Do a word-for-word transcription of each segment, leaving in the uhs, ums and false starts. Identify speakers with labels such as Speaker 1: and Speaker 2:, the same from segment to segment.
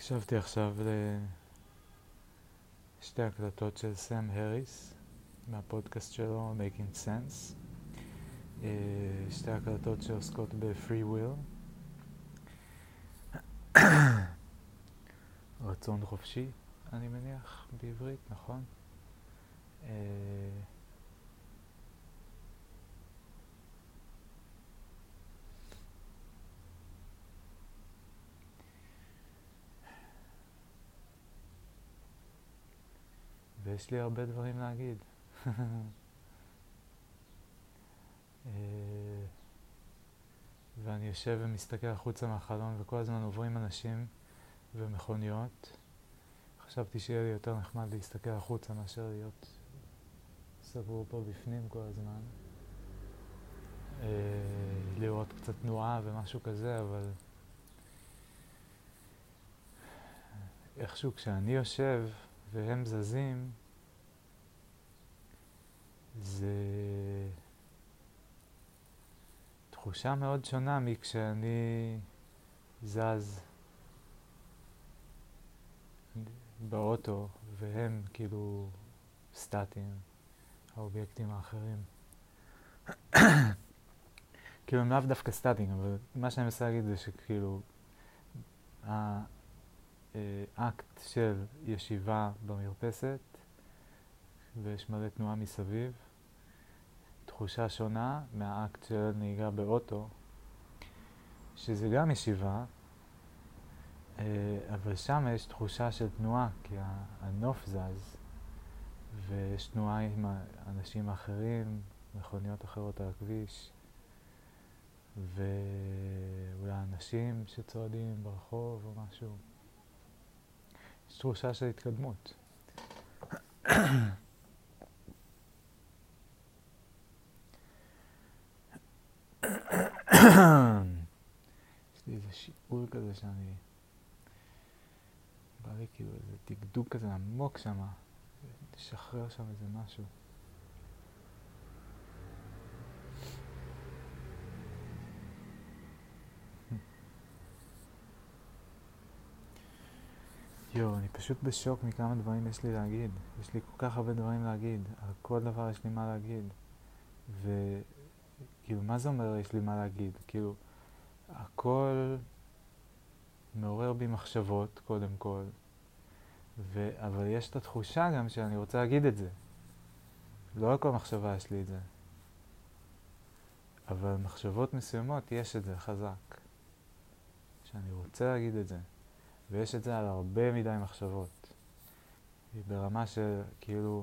Speaker 1: הקשבתי עכשיו לשתי הקלטות של סם הריס מהפודקאסט שלו Making Sense. שתי הקלטות שעוסקות ב-free will, רצון חופשי, אני מניח בעברית, נכון? ויש לי הרבה דברים להגיד. ואני יושב ומסתכל החוצה מהחלון וכל הזמן עוברים אנשים ומכוניות. חשבתי שיהיה לי יותר נחמד להסתכל החוצה מאשר להיות סגור פה בפנים כל הזמן. לראות קצת תנועה ומשהו כזה, אבל איכשהו כשאני יושב והם זזים, זה תחושה מאוד שונה מכשאני זז באוטו והם כאילו סטטיים, האובייקטים האחרים. כאילו הם לאו דווקא סטטיים, אבל מה שאני מנסה להגיד זה שכאילו האקט של ישיבה במרפסת ויש מלא תנועה מסביב, תחושה שונה מהאקט של נהיגה באוטו, שזה גם ישיבה, אבל שם יש תחושה של תנועה, כי הנוף זז, ויש תנועה עם אנשים אחרים, מכוניות אחרות על הכביש, ואולי אנשים שצועדים ברחוב או משהו. יש תחושה של התקדמות. יש לי איזה שיעור כזה שאני בא לי כאילו איזה דקדוק כזה עמוק שם, לשחרר שם איזה משהו. יו, אני פשוט בשוק מכמה דברים יש לי להגיד. יש לי כל כך הרבה דברים להגיד, על כל דבר יש לי מה להגיד. וכאילו, מה זה אומר יש לי מה להגיד? כאילו, הכל מעורר בי מחשבות, קודם כל. ו... אבל יש את התחושה גם שאני רוצה להגיד את זה. לא על כל מחשבה יש לי את זה. אבל מחשבות מסוימות יש את זה חזק. שאני רוצה להגיד את זה. ויש את זה על הרבה מדי מחשבות. ברמה שכאילו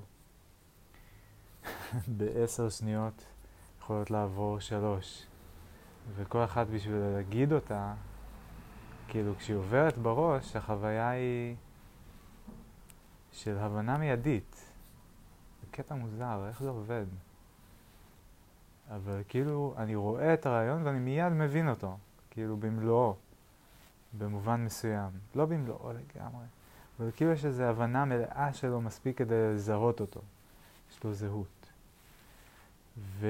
Speaker 1: בעשר שניות יכולות לעבור שלוש. וכל אחת בשביל להגיד אותה, כאילו כשהיא עוברת בראש, החוויה היא של הבנה מיידית. זה קטע מוזר, איך זה עובד? אבל כאילו אני רואה את הרעיון ואני מיד מבין אותו. כאילו במלואו. במובן מסוים. לא במלואו לגמרי. אבל כאילו יש איזו הבנה מלאה שלו מספיק כדי לזהות אותו. יש לו זהות. ואם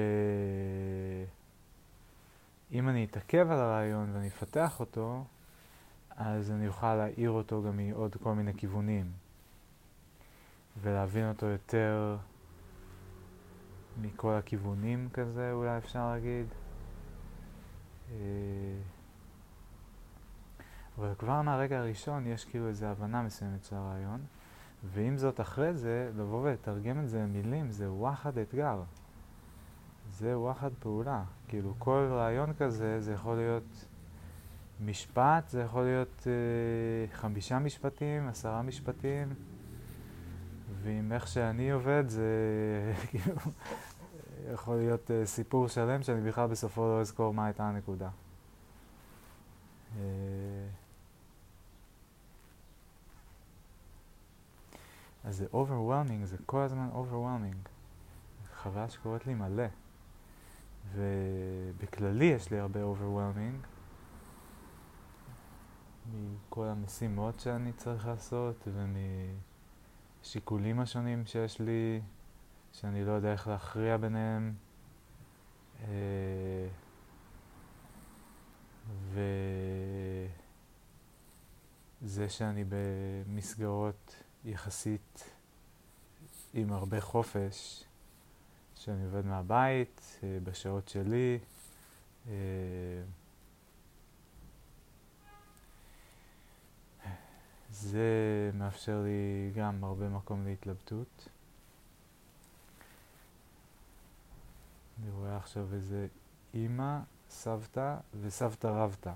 Speaker 1: אני אתעכב על הרעיון ואני אפתח אותו, אז אני אוכל להעיר אותו גם מעוד כל מיני כיוונים. ולהבין אותו יותר מכל הכיוונים כזה, אולי אפשר להגיד. אבל כבר מהרגע הראשון יש כאילו איזו הבנה מסוימת של הרעיון, ועם זאת אחרי זה, לבוא ולתרגם את זה למילים, זה וואחד אתגר. זה וואחד פעולה. כאילו כל רעיון כזה, זה יכול להיות משפט, זה יכול להיות אה, חמישה משפטים, עשרה משפטים, ועם איך שאני עובד, זה כאילו יכול להיות אה, סיפור שלם שאני בכלל בסופו לא אזכור מה הייתה הנקודה. אה, אז זה overwhelming, זה כל הזמן overwhelming. חוויה שקוראת לי מלא. ובכללי יש לי הרבה overwhelming. מכל המשימות שאני צריך לעשות, ומשיקולים השונים שיש לי, שאני לא יודע איך להכריע ביניהם. ו... זה שאני במסגרות יחסית עם הרבה חופש, שאני עובד מהבית, בשעות שלי, זה מאפשר לי גם הרבה מקום להתלבטות. אני רואה עכשיו איזה אמא, סבתא וסבתא רבתא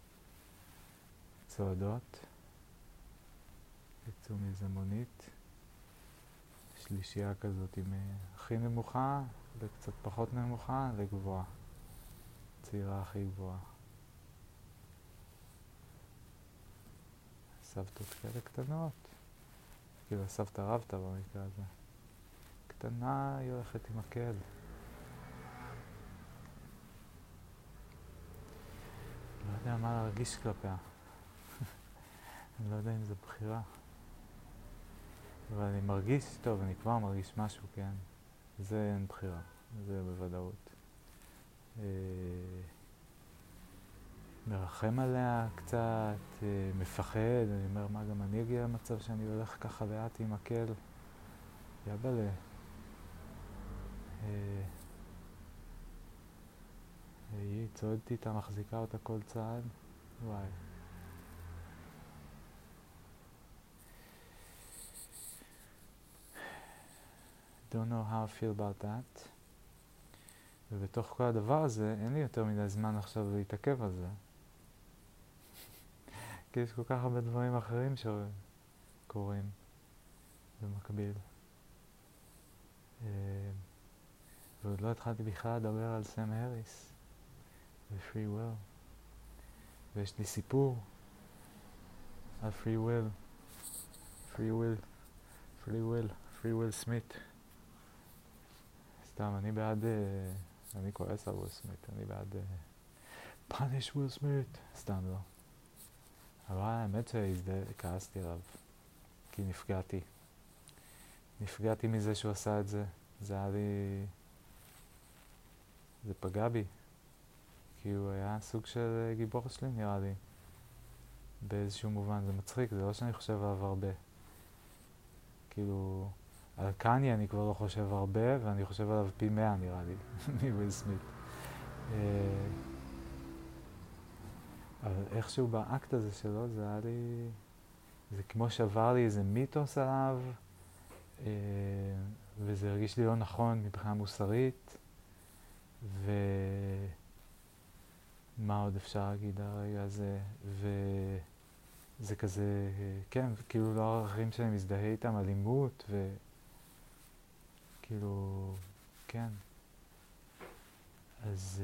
Speaker 1: צועדות. יצאו מאיזה מונית. שלישייה כזאת עם הכי נמוכה וקצת פחות נמוכה לגבוהה. צעירה הכי גבוהה. סבתות כאלה קטנות. כאילו הסבתא רבתא במקרה הזה. קטנה היא הולכת עם מקל. לא יודע מה להרגיש כלפיה. אני לא יודע אם זו בחירה. אבל אני מרגיש, טוב, אני כבר מרגיש משהו, כן? זה אין בחירה, זה בוודאות. אה, מרחם עליה קצת, אה, מפחד, אני אומר, מה, גם אני אגיע למצב שאני הולך ככה לאט עם מקל? יבלה. אה, היא צועדת איתה, מחזיקה אותה כל צעד. וואי. Don't know how I feel about that. ובתוך כל הדבר הזה, אין לי יותר מדי זמן עכשיו להתעכב על זה. כי יש כל כך הרבה דברים אחרים שקורים במקביל. ועוד לא התחלתי בכלל לדבר על סם האריס ו-Free Will. ויש לי סיפור על Free Will. Free Will. Free Will. Free Will Smith. סתם, אני בעד, אני כועס על וויל סמית, אני בעד פאניש וויל סמית, סתם לא. אבל האמת שכעסתי עליו, כי נפגעתי. נפגעתי מזה שהוא עשה את זה, זה היה לי, זה פגע בי, כי הוא היה סוג של גיבור שלי נראה לי, באיזשהו מובן, זה מצחיק, זה לא שאני חושב עליו הרבה. כאילו, על קניה אני כבר לא חושב הרבה, ואני חושב עליו פי מאה נראה לי, מוויל סמית. אבל איכשהו באקט הזה שלו, זה היה לי, זה כמו שבר לי איזה מיתוס עליו, וזה הרגיש לי לא נכון מבחינה מוסרית, ומה עוד אפשר להגיד הרגע הזה, וזה כזה, כן, כאילו לא הערכים שאני מזדהה איתם, אלימות, ו... כאילו, כן. אז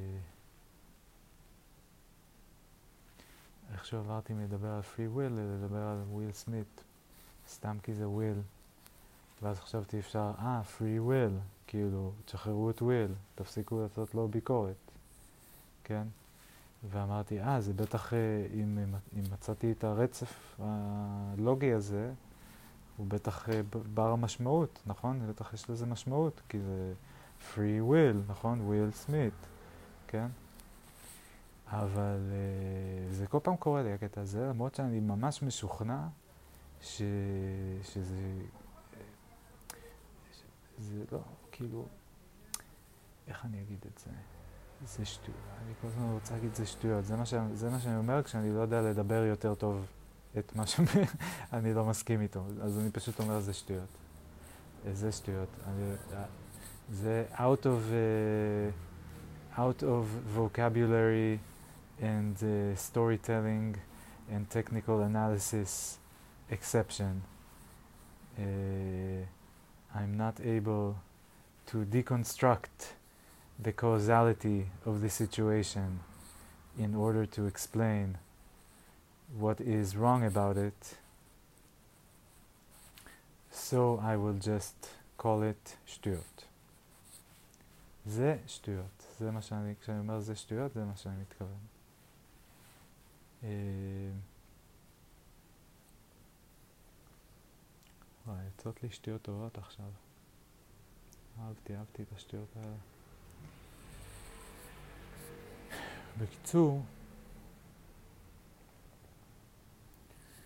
Speaker 1: איכשהו עברתי מלדבר על פרי וויל לדבר על וויל סמית, סתם כי זה וויל. ואז חשבתי אפשר, אה, פרי וויל, כאילו, תשחררו את וויל, תפסיקו לעשות לו ביקורת, כן? ואמרתי, אה, זה בטח, אם, אם מצאתי את הרצף הלוגי הזה, הוא בטח בר המשמעות, נכון? בטח יש לזה משמעות, כי זה free will, נכון? וויל סמית, כן? אבל uh, זה כל פעם קורה לי הקטע הזה, למרות שאני ממש משוכנע ש... שזה... זה לא, כאילו... איך אני אגיד את זה? זה שטויות. אני כל הזמן רוצה להגיד זה שטויות. זה מה, ש... זה מה שאני אומר כשאני לא יודע לדבר יותר טוב את מה שאני לא מסכים איתו. אז אני פשוט אומר זה שטויות. זה שטויות. אני... זה out of, uh, out of vocabulary and uh, storytelling and technical analysis exception. Uh, I'm not able to deconstruct the causality of the situation in order to explain what is wrong about it. So I will just call it שטויות. זה שטויות. זה מה שאני, כשאני אומר זה שטויות, זה מה שאני מתכוון. וואי, יוצאות לי שטויות טובות עכשיו. אהבתי, אהבתי את השטויות האלה. בקיצור,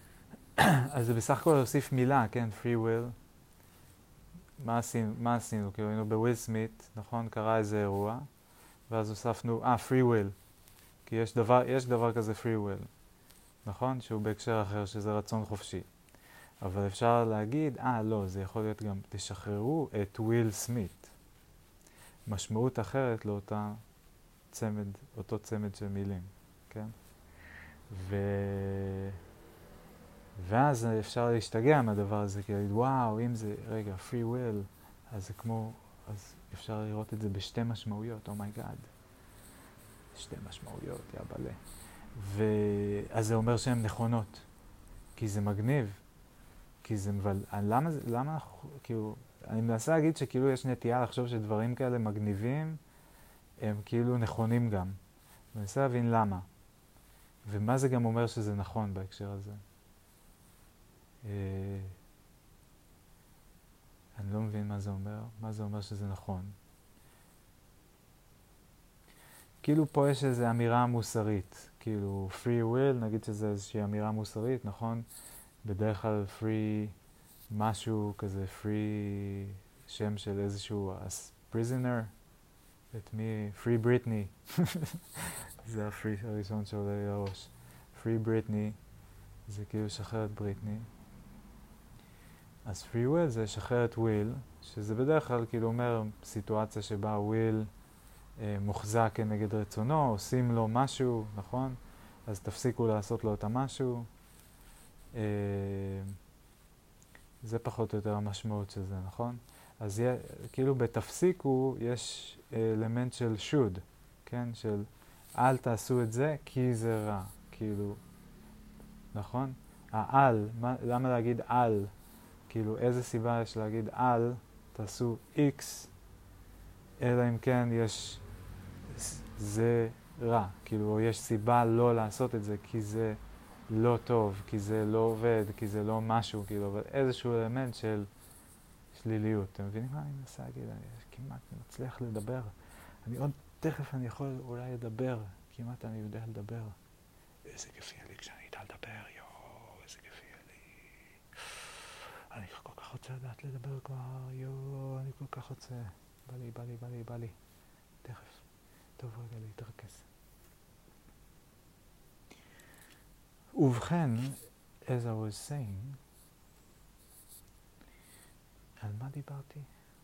Speaker 1: אז זה בסך הכל להוסיף מילה, כן, free will. מה עשינו? מה עשינו? כאילו היינו בוויל סמית, נכון? קרה איזה אירוע, ואז הוספנו, אה, free will. כי יש דבר, יש דבר כזה free will, נכון? שהוא בהקשר אחר, שזה רצון חופשי. אבל אפשר להגיד, אה, לא, זה יכול להיות גם, תשחררו את וויל סמית. משמעות אחרת לאותה צמד, אותו צמד של מילים, כן? ו... ואז אפשר להשתגע מהדבר הזה, כי להגיד, וואו, אם זה, רגע, free will, אז זה כמו, אז אפשר לראות את זה בשתי משמעויות, אומייגאד. שתי משמעויות, יא בלה. ואז זה אומר שהן נכונות, כי זה מגניב, כי זה מבל... למה זה, למה, כאילו, אני מנסה להגיד שכאילו יש נטייה לחשוב שדברים כאלה מגניבים, הם כאילו נכונים גם. אני מנסה להבין למה. ומה זה גם אומר שזה נכון בהקשר הזה. אה... אני לא מבין מה זה אומר, מה זה אומר שזה נכון. כאילו פה יש איזו אמירה מוסרית, כאילו free will, נגיד שזה איזושהי אמירה מוסרית, נכון? בדרך כלל free משהו כזה, free שם של איזשהו prisoner, את מי? free Britney, זה הפרי הראשון שעולה לי לראש. free Britney, זה כאילו שחרר את בריטני. אז free will זה שחרר את will, שזה בדרך כלל כאילו אומר סיטואציה שבה will אה, מוחזק כנגד רצונו, עושים לו משהו, נכון? אז תפסיקו לעשות לו את המשהו. אה, זה פחות או יותר המשמעות של זה, נכון? אז יה, כאילו בתפסיקו יש אלמנט של should, כן? של אל תעשו את זה כי זה רע, כאילו, נכון? העל, מה, למה להגיד על? כאילו איזה סיבה יש להגיד על, תעשו X, אלא אם כן יש, זה רע, כאילו יש סיבה לא לעשות את זה כי זה לא טוב, כי זה לא עובד, כי זה לא משהו, כאילו, אבל איזשהו אלמנט של שליליות. אתם מבינים מה אני מנסה להגיד? אני כמעט מצליח לדבר. אני עוד תכף אני יכול אולי לדבר, כמעט אני יודע לדבר. איזה כיף יהיה לי כשאני אדע לדבר, יואו, איזה כיף יהיה לי. אני כל כך רוצה לדעת לדבר כבר, יואו, אני כל כך רוצה. בא לי, בא לי, בא לי, בא לי. תכף. טוב, רגע להתרכז. ובכן, as I was saying, על מה דיברתי?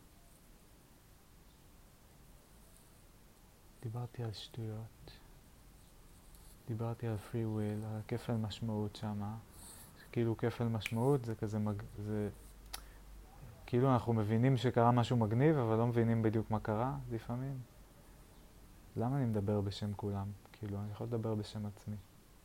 Speaker 1: דיברתי על שטויות. דיברתי על free will, על כפל משמעות שמה. כאילו כפל משמעות זה כזה, מג... זה... כאילו אנחנו מבינים שקרה משהו מגניב, אבל לא מבינים בדיוק מה קרה לפעמים. למה אני מדבר בשם כולם? כאילו, אני יכול לדבר בשם עצמי.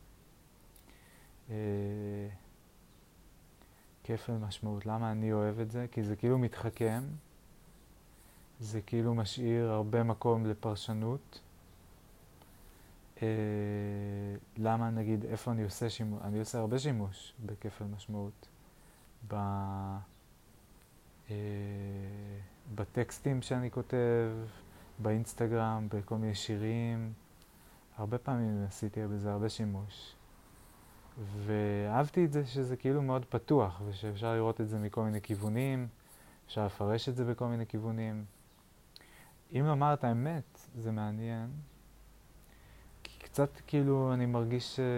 Speaker 1: אה... כפל משמעות. למה אני אוהב את זה? כי זה כאילו מתחכם. זה כאילו משאיר הרבה מקום לפרשנות. אה... למה נגיד, איפה אני עושה שימוש? אני עושה הרבה שימוש בכפל משמעות. ב... אה... בטקסטים שאני כותב, באינסטגרם, בכל מיני שירים. הרבה פעמים עשיתי בזה הרבה שימוש. ואהבתי את זה שזה כאילו מאוד פתוח, ושאפשר לראות את זה מכל מיני כיוונים, אפשר לפרש את זה בכל מיני כיוונים. אם לומר את האמת, זה מעניין, כי קצת כאילו אני מרגיש ש...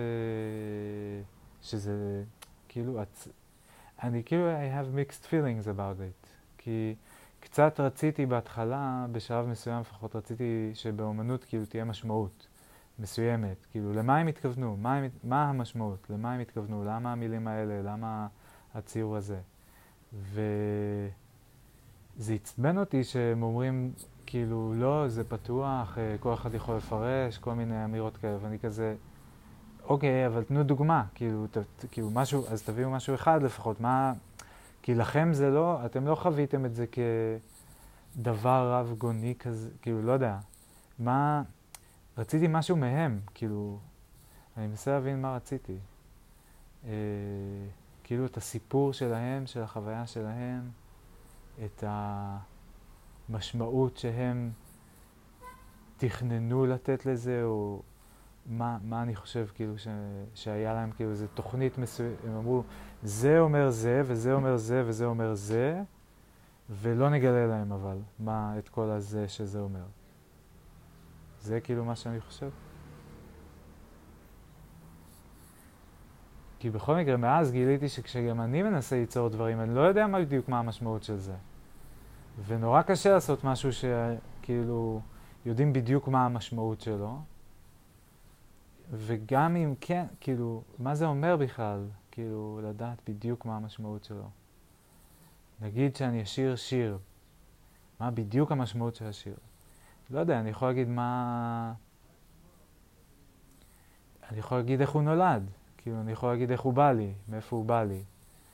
Speaker 1: שזה כאילו, את... אני כאילו, I have mixed feelings about it, כי קצת רציתי בהתחלה, בשלב מסוים לפחות רציתי שבאומנות כאילו תהיה משמעות. מסוימת, כאילו, למה הם התכוונו? מה, הם, מה המשמעות? למה הם התכוונו? למה המילים האלה? למה הציור הזה? וזה עצבן אותי שהם אומרים, כאילו, לא, זה פתוח, כל אחד יכול לפרש, כל מיני אמירות כאלה, ואני כזה, אוקיי, אבל תנו דוגמה, כאילו, ת, כאילו, משהו, אז תביאו משהו אחד לפחות, מה, כי לכם זה לא, אתם לא חוויתם את זה כדבר רב גוני כזה, כאילו, לא יודע, מה... רציתי משהו מהם, כאילו, אני מנסה להבין מה רציתי. אה, כאילו את הסיפור שלהם, של החוויה שלהם, את המשמעות שהם תכננו לתת לזה, או, מה, מה אני חושב כאילו ש, שהיה להם כאילו איזו תוכנית מסוימת, הם אמרו זה אומר זה וזה אומר זה וזה אומר זה, ולא נגלה להם אבל מה את כל הזה שזה אומר. זה כאילו מה שאני חושב. כי בכל מקרה מאז גיליתי שכשגם אני מנסה ליצור דברים אני לא יודע מה בדיוק מה המשמעות של זה. ונורא קשה לעשות משהו שכאילו יודעים בדיוק מה המשמעות שלו. וגם אם כן, כאילו, מה זה אומר בכלל? כאילו, לדעת בדיוק מה המשמעות שלו. נגיד שאני אשיר שיר, מה בדיוק המשמעות של השיר? לא יודע, אני יכול להגיד מה... אני יכול להגיד איך הוא נולד. כאילו, אני יכול להגיד איך הוא בא לי, מאיפה הוא בא לי.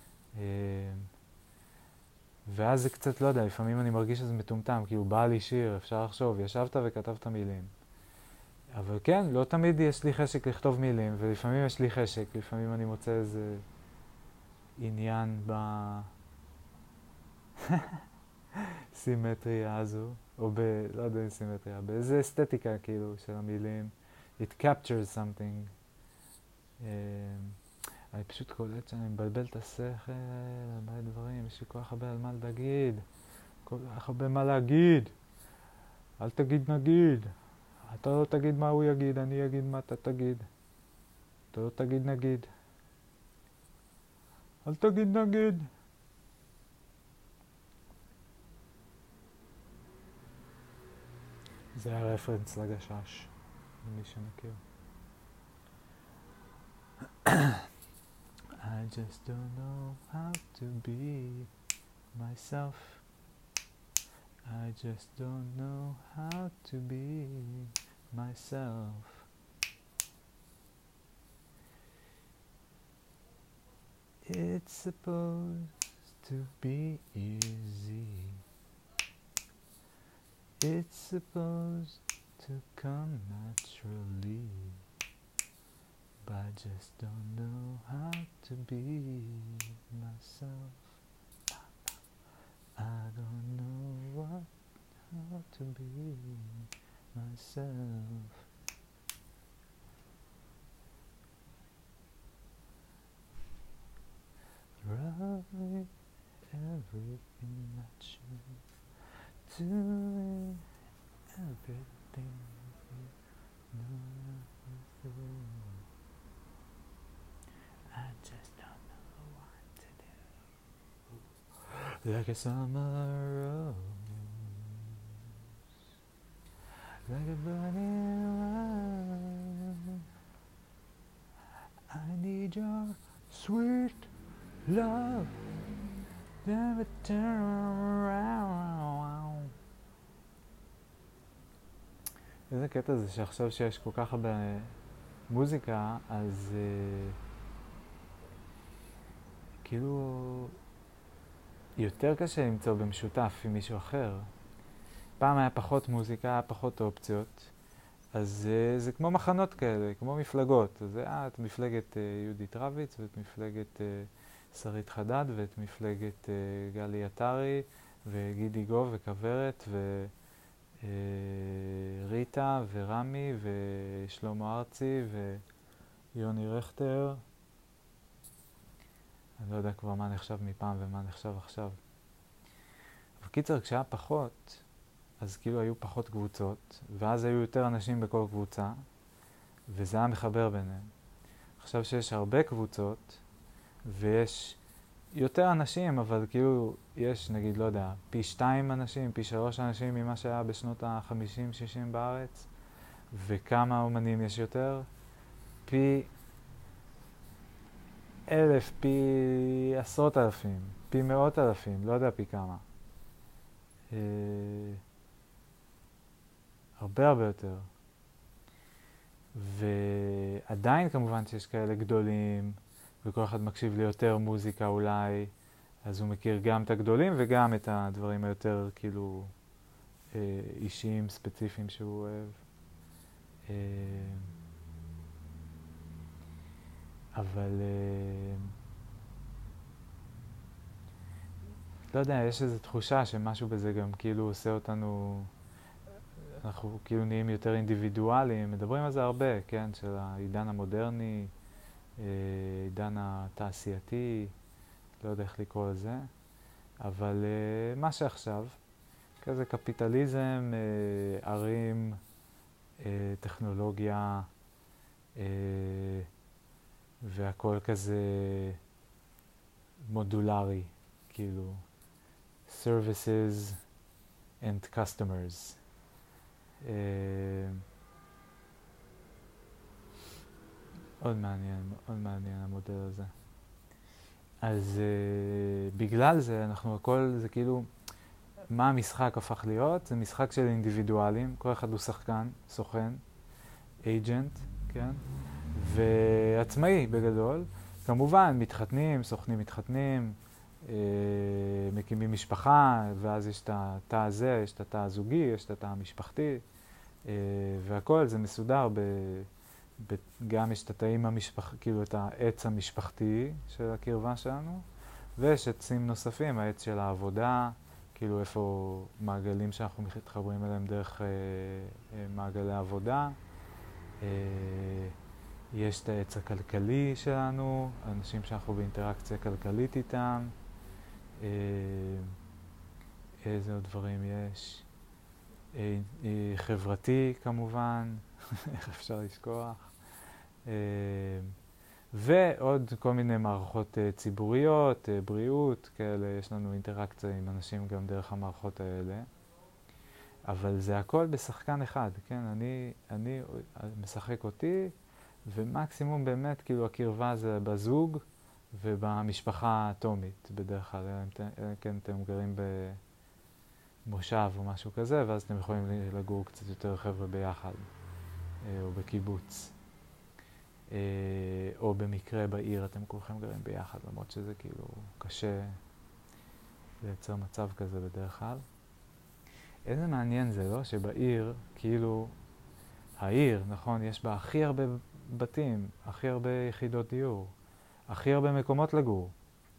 Speaker 1: ואז זה קצת, לא יודע, לפעמים אני מרגיש שזה מטומטם, כאילו, בא לי שיר, אפשר לחשוב, ישבת וכתבת מילים. אבל כן, לא תמיד יש לי חשק לכתוב מילים, ולפעמים יש לי חשק, לפעמים אני מוצא איזה עניין בסימטריה הזו, או ב... לא יודע סימטריה, באיזה אסתטיקה כאילו של המילים. It captures something. Uh, אני פשוט קולט שאני מבלבל את השכל, על מלא דברים, יש לי כל כך הרבה על מה להגיד, כל כך הרבה מה להגיד. אל תגיד נגיד. אתה לא תגיד מה הוא יגיד, אני אגיד מה אתה תגיד. אתה לא תגיד נגיד. אל תגיד נגיד. זה הרפרנס לגשש, למי שמכיר. I just don't know how to be myself. I just don't know how to be myself. It's supposed to be easy. It's supposed to come naturally. But I just don't know how to be myself. I don't know what, how to be myself. Right, everything that you doing, everything you know. I just don't know what to do. Like a summer rose, like a burning one. I need your sweet love, never turn around. איזה קטע זה שעכשיו שיש כל כך הרבה מוזיקה, אז uh, כאילו יותר קשה למצוא במשותף עם מישהו אחר. פעם היה פחות מוזיקה, היה פחות אופציות, אז uh, זה כמו מחנות כאלה, כמו מפלגות. אז היה את מפלגת uh, יהודית רביץ, ואת מפלגת uh, שרית חדד, ואת מפלגת uh, גלי עטרי, וגידי גוב, וכוורת, ו... ריטה ורמי ושלמה ארצי ויוני רכטר. אני לא יודע כבר מה נחשב מפעם ומה נחשב עכשיו. בקיצר, כשהיה פחות, אז כאילו היו פחות קבוצות, ואז היו יותר אנשים בכל קבוצה, וזה היה מחבר ביניהם. עכשיו שיש הרבה קבוצות, ויש יותר אנשים, אבל כאילו יש, נגיד, לא יודע, פי שתיים אנשים, פי שלוש אנשים ממה שהיה בשנות ה-חמישים שישים בארץ, וכמה אומנים יש יותר? פי אלף, פי עשרות אלפים, פי מאות אלפים, לא יודע פי כמה. אה, הרבה הרבה יותר. ועדיין כמובן שיש כאלה גדולים, וכל אחד מקשיב ליותר מוזיקה אולי, אז הוא מכיר גם את הגדולים וגם את הדברים היותר כאילו אה, אישיים, ספציפיים שהוא אוהב. אה, אבל אה, לא יודע, יש איזו תחושה שמשהו בזה גם כאילו עושה אותנו, אנחנו כאילו נהיים יותר אינדיבידואליים, מדברים על זה הרבה, כן, של העידן המודרני, עידן התעשייתי, לא יודע איך לקרוא לזה, אבל מה שעכשיו, כזה קפיטליזם, ערים, טכנולוגיה, והכל כזה מודולרי, כאילו, services and customers. Uh, עוד מעניין, מאוד מעניין המודל הזה. אז uh, בגלל זה אנחנו הכל, זה כאילו, מה המשחק הפך להיות? זה משחק של אינדיבידואלים, כל אחד הוא שחקן, סוכן, agent, כן? ועצמאי בגדול. כמובן, מתחתנים, סוכנים מתחתנים, אה, מקימים משפחה, ואז יש את התא הזה, יש את התא הזוגי, יש את התא המשפחתי, אה, והכל זה מסודר, ב, ב, גם יש את התאים המשפחתי, כאילו את העץ המשפחתי של הקרבה שלנו, ויש עצים נוספים, העץ של העבודה, כאילו איפה מעגלים שאנחנו מתחברים אליהם דרך אה, אה, מעגלי עבודה. אה, יש את העץ הכלכלי שלנו, אנשים שאנחנו באינטראקציה כלכלית איתם. אה, איזה עוד דברים יש? אה, אה, חברתי כמובן, איך אפשר לשכוח. אה, ועוד כל מיני מערכות אה, ציבוריות, אה, בריאות, כאלה, יש לנו אינטראקציה עם אנשים גם דרך המערכות האלה. אבל זה הכל בשחקן אחד, כן? אני, אני משחק אותי, ומקסימום באמת, כאילו, הקרבה זה בזוג ובמשפחה האטומית, בדרך כלל, אלא כן אתם גרים במושב או משהו כזה, ואז אתם יכולים לגור קצת יותר חבר'ה ביחד, או בקיבוץ. או במקרה בעיר אתם כולכם גרים ביחד, למרות שזה כאילו קשה לייצר מצב כזה בדרך כלל. איזה מעניין זה, לא? שבעיר, כאילו, העיר, נכון, יש בה הכי הרבה בתים, הכי הרבה יחידות דיור, הכי הרבה מקומות לגור.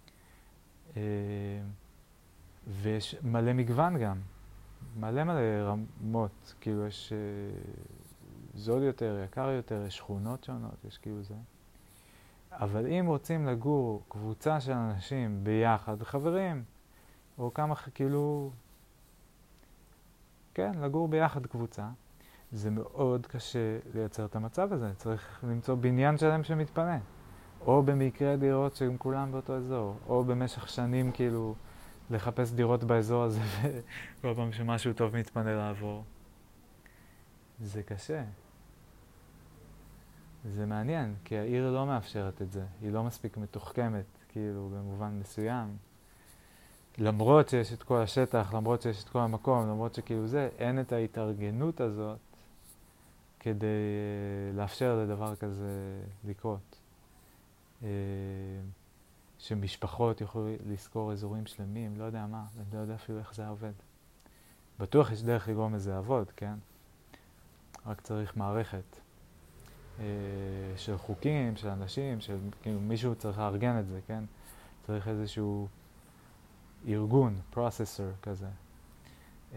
Speaker 1: ויש מלא מגוון גם, מלא מלא רמות, כאילו יש זול יותר, יקר יותר, יש שכונות שונות, יש כאילו זה. אבל אם רוצים לגור קבוצה של אנשים ביחד, חברים, או כמה כאילו, כן, לגור ביחד קבוצה, זה מאוד קשה לייצר את המצב הזה. צריך למצוא בניין שלם שמתפנה. או במקרה דירות שהם כולם באותו אזור. או במשך שנים כאילו לחפש דירות באזור הזה וכל פעם שמשהו טוב מתפנה לעבור. זה קשה. זה מעניין, כי העיר לא מאפשרת את זה. היא לא מספיק מתוחכמת, כאילו, במובן מסוים. למרות שיש את כל השטח, למרות שיש את כל המקום, למרות שכאילו זה, אין את ההתארגנות הזאת כדי uh, לאפשר לדבר כזה לקרות. Uh, שמשפחות יוכלו לזכור אזורים שלמים, לא יודע מה, לא יודע אפילו איך זה עובד. בטוח יש דרך לגרום לזה לעבוד, כן? רק צריך מערכת uh, של חוקים, של אנשים, של כאילו מישהו צריך לארגן את זה, כן? צריך איזשהו ארגון, פרוססור כזה. Uh,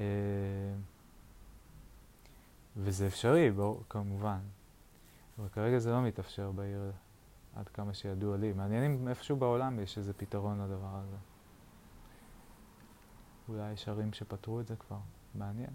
Speaker 1: וזה אפשרי, בוא, כמובן. אבל כרגע זה לא מתאפשר בעיר עד כמה שידוע לי. מעניין אם איפשהו בעולם יש איזה פתרון לדבר הזה. אולי יש ערים שפתרו את זה כבר. מעניין.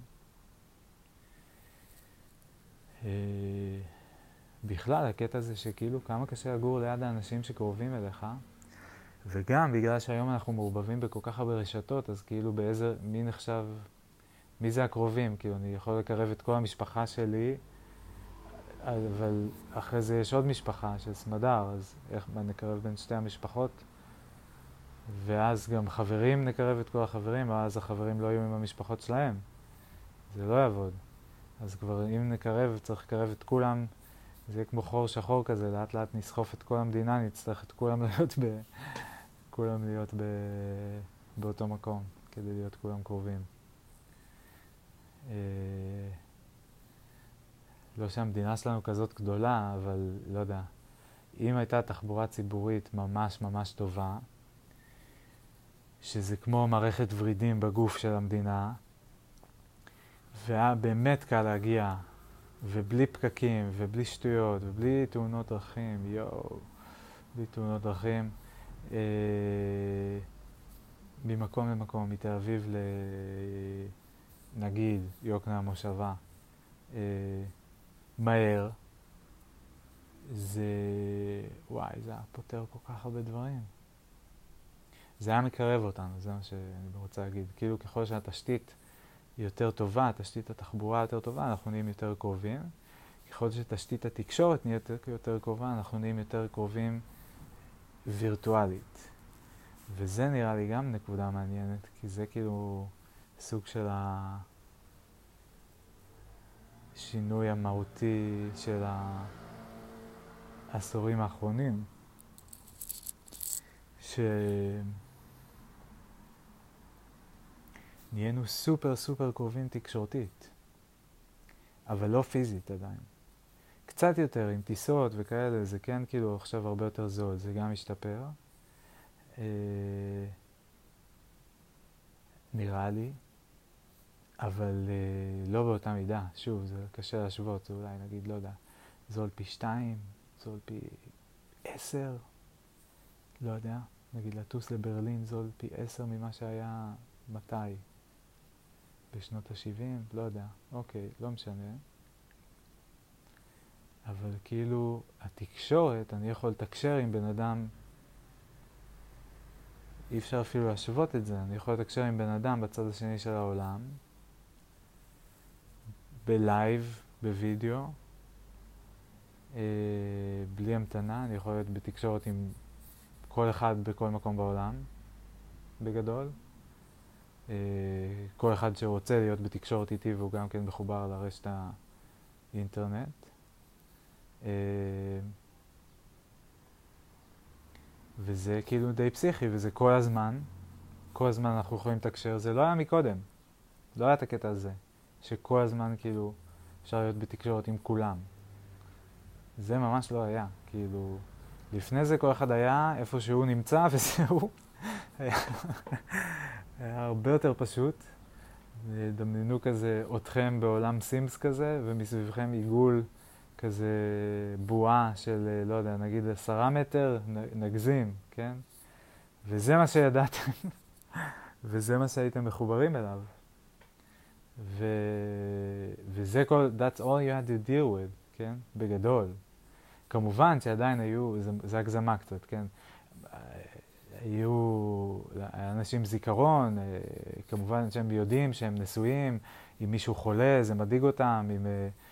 Speaker 1: Uh, בכלל, הקטע זה שכאילו כמה קשה לגור ליד האנשים שקרובים אליך, וגם בגלל שהיום אנחנו מעורבבים בכל כך הרבה רשתות, אז כאילו באיזה, מי נחשב, מי זה הקרובים? כאילו אני יכול לקרב את כל המשפחה שלי, אבל אחרי זה יש עוד משפחה של סמדר, אז איך נקרב בין שתי המשפחות? ואז גם חברים נקרב את כל החברים, ואז החברים לא יהיו עם המשפחות שלהם. זה לא יעבוד. אז כבר אם נקרב, צריך לקרב את כולם, זה יהיה כמו חור שחור כזה, לאט לאט נסחוף את כל המדינה, נצטרך את כולם להיות ב... כולם להיות ב... באותו מקום, כדי להיות כולם קרובים. אה... לא שהמדינה שלנו כזאת גדולה, אבל לא יודע. אם הייתה תחבורה ציבורית ממש ממש טובה, שזה כמו מערכת ורידים בגוף של המדינה, והיה באמת קל להגיע, ובלי פקקים, ובלי שטויות, ובלי תאונות דרכים, יואו, בלי תאונות דרכים. אה, ממקום למקום, מתל אביב ל... נגיד, יוקנעם המושבה, אה, מהר, זה... וואי, זה היה פותר כל כך הרבה דברים. זה היה מקרב אותנו, זה מה שאני רוצה להגיד. כאילו ככל שהתשתית היא יותר טובה, תשתית התחבורה יותר טובה, אנחנו נהיים יותר קרובים. ככל שתשתית התקשורת נהיה יותר, יותר קרובה, אנחנו נהיים יותר קרובים וירטואלית. וזה נראה לי גם נקודה מעניינת, כי זה כאילו סוג של השינוי המהותי של העשורים האחרונים, שנהיינו סופר סופר קרובים תקשורתית, אבל לא פיזית עדיין. קצת יותר עם טיסות וכאלה, זה כן כאילו עכשיו הרבה יותר זול, זה גם משתפר. אה, נראה לי, אבל אה, לא באותה מידה. שוב, זה קשה להשוות, זה אולי נגיד, לא יודע, זול פי שתיים, זול פי עשר, לא יודע. נגיד לטוס לברלין זול פי עשר ממה שהיה מתי? בשנות ה-שבעים? לא יודע. אוקיי, לא משנה. אבל כאילו התקשורת, אני יכול לתקשר עם בן אדם, אי אפשר אפילו להשוות את זה, אני יכול לתקשר עם בן אדם בצד השני של העולם, בלייב, בווידאו, אה, בלי המתנה, אני יכול להיות בתקשורת עם כל אחד בכל מקום בעולם, בגדול. אה, כל אחד שרוצה להיות בתקשורת איתי והוא גם כן מחובר לרשת האינטרנט. אה, וזה כאילו די פסיכי, וזה כל הזמן, כל הזמן אנחנו יכולים לתקשר, זה לא היה מקודם, לא היה את הקטע הזה, שכל הזמן כאילו אפשר להיות בתקשורת עם כולם. זה ממש לא היה, כאילו, לפני זה כל אחד היה איפה שהוא נמצא וזהו. היה, היה הרבה יותר פשוט. דמיינו כזה אתכם בעולם סימס כזה, ומסביבכם עיגול כזה בועה של, לא יודע, נגיד עשרה מטר, נגזים, כן? וזה מה שידעתם, וזה מה שהייתם מחוברים אליו. ו... וזה כל, that's all you had to deal with, כן? בגדול. כמובן שעדיין היו, זה, זה הגזמה קצת, כן? היו אנשים זיכרון, כמובן שהם יודעים שהם נשואים, אם מישהו חולה זה מדאיג אותם, אם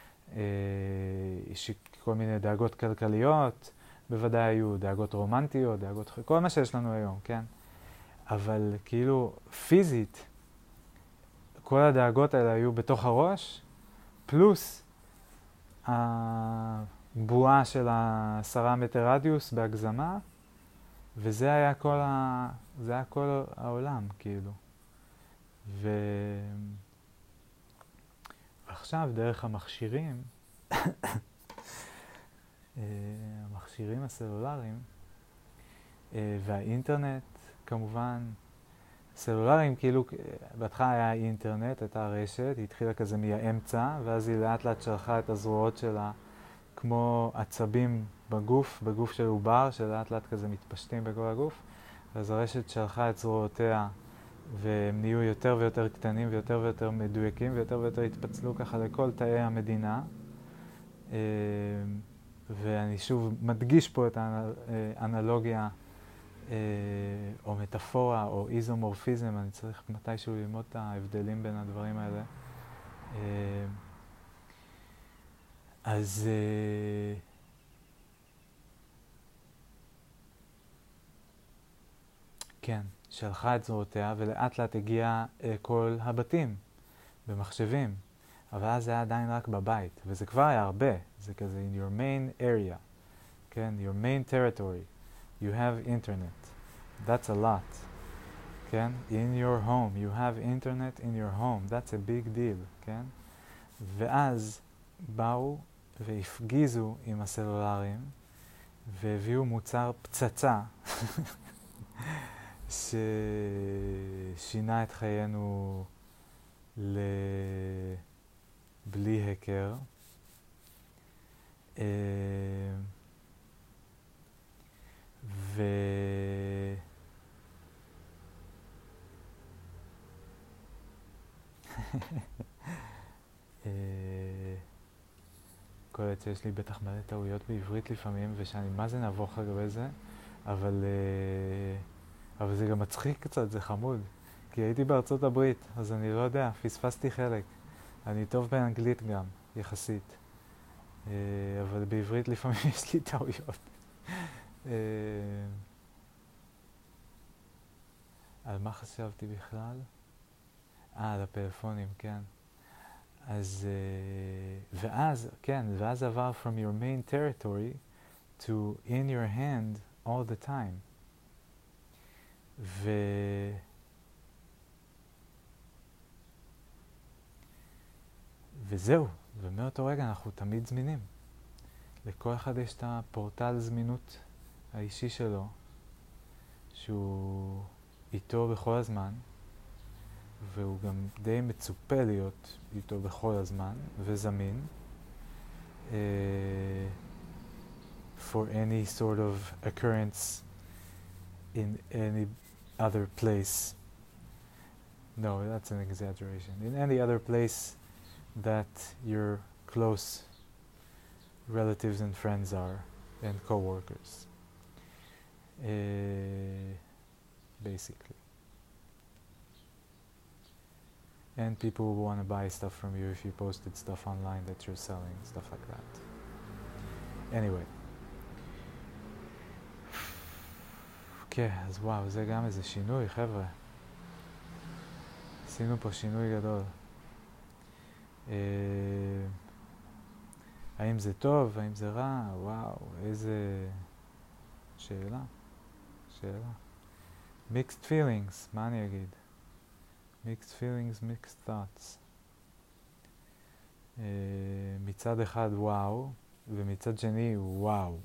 Speaker 1: יש כל מיני דאגות כלכליות, בוודאי היו דאגות רומנטיות, דאגות, כל מה שיש לנו היום, כן? אבל כאילו פיזית, כל הדאגות האלה היו בתוך הראש, פלוס הבועה של העשרה מטר רדיוס בהגזמה, וזה היה כל, ה... זה היה כל העולם, כאילו. ו... ועכשיו, דרך המכשירים, המכשירים הסלולריים, והאינטרנט, כמובן, סלולריים, כאילו, בהתחלה היה אינטרנט, הייתה רשת, היא התחילה כזה מהאמצע, ואז היא לאט לאט שלחה את הזרועות שלה, כמו עצבים בגוף, בגוף של עובר, שלאט לאט כזה מתפשטים בכל הגוף. אז הרשת שלחה את זרועותיה, והם נהיו יותר ויותר קטנים, ויותר ויותר מדויקים, ויותר ויותר התפצלו ככה לכל תאי המדינה. ואני שוב מדגיש פה את האנלוגיה, או מטאפורה, או איזומורפיזם, אני צריך מתישהו ללמוד את ההבדלים בין הדברים האלה. אז... כן, שלחה את זרועותיה, ולאט לאט הגיע כל הבתים במחשבים. אבל אז זה היה עדיין רק בבית, וזה כבר היה הרבה. זה כזה in your main area, כן? your main territory. You have internet. That's a lot, כן? In your home. You have internet in your home. That's a big deal, כן? ואז באו והפגיזו עם הסלולרים, והביאו מוצר פצצה, ששינה את חיינו ל... בלי היכר. אה, ו... אה, קולט שיש לי בטח מלא טעויות בעברית לפעמים, ושאני מה זה נבוך לגבי זה, אבל, אה, אבל זה גם מצחיק קצת, זה חמוד. כי הייתי בארצות הברית, אז אני לא יודע, פספסתי חלק. אני טוב באנגלית גם, יחסית. אה, אבל בעברית לפעמים יש לי טעויות. אה, על מה חשבתי בכלל? אה, על הפלאפונים, כן. אז, uh, ואז, כן, ואז עבר from your main territory to in your hand all the time. ו... וזהו, ומאותו רגע אנחנו תמיד זמינים. לכל אחד יש את הפורטל זמינות האישי שלו, שהוא איתו בכל הזמן, והוא גם די מצופה להיות איתו בכל הזמן וזמין uh, for any sort of occurrence in any other place. No, that's an exaggeration. In any other place that your close relatives and friends are and co-workers. Uh, basically. And people will want to buy stuff from you if you posted stuff online that you're selling, stuff like that. Anyway. כן, okay, אז וואו, זה גם איזה שינוי, חבר'ה. עשינו פה שינוי גדול. אה, האם זה טוב, האם זה רע? וואו, איזה... שאלה. שאלה. Mixed feelings, מה אני אגיד? Mixed feelings, mixed thoughts. Uh, מצד אחד וואו, ומצד שני וואו.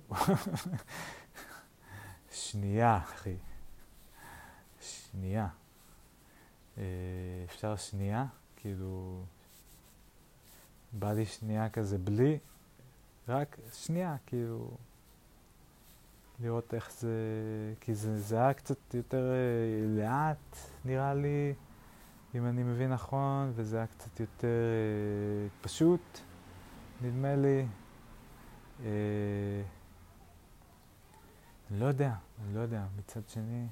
Speaker 1: שנייה, אחי. שנייה. Uh, אפשר שנייה? כאילו... בא לי שנייה כזה בלי, רק שנייה, כאילו... לראות איך זה... כי זה, זה היה קצת יותר uh, לאט, נראה לי. אם אני מבין נכון, וזה היה קצת יותר אה, פשוט, נדמה לי. אה, אני לא יודע, אני לא יודע. מצד שני,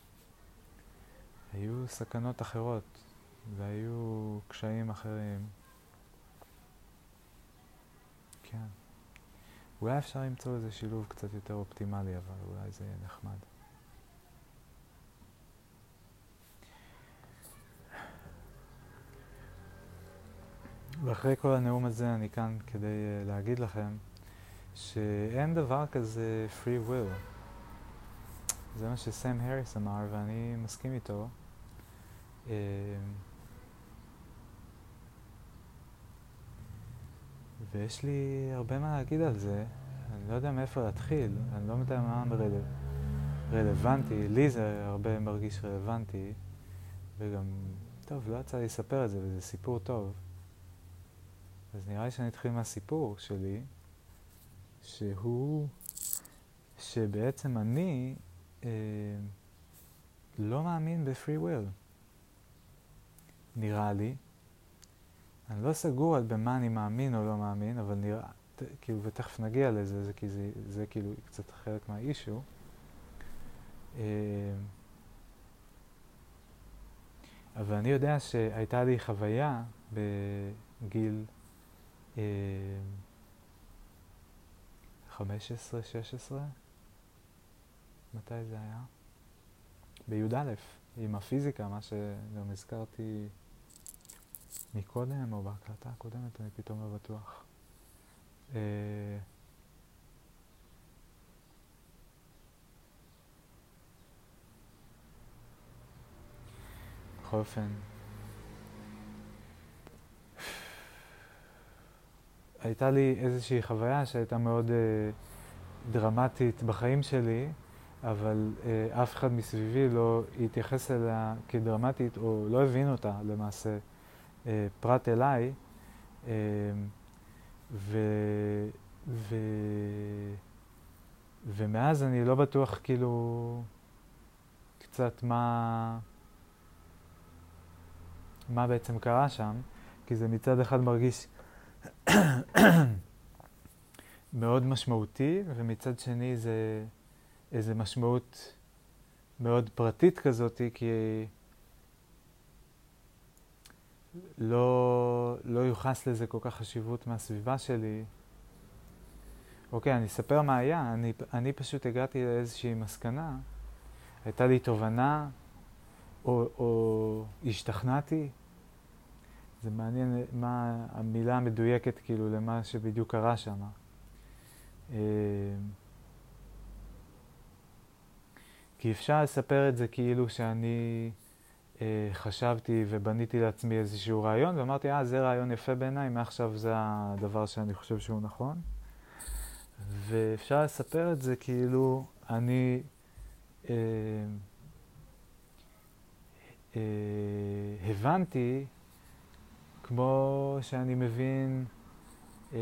Speaker 1: היו סכנות אחרות, והיו קשיים אחרים. כן. אולי אפשר למצוא איזה שילוב קצת יותר אופטימלי, אבל אולי זה יהיה נחמד. ואחרי כל הנאום הזה אני כאן כדי uh, להגיד לכם שאין דבר כזה free will. זה מה שסם הריס אמר ואני מסכים איתו. Uh, ויש לי הרבה מה להגיד על זה. אני לא יודע מאיפה להתחיל, אני לא יודע מה רל... רלוונטי. לי זה הרבה מרגיש רלוונטי, וגם, טוב, לא יצא לי לספר את זה, וזה סיפור טוב. אז נראה לי שאני אתחיל מהסיפור שלי, שהוא, שבעצם אני אה, לא מאמין ב-free will. נראה לי. אני לא סגור על במה אני מאמין או לא מאמין, אבל נראה, ת, כאילו, ותכף נגיע לזה, זה, כי זה, זה כאילו קצת חלק מהאישו. אה, אבל אני יודע שהייתה לי חוויה בגיל חמש עשרה שש עשרה, מתי זה היה? בי"א, עם הפיזיקה, מה שגם הזכרתי מקודם או בהקלטה הקודמת, אני פתאום לא בטוח. בכל אופן, הייתה לי איזושהי חוויה שהייתה מאוד אה, דרמטית בחיים שלי, אבל אה, אף אחד מסביבי לא התייחס אליה כדרמטית, או לא הבין אותה למעשה, אה, פרט אליי, ו... ו... ומאז אני לא בטוח כאילו קצת מה... מה בעצם קרה שם, כי זה מצד אחד מרגיש מאוד משמעותי, ומצד שני זה איזו משמעות מאוד פרטית כזאת, כי לא, לא יוחס לזה כל כך חשיבות מהסביבה שלי. אוקיי, אני אספר מה היה. אני, אני פשוט הגעתי לאיזושהי מסקנה. הייתה לי תובנה, או, או השתכנעתי. זה מעניין מה המילה המדויקת כאילו למה שבדיוק קרה שם. כי אפשר לספר את זה כאילו שאני אה, חשבתי ובניתי לעצמי איזשהו רעיון, ואמרתי, אה, זה רעיון יפה בעיניי, מעכשיו זה הדבר שאני חושב שהוא נכון. ואפשר לספר את זה כאילו אני אה, אה, הבנתי, כמו שאני מבין, אה,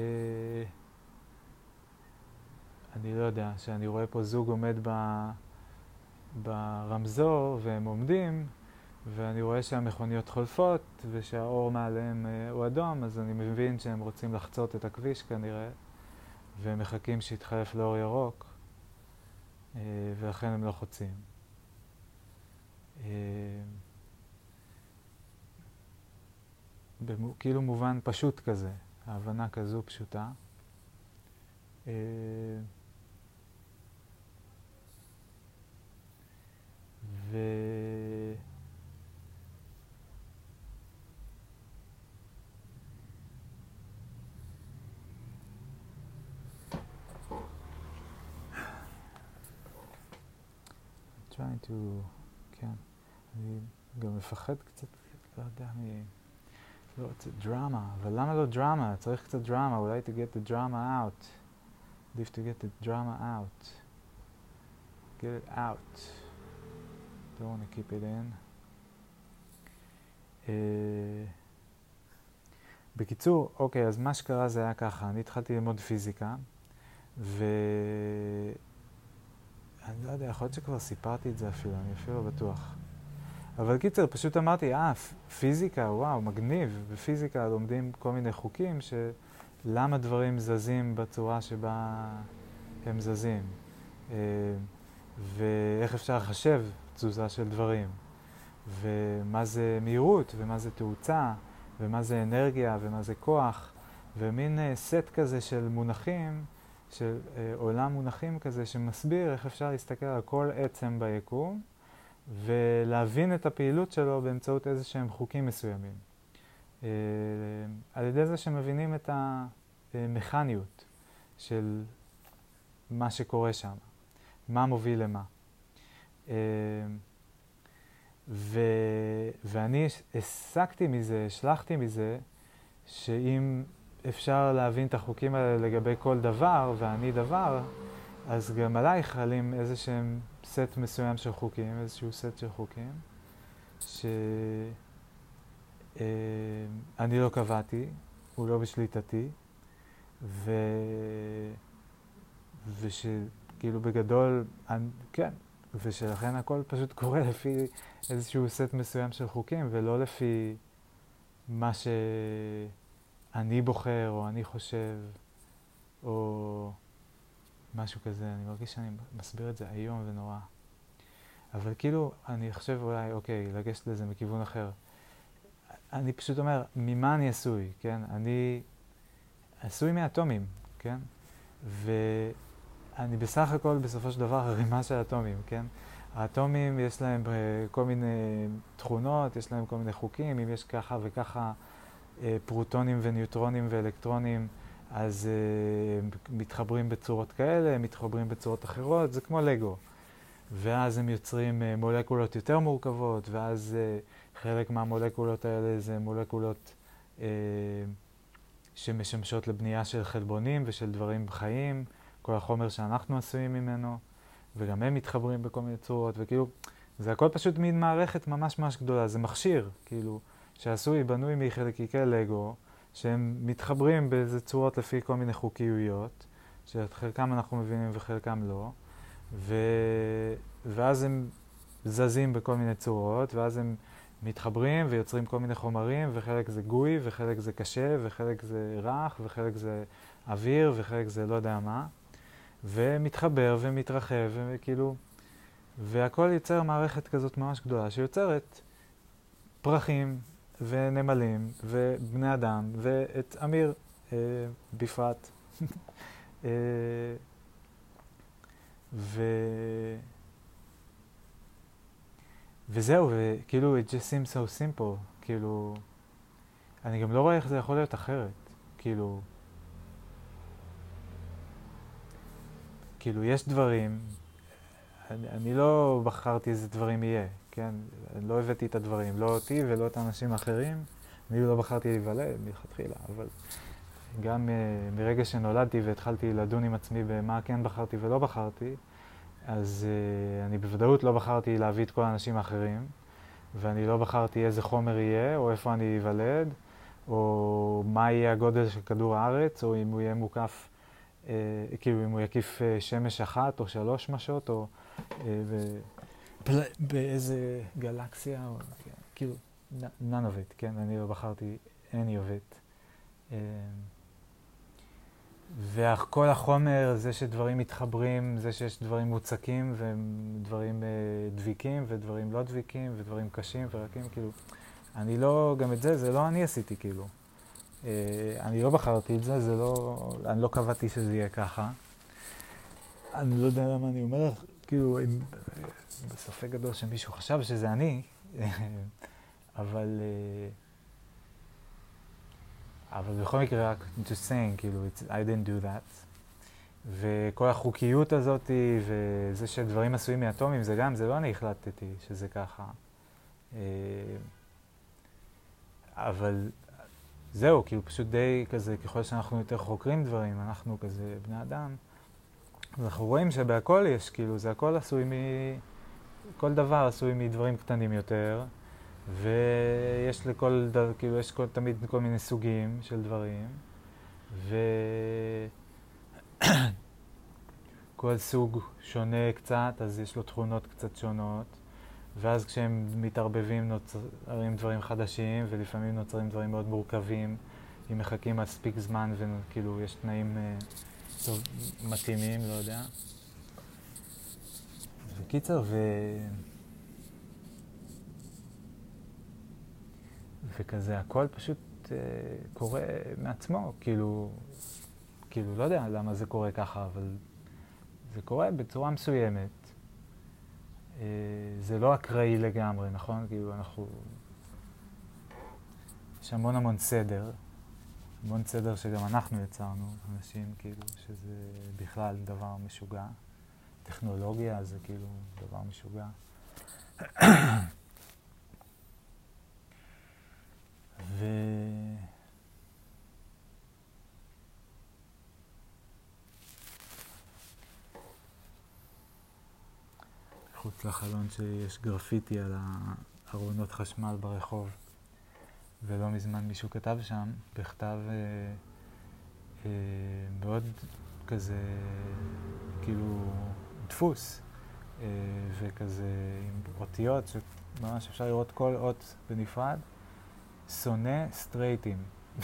Speaker 1: אני לא יודע, שאני רואה פה זוג עומד ב, ברמזור והם עומדים, ואני רואה שהמכוניות חולפות ושהאור מעליהם אה, הוא אדום, אז אני מבין שהם רוצים לחצות את הכביש כנראה, והם מחכים שיתחלף לאור ירוק, אה, ולכן הם לא חוצים. אה, במו, כאילו מובן פשוט כזה, ההבנה כזו פשוטה. אה, ו... trying to, כן, אני גם מפחד קצת, לא יודע מי, לא רוצה דרמה, אבל למה לא דרמה? צריך קצת דרמה, אולי to get the drama out. עדיף to get the drama out. Get it out. Don't want to keep it in. Uh, בקיצור, אוקיי, אז מה שקרה זה היה ככה, אני התחלתי ללמוד פיזיקה, ו... אני לא יודע, יכול להיות שכבר סיפרתי את זה אפילו, אני אפילו לא בטוח. אבל קיצר, פשוט אמרתי, אה, פיזיקה, וואו, מגניב. בפיזיקה לומדים כל מיני חוקים שלמה דברים זזים בצורה שבה הם זזים. ואיך אפשר לחשב תזוזה של דברים. ומה זה מהירות, ומה זה תאוצה, ומה זה אנרגיה, ומה זה כוח. ומין סט כזה של מונחים, של אה, עולם מונחים כזה שמסביר איך אפשר להסתכל על כל עצם ביקום ולהבין את הפעילות שלו באמצעות איזה שהם חוקים מסוימים. אה, על ידי זה שמבינים את המכניות של מה שקורה שם, מה מוביל למה. אה, ו, ואני הסקתי מזה, השלחתי מזה, שאם אפשר להבין את החוקים האלה לגבי כל דבר, ואני דבר, אז גם עליי חלים איזה שהם סט מסוים של חוקים, איזשהו סט של חוקים, שאני לא קבעתי, הוא לא בשליטתי, ו... ושכאילו בגדול, אני... כן, ושלכן הכל פשוט קורה לפי איזשהו סט מסוים של חוקים, ולא לפי מה ש... אני בוחר, או אני חושב, או משהו כזה. אני מרגיש שאני מסביר את זה היום ונורא. אבל כאילו, אני חושב אולי, אוקיי, לגשת לזה מכיוון אחר. אני פשוט אומר, ממה אני עשוי, כן? אני עשוי מאטומים, כן? ואני בסך הכל, בסופו של דבר, הרימה של אטומים, כן? האטומים יש להם כל מיני תכונות, יש להם כל מיני חוקים, אם יש ככה וככה, פרוטונים וניוטרונים ואלקטרונים, אז uh, מתחברים בצורות כאלה, מתחברים בצורות אחרות, זה כמו לגו. ואז הם יוצרים uh, מולקולות יותר מורכבות, ואז uh, חלק מהמולקולות האלה זה מולקולות uh, שמשמשות לבנייה של חלבונים ושל דברים חיים, כל החומר שאנחנו עשויים ממנו, וגם הם מתחברים בכל מיני צורות, וכאילו, זה הכל פשוט מין מערכת ממש ממש גדולה, זה מכשיר, כאילו, שעשוי, בנוי מחלקיקי לגו, שהם מתחברים באיזה צורות לפי כל מיני חוקיויות, שאת חלקם אנחנו מבינים וחלקם לא, ו... ואז הם זזים בכל מיני צורות, ואז הם מתחברים ויוצרים כל מיני חומרים, וחלק זה גוי, וחלק זה קשה, וחלק זה רך, וחלק זה אוויר, וחלק זה לא יודע מה, ומתחבר ומתרחב, וכאילו, והכל יוצר מערכת כזאת ממש גדולה, שיוצרת פרחים ונמלים ובני אדם, ואת אמיר אה, בפרט. אה, ו... וזהו, וכאילו, it just seems so simple, כאילו, אני גם לא רואה איך זה יכול להיות אחרת, כאילו, כאילו, יש דברים, אני, אני לא בחרתי איזה דברים יהיה, כן? אני לא הבאתי את הדברים, לא אותי ולא את האנשים האחרים, אני לא בחרתי להיוולד מלכתחילה, אבל גם uh, מרגע שנולדתי והתחלתי לדון עם עצמי במה כן בחרתי ולא בחרתי, אז uh, אני בוודאות לא בחרתי להביא את כל האנשים האחרים, ואני לא בחרתי איזה חומר יהיה, או איפה אני איוולד, או מה יהיה הגודל של כדור הארץ, או אם הוא יהיה מוקף, אה, כאילו אם הוא יקיף אה, שמש אחת, או שלוש משות, או אה, ב, ב, באיזה גלקסיה, או, כן, כאילו, none of it, כן, אני לא בחרתי any of it. אה, וכל החומר, זה שדברים מתחברים, זה שיש דברים מוצקים ודברים אה, דביקים ודברים לא דביקים ודברים קשים ורקים, כאילו, אני לא, גם את זה, זה לא אני עשיתי, כאילו. אה, אני לא בחרתי את זה, זה לא, אני לא קבעתי שזה יהיה ככה. אני לא יודע למה אני אומר, כאילו, אם, בספק גדול שמישהו חשב שזה אני, אבל... אה, אבל בכל מקרה, רק just saying, כאילו, I didn't do that. וכל החוקיות הזאת, וזה שדברים עשויים מאטומים, זה גם, זה לא אני החלטתי שזה ככה. אבל זהו, כאילו, פשוט די כזה, ככל שאנחנו יותר חוקרים דברים, אנחנו כזה בני אדם, אז אנחנו רואים שבהכל יש, כאילו, זה הכל עשוי מ... כל דבר עשוי מדברים קטנים יותר, ויש לכל, כאילו, יש כל, תמיד כל מיני סוגים של דברים, וכל סוג שונה קצת, אז יש לו תכונות קצת שונות, ואז כשהם מתערבבים נוצרים דברים חדשים, ולפעמים נוצרים דברים מאוד מורכבים, אם מחכים מספיק זמן וכאילו יש תנאים טוב, מתאימים, לא יודע. וקיצר, ו... וכזה, הכל פשוט אה, קורה מעצמו, כאילו, כאילו, לא יודע למה זה קורה ככה, אבל זה קורה בצורה מסוימת. אה, זה לא אקראי לגמרי, נכון? כאילו, אנחנו... יש המון המון סדר, המון סדר שגם אנחנו יצרנו, אנשים, כאילו, שזה בכלל דבר משוגע. טכנולוגיה זה כאילו דבר משוגע. ו... חוץ לחלון שיש גרפיטי על הארונות חשמל ברחוב, ולא מזמן מישהו כתב שם, בכתב אה, אה, מאוד כזה, כאילו, דפוס, אה, וכזה עם אותיות שממש אפשר לראות כל אות בנפרד, שונא סטרייטים,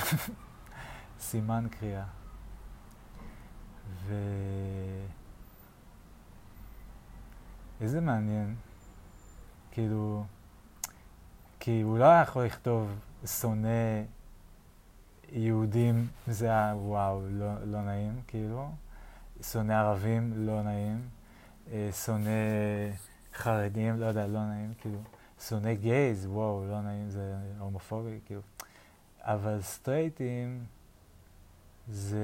Speaker 1: סימן קריאה. ו... איזה מעניין, כאילו, כי הוא לא יכול לכתוב שונא יהודים, זה היה וואו, לא, לא נעים, כאילו, שונא ערבים, לא נעים, שונא חרדים, לא יודע, לא נעים, כאילו, שונא גייז, וואו, לא נעים, זה הומופובי, כאילו, אבל סטרייטים זה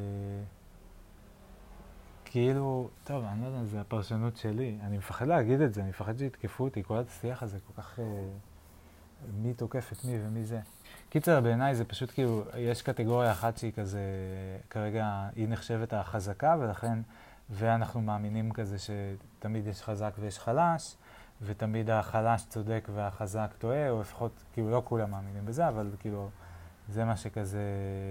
Speaker 1: כאילו, טוב, אני לא יודע, זה הפרשנות שלי, אני מפחד להגיד את זה, אני מפחד שיתקפו אותי, כל השיח הזה כל כך, אה, מי תוקף את מי ומי זה. קיצר, בעיניי זה פשוט כאילו, יש קטגוריה אחת שהיא כזה, כרגע היא נחשבת החזקה, ולכן, ואנחנו מאמינים כזה שתמיד יש חזק ויש חלש, ותמיד החלש צודק והחזק טועה, או לפחות, כאילו לא כולם מאמינים בזה, אבל כאילו, זה מה שכזה...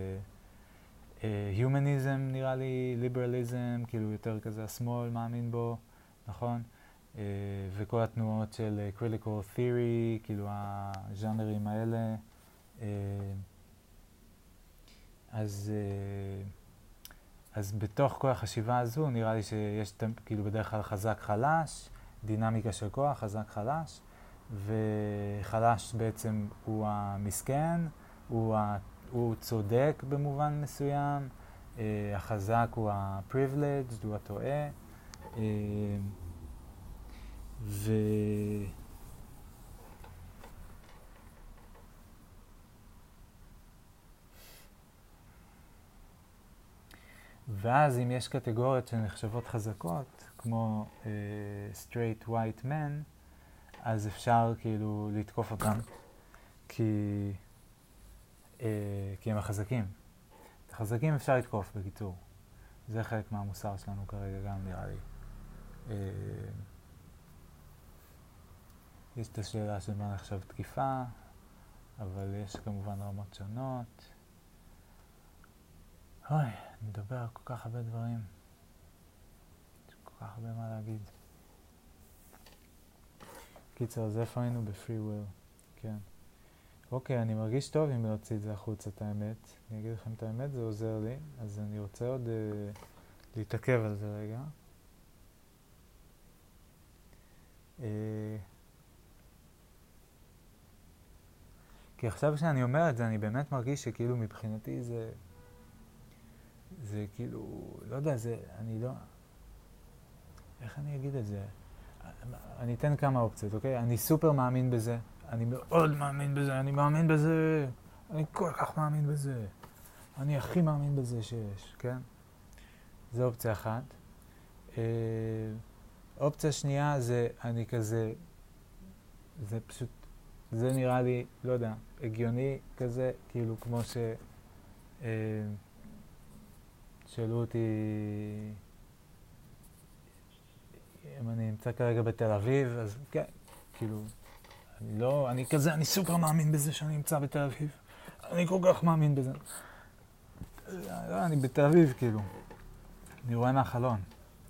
Speaker 1: הומניזם uh, נראה לי, ליברליזם, כאילו יותר כזה השמאל מאמין בו, נכון? Uh, וכל התנועות של uh, critical theory, כאילו הז'אנרים האלה. Uh, אז, uh, אז בתוך כל החשיבה הזו נראה לי שיש כאילו בדרך כלל חזק חלש, דינמיקה של כוח, חזק חלש, וחלש בעצם הוא המסכן, הוא ה... הוא צודק במובן מסוים, uh, החזק הוא ה-privileged, הוא הטועה, uh, ו... ואז אם יש קטגוריות שנחשבות חזקות, כמו uh, straight white men, אז אפשר כאילו לתקוף אותם, כי... Uh, כי הם החזקים. את החזקים אפשר לתקוף, בקיצור. זה חלק מהמוסר שלנו כרגע גם, נראה לי. Uh, יש את השאלה של מה נחשב תקיפה, אבל יש כמובן רמות שונות. אוי, אני מדבר על כל כך הרבה דברים. יש כל כך הרבה מה להגיד. קיצר, אז איפה היינו? ב-free will. כן. אוקיי, אני מרגיש טוב אם להוציא את זה החוצה, את האמת. אני אגיד לכם את האמת, זה עוזר לי. אז אני רוצה עוד אה, להתעכב על זה רגע. אה, כי עכשיו כשאני אומר את זה, אני באמת מרגיש שכאילו מבחינתי זה... זה כאילו... לא יודע, זה... אני לא... איך אני אגיד את זה? אני אתן כמה אופציות, אוקיי? אני סופר מאמין בזה. אני מאוד מאמין בזה, אני מאמין בזה, אני כל כך מאמין בזה. אני הכי מאמין בזה שיש, כן? זו אופציה אחת. אה, אופציה שנייה זה, אני כזה, זה פשוט, זה נראה לי, לא יודע, הגיוני כזה, כאילו כמו ש... אה, שאלו אותי אם אני נמצא כרגע בתל אביב, אז כן, כאילו... אני לא, אני כזה, אני סופר מאמין בזה שאני נמצא בתל אביב. אני כל כך מאמין בזה. לא, אני בתל אביב, כאילו. אני רואה מהחלון.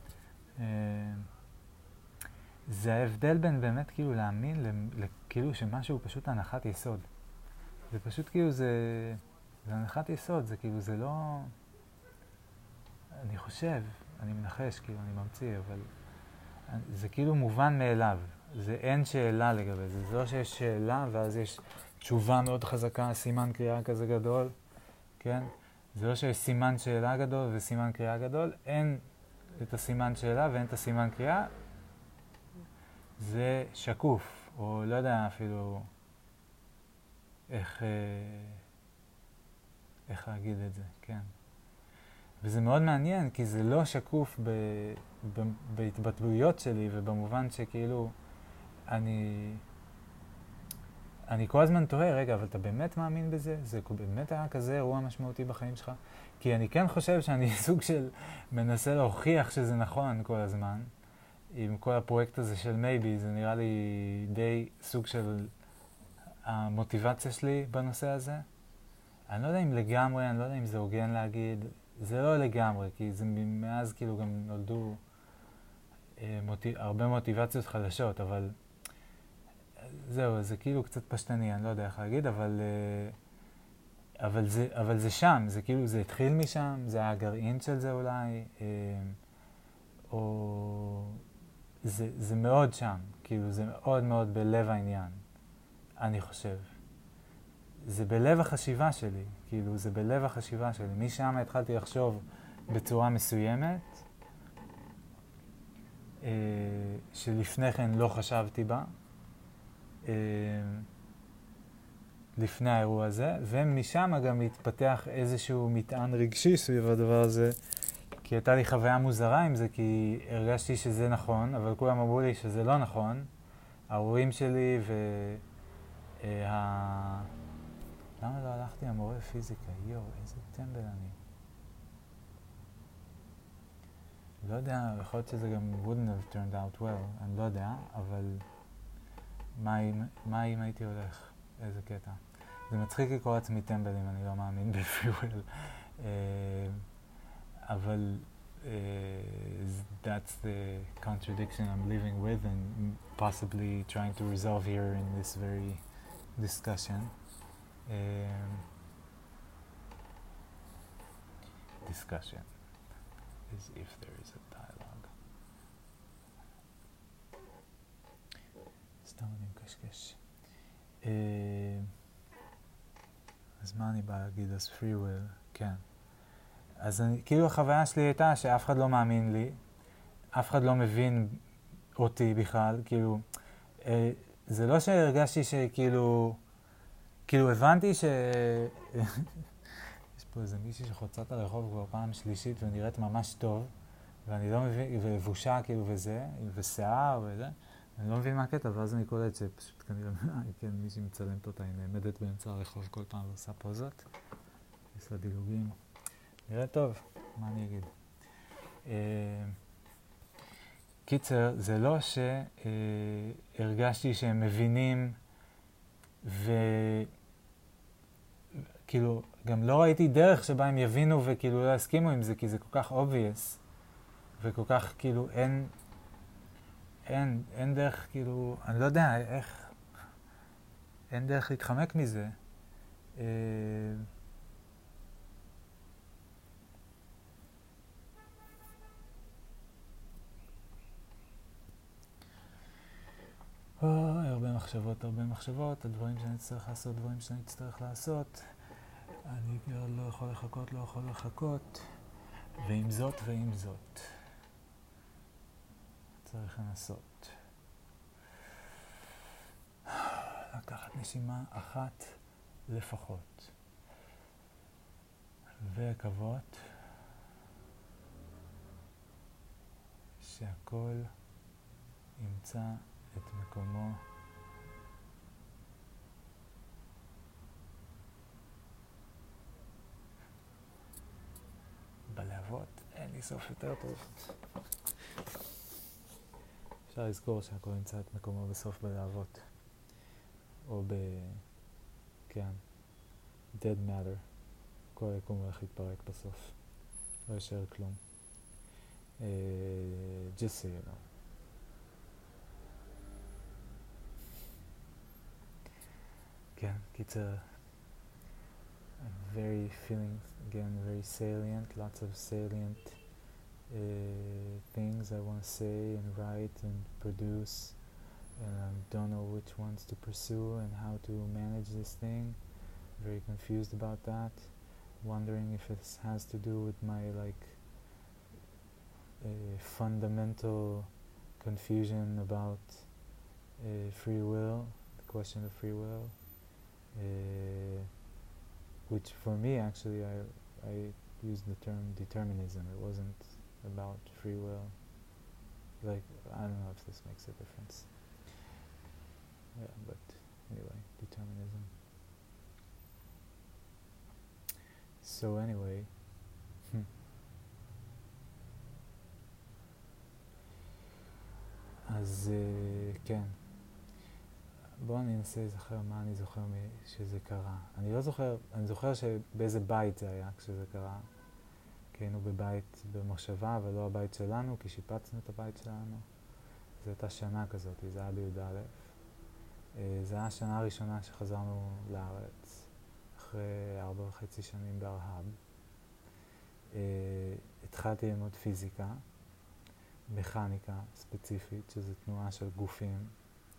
Speaker 1: זה ההבדל בין באמת כאילו להאמין, כאילו שמשהו הוא פשוט הנחת יסוד. זה פשוט כאילו זה, זה הנחת יסוד, זה כאילו זה לא... אני חושב, אני מנחש, כאילו, אני ממציא, אבל זה כאילו מובן מאליו. זה אין שאלה לגבי זה. זה לא שיש שאלה ואז יש תשובה מאוד חזקה, סימן קריאה כזה גדול, כן? זה לא שיש סימן שאלה גדול וסימן קריאה גדול. אין את הסימן שאלה ואין את הסימן קריאה. זה שקוף, או לא יודע אפילו איך, איך להגיד את זה, כן? וזה מאוד מעניין, כי זה לא שקוף ב, ב, בהתבטאויות שלי, ובמובן שכאילו אני, אני כל הזמן תוהה, רגע, אבל אתה באמת מאמין בזה? זה באמת היה כזה אירוע משמעותי בחיים שלך? כי אני כן חושב שאני סוג של מנסה להוכיח שזה נכון כל הזמן, עם כל הפרויקט הזה של מייבי, זה נראה לי די סוג של המוטיבציה שלי בנושא הזה. אני לא יודע אם לגמרי, אני לא יודע אם זה הוגן להגיד, זה לא לגמרי, כי זה מאז כאילו גם נולדו אה, מוטיב, הרבה מוטיבציות חדשות, אבל זהו, זה כאילו קצת פשטני, אני לא יודע איך להגיד, אבל, אה, אבל, זה, אבל זה שם, זה כאילו, זה התחיל משם, זה היה הגרעין של זה אולי, אה, או זה, זה מאוד שם, כאילו זה מאוד מאוד בלב העניין, אני חושב. זה בלב החשיבה שלי, כאילו זה בלב החשיבה שלי. משם התחלתי לחשוב בצורה מסוימת, אה, שלפני כן לא חשבתי בה, אה, לפני האירוע הזה, ומשם גם התפתח איזשהו מטען רגשי סביב הדבר הזה, כי הייתה לי חוויה מוזרה עם זה, כי הרגשתי שזה נכון, אבל כולם אמרו לי שזה לא נכון. ההורים שלי וה... למה לא הלכתי למורה פיזיקה? יו, איזה טמבל אני. לא יודע, יכול להיות שזה גם wouldn't have turned out well, אני לא יודע, אבל מה אם, מה אם הייתי הולך? איזה קטע. זה מצחיק לקרוא לעצמי טמבל אם אני לא מאמין בפרי וויל. אבל uh, that's the contradiction I'm living with and possibly trying to resolve here in this very discussion. Um, discussion is if there is a dialogue. סתם אני מקשקש. Uh, אז מה אני בא להגיד? אז free will, כן. אז אני, כאילו החוויה שלי הייתה שאף אחד לא מאמין לי, אף אחד לא מבין אותי בכלל, כאילו, אה, זה לא שהרגשתי שכאילו, כאילו הבנתי ש... יש פה איזה מישהי שחוצה את הרחוב כבר פעם שלישית ונראית ממש טוב, ואני לא מבין, ובושה כאילו וזה, ושיער וזה, אני לא מבין מה הקטע, ואז אני קולט שפשוט כנראה, כן, מישהי מצלמת אותה, היא נעמדת באמצע הרחוב כל פעם ועושה פוזות, יש לה דילוגים. נראה טוב, מה אני אגיד? Uh, קיצר, זה לא שהרגשתי שהם מבינים וכאילו, גם לא ראיתי דרך שבה הם יבינו וכאילו לא הסכימו עם זה, כי זה כל כך obvious וכל כך כאילו אין, אין, אין דרך כאילו, אני לא יודע איך, אין דרך להתחמק מזה. Uh, אוי, הרבה מחשבות, הרבה מחשבות, הדברים שאני צריך לעשות, דברים שאני צריך לעשות. אני כבר לא יכול לחכות, לא יכול לחכות. ועם זאת ועם זאת. צריך לנסות. לקחת נשימה אחת לפחות. ולקוות שהכל ימצא את מקומו בלהבות. אין לי סוף יותר טוב. אפשר לזכור שהכל ימצא את מקומו בסוף בלהבות. או ב... כן. dead matter. כל היקום הולך להתפרק בסוף. לא יישאר כלום. Uh, just so you know. כן, קיצר. I'm very feeling, again, very salient, lots of salient uh, things I want to say and write and produce, and I don't know which ones to pursue and how to manage this thing. Very confused about that, wondering if it has to do with my like uh, fundamental confusion about uh, free will, the question of free will. Uh, which for me actually I, I used the term determinism. It wasn't about free will. Like, I don't know if this makes a difference. Yeah, but anyway, determinism. So anyway, אז uh, כן. בואו אני אנסה לזכר מה אני זוכר שזה קרה. אני לא זוכר, אני זוכר שבאיזה בית זה היה כשזה קרה. כי היינו בבית במושבה, אבל לא הבית שלנו, כי שיפצנו את הבית שלנו. זו הייתה שנה כזאת, זה היה בי"א. זו הייתה השנה הראשונה שחזרנו לארץ, אחרי ארבע וחצי שנים ברהב. התחלתי ללמוד פיזיקה, מכניקה ספציפית, שזו תנועה של גופים.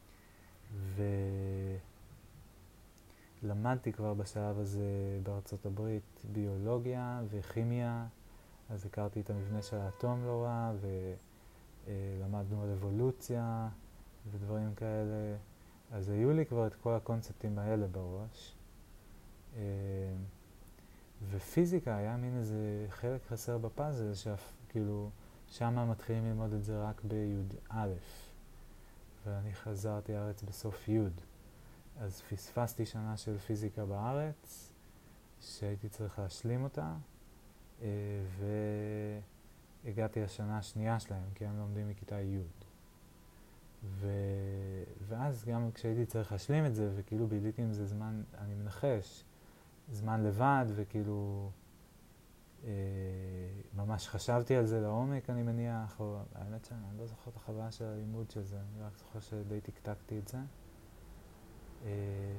Speaker 1: ולמדתי כבר בשלב הזה בארצות הברית ביולוגיה וכימיה, אז הכרתי את המבנה של האטום לא רע, ולמדנו על אבולוציה ודברים כאלה, אז היו לי כבר את כל הקונספטים האלה בראש. ופיזיקה היה מין איזה חלק חסר בפאזל, שכאילו שם מתחילים ללמוד את זה רק בי"א. ואני חזרתי לארץ בסוף י', אז פספסתי שנה של פיזיקה בארץ, שהייתי צריך להשלים אותה, והגעתי לשנה השנייה שלהם, כי הם לומדים מכיתה י'. ו... ואז גם כשהייתי צריך להשלים את זה, וכאילו ביליתי עם זה זמן, אני מנחש, זמן לבד, וכאילו אה, ממש חשבתי על זה לעומק, אני מניח, או האמת שאני לא זוכר את החוויה של הלימוד של זה, אני רק זוכר שדי תקתקתי את זה. אה,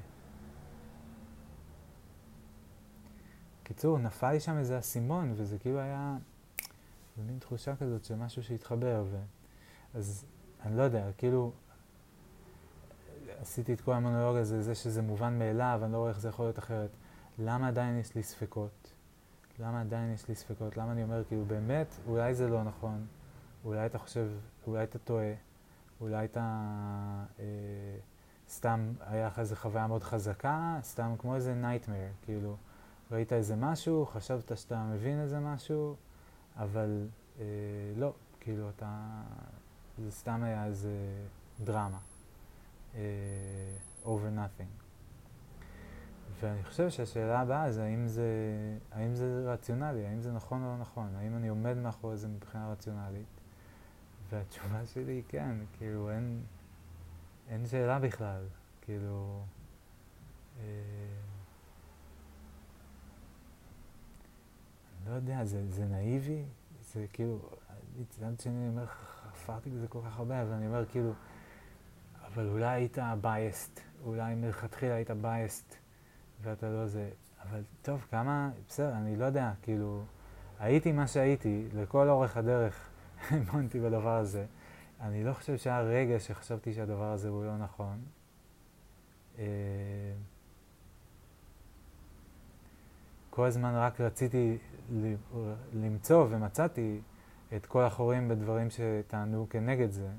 Speaker 1: קיצור, נפל לי שם איזה אסימון, וזה כאילו היה, זה מין תחושה כזאת שמשהו שהתחבר, ו... אז אני לא יודע, כאילו, עשיתי את כל המונולוג הזה, זה שזה מובן מאליו, אני לא רואה איך זה יכול להיות אחרת. למה עדיין יש לי ספקות? למה עדיין יש לי ספקות? למה אני אומר, כאילו, באמת, אולי זה לא נכון, אולי אתה חושב, אולי אתה טועה, אולי אתה אה, סתם היה לך איזו חוויה מאוד חזקה, סתם כמו איזה nightmare, כאילו, ראית איזה משהו, חשבת שאתה מבין איזה משהו, אבל אה, לא, כאילו, אתה, זה סתם היה איזה דרמה. Uh, over nothing. ואני חושב שהשאלה הבאה זה האם זה, האם זה רציונלי, האם זה נכון או לא נכון, האם אני עומד מאחורי זה מבחינה רציונלית. והתשובה שלי היא כן, כאילו אין, אין שאלה בכלל, כאילו... אה, אני לא יודע, זה, זה נאיבי, זה כאילו, מצד שני אני אומר, חפרתי בזה כל כך הרבה, אבל אני אומר כאילו, אבל אולי היית biased, אולי מלכתחילה היית biased, ואתה לא זה, אבל טוב, כמה, בסדר, אני לא יודע, כאילו, הייתי מה שהייתי, לכל אורך הדרך האמנתי בדבר הזה. אני לא חושב שהיה רגע שחשבתי שהדבר הזה הוא לא נכון. כל הזמן רק רציתי למצוא ומצאתי את כל החורים בדברים שטענו כנגד זה.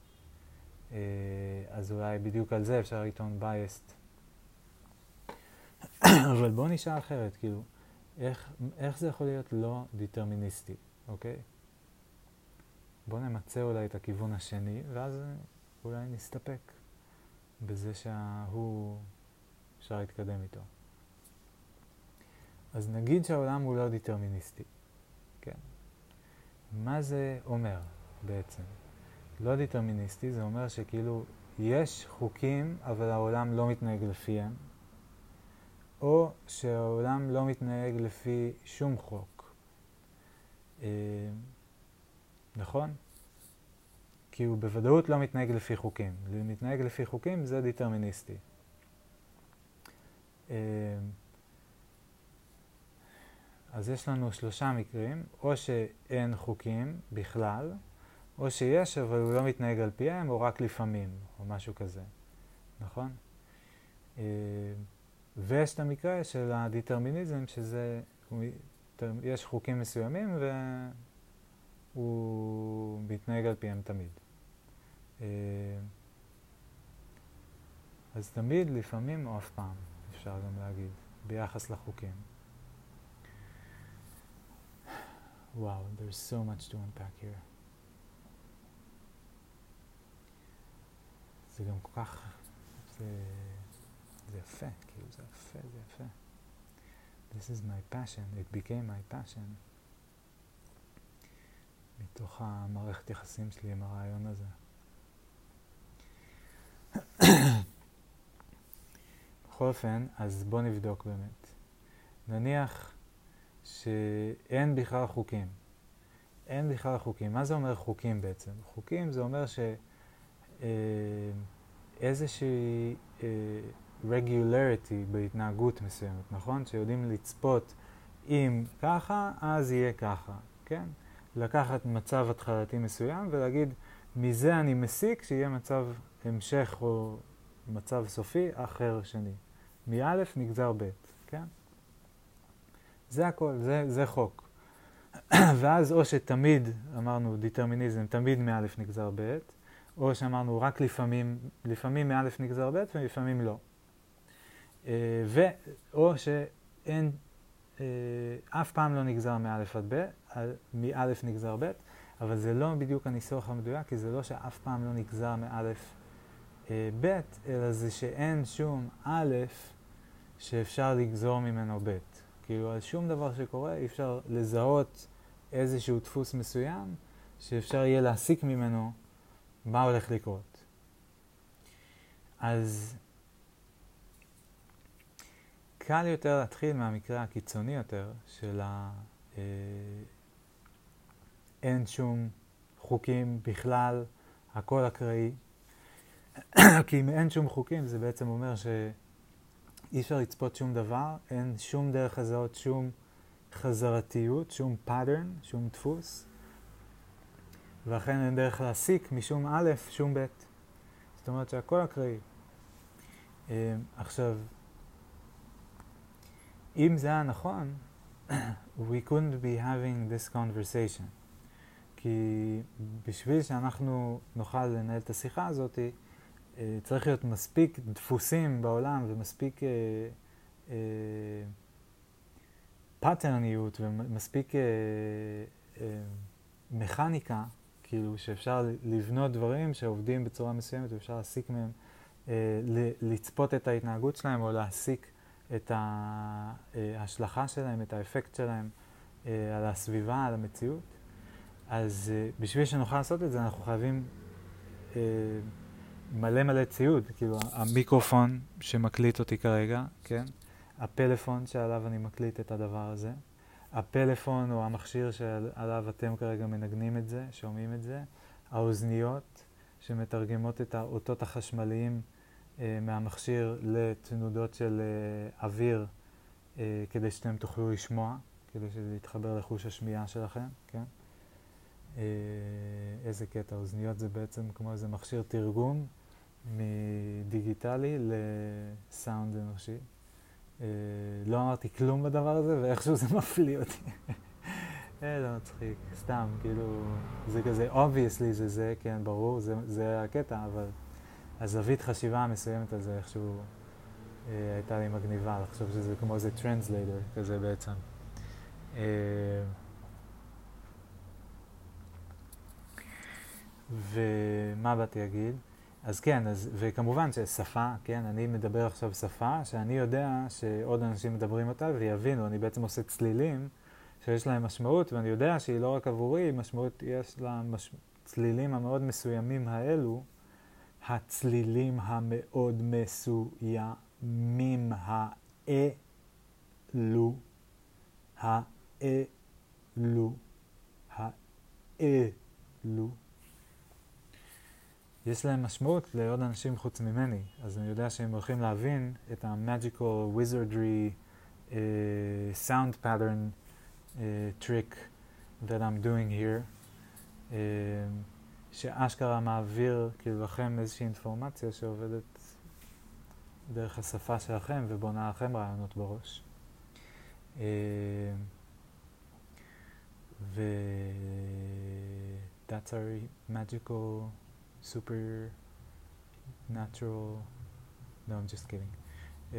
Speaker 1: אז אולי בדיוק על זה אפשר לטעון biased. אבל בואו נשאל אחרת, כאילו, איך, איך זה יכול להיות לא דטרמיניסטי, אוקיי? בואו נמצא אולי את הכיוון השני, ואז אולי נסתפק בזה שהוא אפשר להתקדם איתו. אז נגיד שהעולם הוא לא דטרמיניסטי, כן? מה זה אומר בעצם? לא דטרמיניסטי זה אומר שכאילו יש חוקים אבל העולם לא מתנהג לפיהם, או שהעולם לא מתנהג לפי שום חוק. אה, נכון? כי הוא בוודאות לא מתנהג לפי חוקים. מתנהג לפי חוקים זה דטרמיניסטי. אה, אז יש לנו שלושה מקרים, או שאין חוקים בכלל, או שיש אבל הוא לא מתנהג על פיהם, או רק לפעמים, או משהו כזה. נכון? אה, ויש את המקרה של הדטרמיניזם, שזה, יש חוקים מסוימים והוא מתנהג על פיהם תמיד. אז תמיד, לפעמים או אף פעם, אפשר גם להגיד, ביחס לחוקים. וואו, there's so much to unpack here. זה גם כל כך, זה... זה יפה, כאילו זה יפה, זה יפה. This is my passion, it became my passion. מתוך המערכת יחסים שלי עם הרעיון הזה. בכל אופן, אז בוא נבדוק באמת. נניח שאין בכלל חוקים. אין בכלל חוקים. מה זה אומר חוקים בעצם? חוקים זה אומר ש... אה, איזושהי... אה, regularity בהתנהגות מסוימת, נכון? שיודעים לצפות אם ככה, אז יהיה ככה, כן? לקחת מצב התחלתי מסוים ולהגיד, מזה אני מסיק שיהיה מצב המשך או מצב סופי אחר שני. מאלף נגזר ב', כן? זה הכל, זה, זה חוק. ואז או שתמיד, אמרנו דטרמיניזם, תמיד מאלף נגזר ב', או שאמרנו רק לפעמים, לפעמים מאלף נגזר ב' ולפעמים לא. ו, או שאין, אף פעם לא נגזר מאלף עד ב', מאלף נגזר ב', אבל זה לא בדיוק הניסוח המדויק, כי זה לא שאף פעם לא נגזר מאלף ב', אלא זה שאין שום א' שאפשר לגזור ממנו ב'. כאילו על שום דבר שקורה אי אפשר לזהות איזשהו דפוס מסוים שאפשר יהיה להסיק ממנו מה הולך לקרות. אז קל יותר להתחיל מהמקרה הקיצוני יותר של ה... אה, אין שום חוקים בכלל, הכל אקראי. כי אם אין שום חוקים זה בעצם אומר שאי אפשר לצפות שום דבר, אין שום דרך לזהות שום חזרתיות, שום pattern, שום דפוס, ואכן אין דרך להסיק משום א' שום ב'. זאת אומרת שהכל אקראי. עכשיו, אם זה היה נכון, we couldn't be having this conversation. כי בשביל שאנחנו נוכל לנהל את השיחה הזאת, צריך להיות מספיק דפוסים בעולם ומספיק פאטרניות ומספיק מכניקה, כאילו שאפשר לבנות דברים שעובדים בצורה מסוימת ואפשר להסיק מהם, לצפות את ההתנהגות שלהם או להסיק את ההשלכה שלהם, את האפקט שלהם על הסביבה, על המציאות. אז בשביל שנוכל לעשות את זה אנחנו חייבים מלא מלא ציוד, כאילו המיקרופון שמקליט אותי כרגע, כן? הפלאפון שעליו אני מקליט את הדבר הזה, הפלאפון או המכשיר שעליו אתם כרגע מנגנים את זה, שומעים את זה, האוזניות שמתרגמות את האותות החשמליים אה, מהמכשיר לתנודות של אה, אוויר, אה, כדי שאתם תוכלו לשמוע, כדי שזה יתחבר לחוש השמיעה שלכם, כן? אה, איזה קטע, האוזניות זה בעצם כמו איזה מכשיר תרגום מדיגיטלי לסאונד אנושי. אה, לא אמרתי כלום בדבר הזה ואיכשהו זה מפליא אותי. אה, לא מצחיק, סתם, כאילו, זה כזה, obviously זה זה, כן, ברור, זה, זה הקטע, אבל הזווית חשיבה המסוימת על זה איכשהו אה, הייתה לי מגניבה, לחשוב שזה כמו איזה translator כזה בעצם. אה, ומה באתי להגיד? אז כן, אז, וכמובן ששפה, כן, אני מדבר עכשיו שפה שאני יודע שעוד אנשים מדברים אותה ויבינו, אני בעצם עושה צלילים שיש להם משמעות, ואני יודע שהיא לא רק עבורי, משמעות, יש לה מש... צלילים המאוד מסוימים האלו, הצלילים המאוד מסוימים האלו, האלו, האלו, יש להם משמעות לעוד אנשים חוץ ממני, אז אני יודע שהם הולכים להבין את ה-magical wizardry uh, sound pattern uh, trick that I'm doing here, uh, שאשכרה מעביר כאילו לכם איזושהי אינפורמציה שעובדת דרך השפה שלכם ובונה לכם רעיונות בראש. Uh, ו... that's our magical super natural, no, I'm just kidding, uh,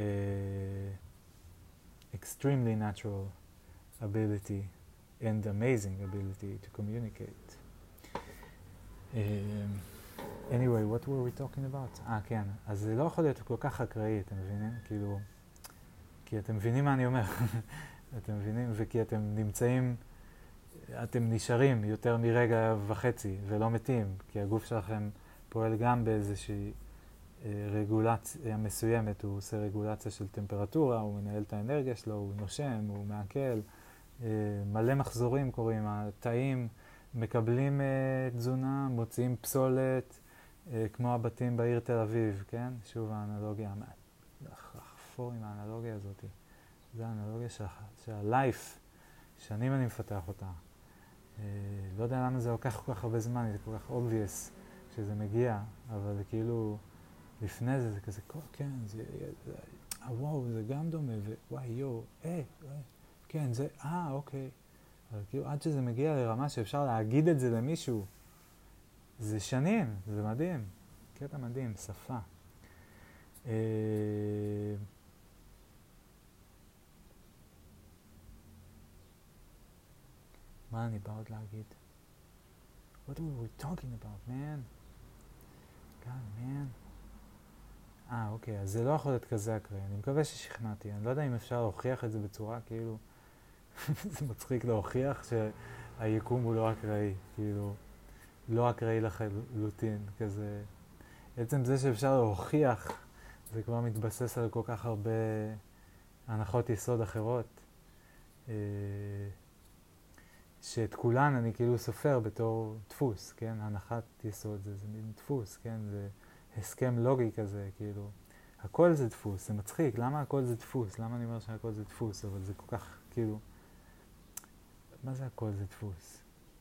Speaker 1: extremely natural ability and amazing ability to communicate. Um, anyway, what were we talking about? אה, כן, אז זה לא יכול להיות כל כך אקראי, אתם מבינים? כאילו, כי אתם מבינים מה אני אומר, אתם מבינים? וכי אתם נמצאים, אתם נשארים יותר מרגע וחצי ולא מתים, כי הגוף שלכם פועל גם באיזושהי אה, רגולציה מסוימת, הוא עושה רגולציה של טמפרטורה, הוא מנהל את האנרגיה שלו, הוא נושם, הוא מעכל, אה, מלא מחזורים קורים, התאים מקבלים אה, תזונה, מוציאים פסולת, אה, כמו הבתים בעיר תל אביב, כן? שוב האנלוגיה, לחפור עם האנלוגיה הזאת, זה האנלוגיה של, של הלייף, שנים אני מפתח אותה. אה, לא יודע למה זה לוקח כל כך הרבה זמן, זה כל כך obvious שזה מגיע, אבל זה כאילו, לפני זה זה כזה, כן, זה, זה, וואו, זה גם דומה, ווואי, יו, אה, אה, כן, זה, אה, אוקיי. אבל כאילו, עד שזה מגיע לרמה שאפשר להגיד את זה למישהו, זה שנים, זה מדהים. קטע מדהים, שפה. אה, מה אני בא עוד להגיד? What were we talking about, man? God, man. אה, אוקיי, אז זה לא יכול להיות כזה אקראי. אני מקווה ששכנעתי. אני לא יודע אם אפשר להוכיח את זה בצורה, כאילו... זה מצחיק להוכיח שהיקום הוא לא אקראי. כאילו, לא אקראי לחלוטין, כזה... עצם זה שאפשר להוכיח, זה כבר מתבסס על כל כך הרבה הנחות יסוד אחרות, אה, שאת כולן אני כאילו סופר בתור דפוס, כן? הנחת יסוד זה, זה מין דפוס, כן? זה הסכם לוגי כזה, כאילו. הכל זה דפוס, זה מצחיק, למה הכל זה דפוס? למה אני אומר שהכל זה דפוס? אבל זה כל כך, כאילו, מה זה הכל זה דפוס?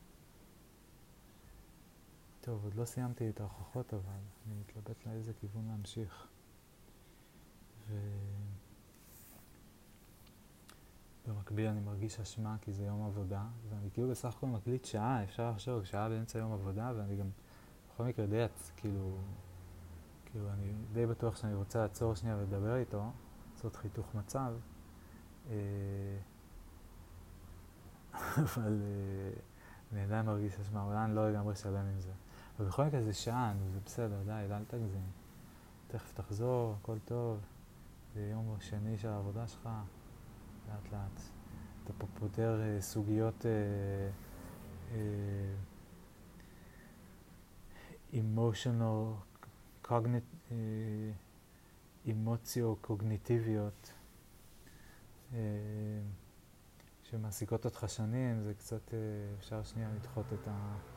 Speaker 1: טוב, עוד לא סיימתי את ההוכחות, אבל אני מתלבט לאיזה כיוון להמשיך. ו... במקביל אני מרגיש אשמה כי זה יום עבודה, ואני כאילו בסך הכל מקליט שעה, אפשר לחשוב, שעה באמצע יום עבודה, ואני גם בכל מקרה די, כאילו, כאילו אני די בטוח שאני רוצה לעצור שנייה ולדבר איתו, לעשות חיתוך מצב, אה, אבל אה, אני עדיין מרגיש אשמה, אולי אני לא לגמרי שלם עם זה. אבל בכל מקרה זה שעה, נו, זה בסדר, די, אל תגזים. תכף תחזור, הכל טוב, זה יום שני של העבודה שלך, לאט לאט. אתה פה פותר אה, סוגיות אה, אה, emotional, cognit, אה, אמוציו-קוגניטיביות אה, שמעסיקות אותך שנים, זה קצת אה, אפשר שנייה לדחות את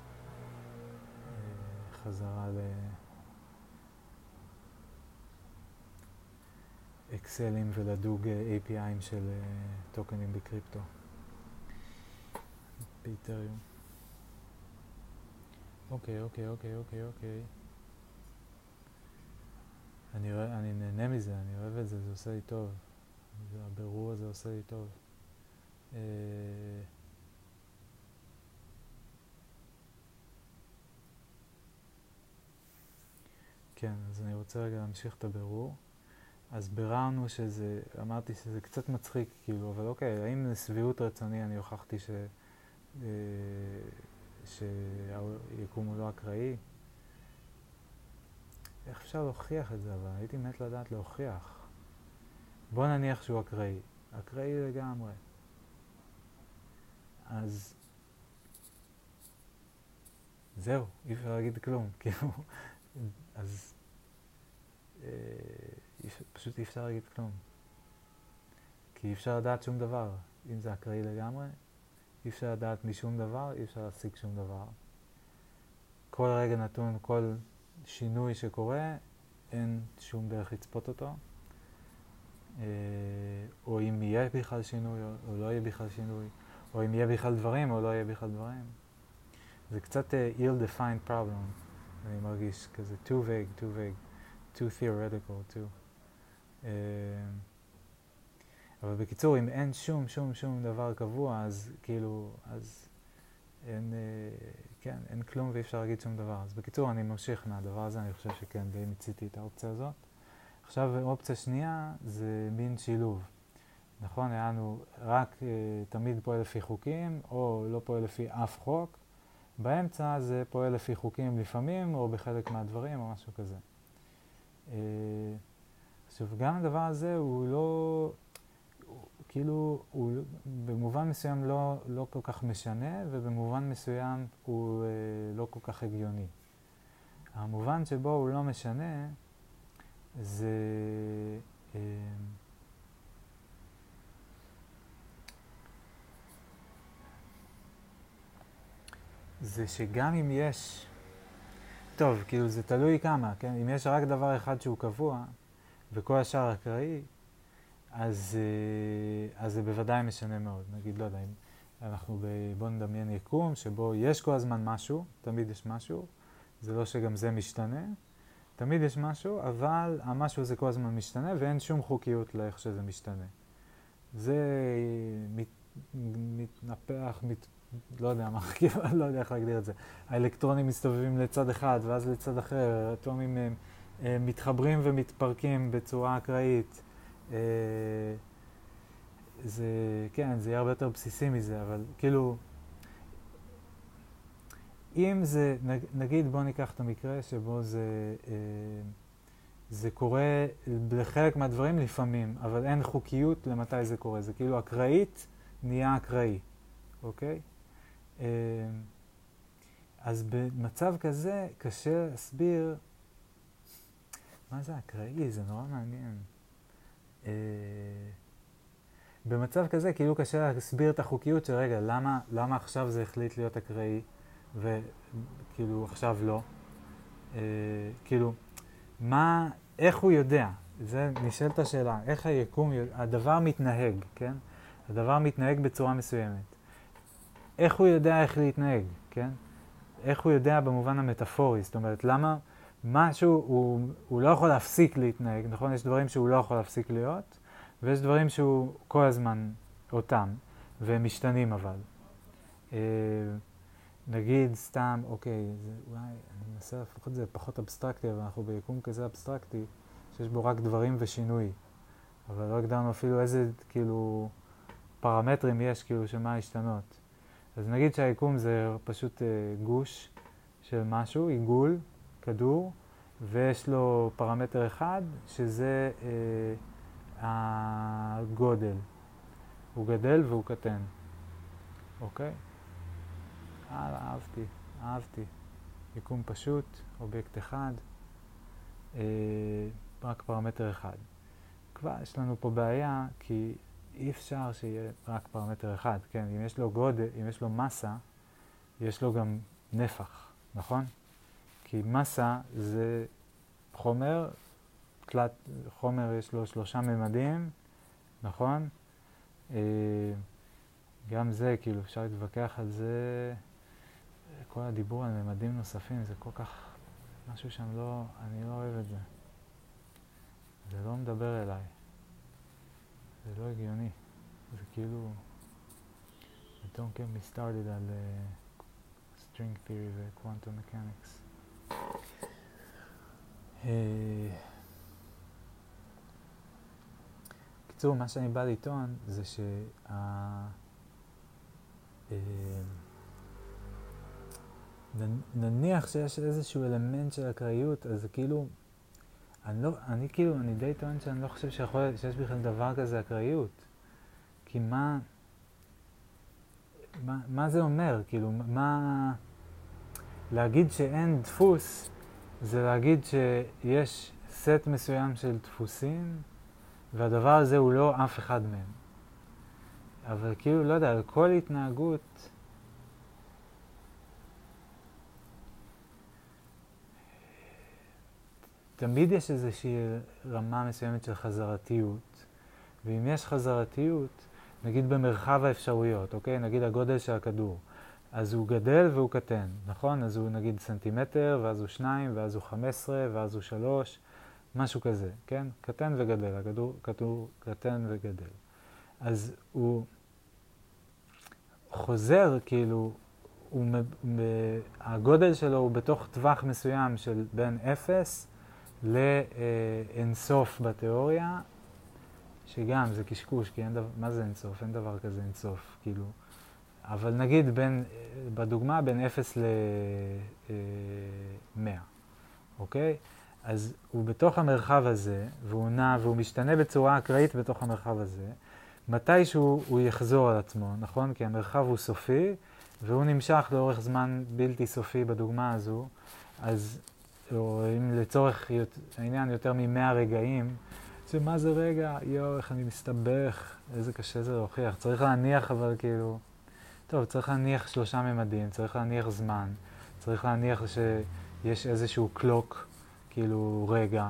Speaker 1: החזרה ל... אקסלים ולדוג איי פי איים של uh, טוקנים בקריפטו, באיתריום. אוקיי, אוקיי, אוקיי, אוקיי, אוקיי. אני, אני נהנה מזה, אני אוהב את זה, זה עושה לי טוב. הבירור הזה עושה לי טוב. Uh, כן, אז אני רוצה רגע להמשיך את הבירור. אז ביררנו שזה, אמרתי שזה קצת מצחיק, כאילו, אבל אוקיי, האם לסבירות רצוני אני הוכחתי ש... אה, שהיקום הוא לא אקראי? איך אפשר להוכיח את זה, אבל הייתי מת לדעת להוכיח. בוא נניח שהוא אקראי. אקראי לגמרי. אז זהו, אי אפשר להגיד כלום, כאילו, אז אה, פשוט אי אפשר להגיד כלום. כי אי אפשר לדעת שום דבר. אם זה אקראי לגמרי, אי אפשר לדעת משום דבר, אי אפשר להשיג שום דבר. כל רגע נתון, כל שינוי שקורה, אין שום דרך לצפות אותו. אה, או אם יהיה בכלל שינוי, או, או לא יהיה בכלל שינוי, או אם יהיה בכלל דברים, או לא יהיה בכלל דברים. זה קצת uh, ill-defined problem, אני מרגיש כזה too vague, too vague, too theoretical, too. Uh, אבל בקיצור, אם אין שום, שום, שום דבר קבוע, אז כאילו, אז אין, uh, כן, אין כלום ואי אפשר להגיד שום דבר. אז בקיצור, אני ממשיך מהדבר הזה, אני חושב שכן, די מיציתי את האופציה הזאת. עכשיו, אופציה שנייה זה מין שילוב. נכון, היה לנו רק uh, תמיד פועל לפי חוקים, או לא פועל לפי אף חוק. באמצע זה פועל לפי חוקים לפעמים, או בחלק מהדברים, או משהו כזה. Uh, עכשיו, גם הדבר הזה הוא לא, הוא, כאילו, הוא במובן מסוים לא, לא כל כך משנה, ובמובן מסוים הוא uh, לא כל כך הגיוני. המובן שבו הוא לא משנה, זה... Uh, זה שגם אם יש, טוב, כאילו זה תלוי כמה, כן? אם יש רק דבר אחד שהוא קבוע, וכל השאר אקראי, אז, אז זה בוודאי משנה מאוד. נגיד, לא יודע, אם אנחנו ב... בוא נדמיין יקום, שבו יש כל הזמן משהו, תמיד יש משהו, זה לא שגם זה משתנה, תמיד יש משהו, אבל המשהו הזה כל הזמן משתנה, ואין שום חוקיות לאיך שזה משתנה. זה מת, מתנפח, מת... לא יודע מה, לא יודע איך להגדיר את זה. האלקטרונים מסתובבים לצד אחד ואז לצד אחר, האטומים הם, הם מתחברים ומתפרקים בצורה אקראית. זה, כן, זה יהיה הרבה יותר בסיסי מזה, אבל כאילו, אם זה, נגיד בוא ניקח את המקרה שבו זה, זה קורה לחלק מהדברים לפעמים, אבל אין חוקיות למתי זה קורה. זה כאילו אקראית נהיה אקראי, אוקיי? אז במצב כזה קשה להסביר מה זה אקראי? זה נורא מעניין. אה, במצב כזה כאילו קשה להסביר את החוקיות של רגע, למה, למה עכשיו זה החליט להיות אקראי וכאילו עכשיו לא? אה, כאילו, מה, איך הוא יודע? זה נשאלת השאלה, איך היקום, הדבר מתנהג, כן? הדבר מתנהג בצורה מסוימת. איך הוא יודע איך להתנהג, כן? איך הוא יודע במובן המטאפורי, זאת אומרת, למה משהו, הוא, הוא לא יכול להפסיק להתנהג, נכון? יש דברים שהוא לא יכול להפסיק להיות, ויש דברים שהוא כל הזמן אותם, והם משתנים אבל. אה, נגיד סתם, אוקיי, זה, אולי, אני מנסה להפוך את זה פחות אבסטרקטי, אבל אנחנו ביקום כזה אבסטרקטי, שיש בו רק דברים ושינוי. אבל לא הגדרנו אפילו איזה, כאילו, פרמטרים יש, כאילו, שמה השתנות. אז נגיד שהיקום זה פשוט אה, גוש של משהו, עיגול, כדור, ויש לו פרמטר אחד, שזה אה, הגודל. הוא גדל והוא קטן. אוקיי? הלאה, אהבתי, אהבתי. יקום פשוט, אובייקט אחד, אה, רק פרמטר אחד. כבר יש לנו פה בעיה, כי אי אפשר שיהיה רק פרמטר אחד, כן? אם יש לו גודל, אם יש לו מסה, יש לו גם נפח, נכון? כי מסה זה חומר, תלת, חומר יש לו שלושה ממדים, נכון? אה, גם זה, כאילו, אפשר להתווכח על זה, כל הדיבור על ממדים נוספים, זה כל כך, משהו שם לא, אני לא אוהב את זה. זה לא מדבר אליי. זה לא הגיוני. זה כאילו, don't get me started על uh, string theory ו-quantum mechanics. Uh, קיצור, מה שאני בא לטעון זה שה... Uh, נניח שיש איזשהו אלמנט של אקראיות, אז זה כאילו, אני, לא, אני כאילו, אני די טוען שאני לא חושב שיכול, שיש בכלל דבר כזה אקראיות. כי מה, מה, מה זה אומר? כאילו, מה, להגיד שאין דפוס, זה להגיד שיש סט מסוים של דפוסים, והדבר הזה הוא לא אף אחד מהם. אבל כאילו, לא יודע, על כל התנהגות, תמיד יש איזושהי רמה מסוימת של חזרתיות, ואם יש חזרתיות, נגיד במרחב האפשרויות, אוקיי? נגיד הגודל של הכדור. אז הוא גדל והוא קטן, נכון? אז הוא נגיד סנטימטר, ואז הוא שניים, ואז הוא חמש עשרה, ואז הוא שלוש, משהו כזה, כן? קטן וגדל, הכדור, כדור קטן וגדל. אז הוא חוזר, כאילו, הוא, הגודל שלו הוא בתוך טווח מסוים של בין אפס לאינסוף בתיאוריה, שגם זה קשקוש, כי אין דבר, מה זה אינסוף? אין דבר כזה אינסוף, כאילו. אבל נגיד בין, בדוגמה בין אפס ל-מאה, אוקיי? אז הוא בתוך המרחב הזה, והוא נע והוא משתנה בצורה אקראית בתוך המרחב הזה, מתישהו הוא יחזור על עצמו, נכון? כי המרחב הוא סופי, והוא נמשך לאורך זמן בלתי סופי בדוגמה הזו, אז או אם לצורך העניין יותר ממאה רגעים, זה מה זה רגע? יואו, איך אני מסתבך, איזה קשה זה להוכיח. צריך להניח, אבל כאילו, טוב, צריך להניח שלושה ממדים, צריך להניח זמן, צריך להניח שיש איזשהו קלוק, כאילו רגע,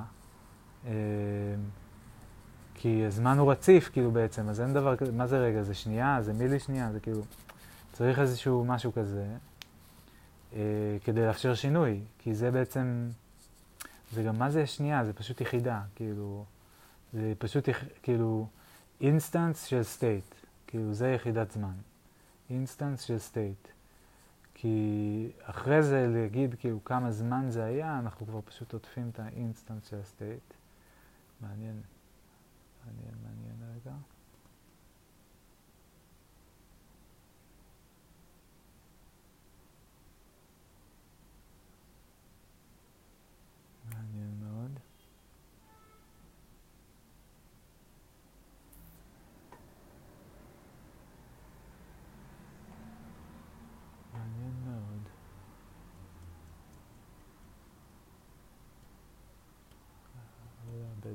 Speaker 1: כי הזמן הוא רציף, כאילו בעצם, אז אין דבר כזה, מה זה רגע? זה שנייה? זה מילי שנייה? זה כאילו, צריך איזשהו משהו כזה, כדי לאפשר שינוי, כי זה בעצם, זה גם מה זה שנייה? זה פשוט יחידה, כאילו, זה פשוט, כאילו, אינסטנס של סטייט, כאילו, זה יחידת זמן. אינסטנס של סטייט. כי אחרי זה להגיד, כאילו, כמה זמן זה היה, אנחנו כבר פשוט עוטפים את האינסטנס של סטייט. מעניין. מעניין, מעניין רגע. מעניין מאוד. מעניין מאוד.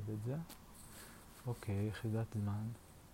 Speaker 1: את זה. אוקיי, יחידת זמן.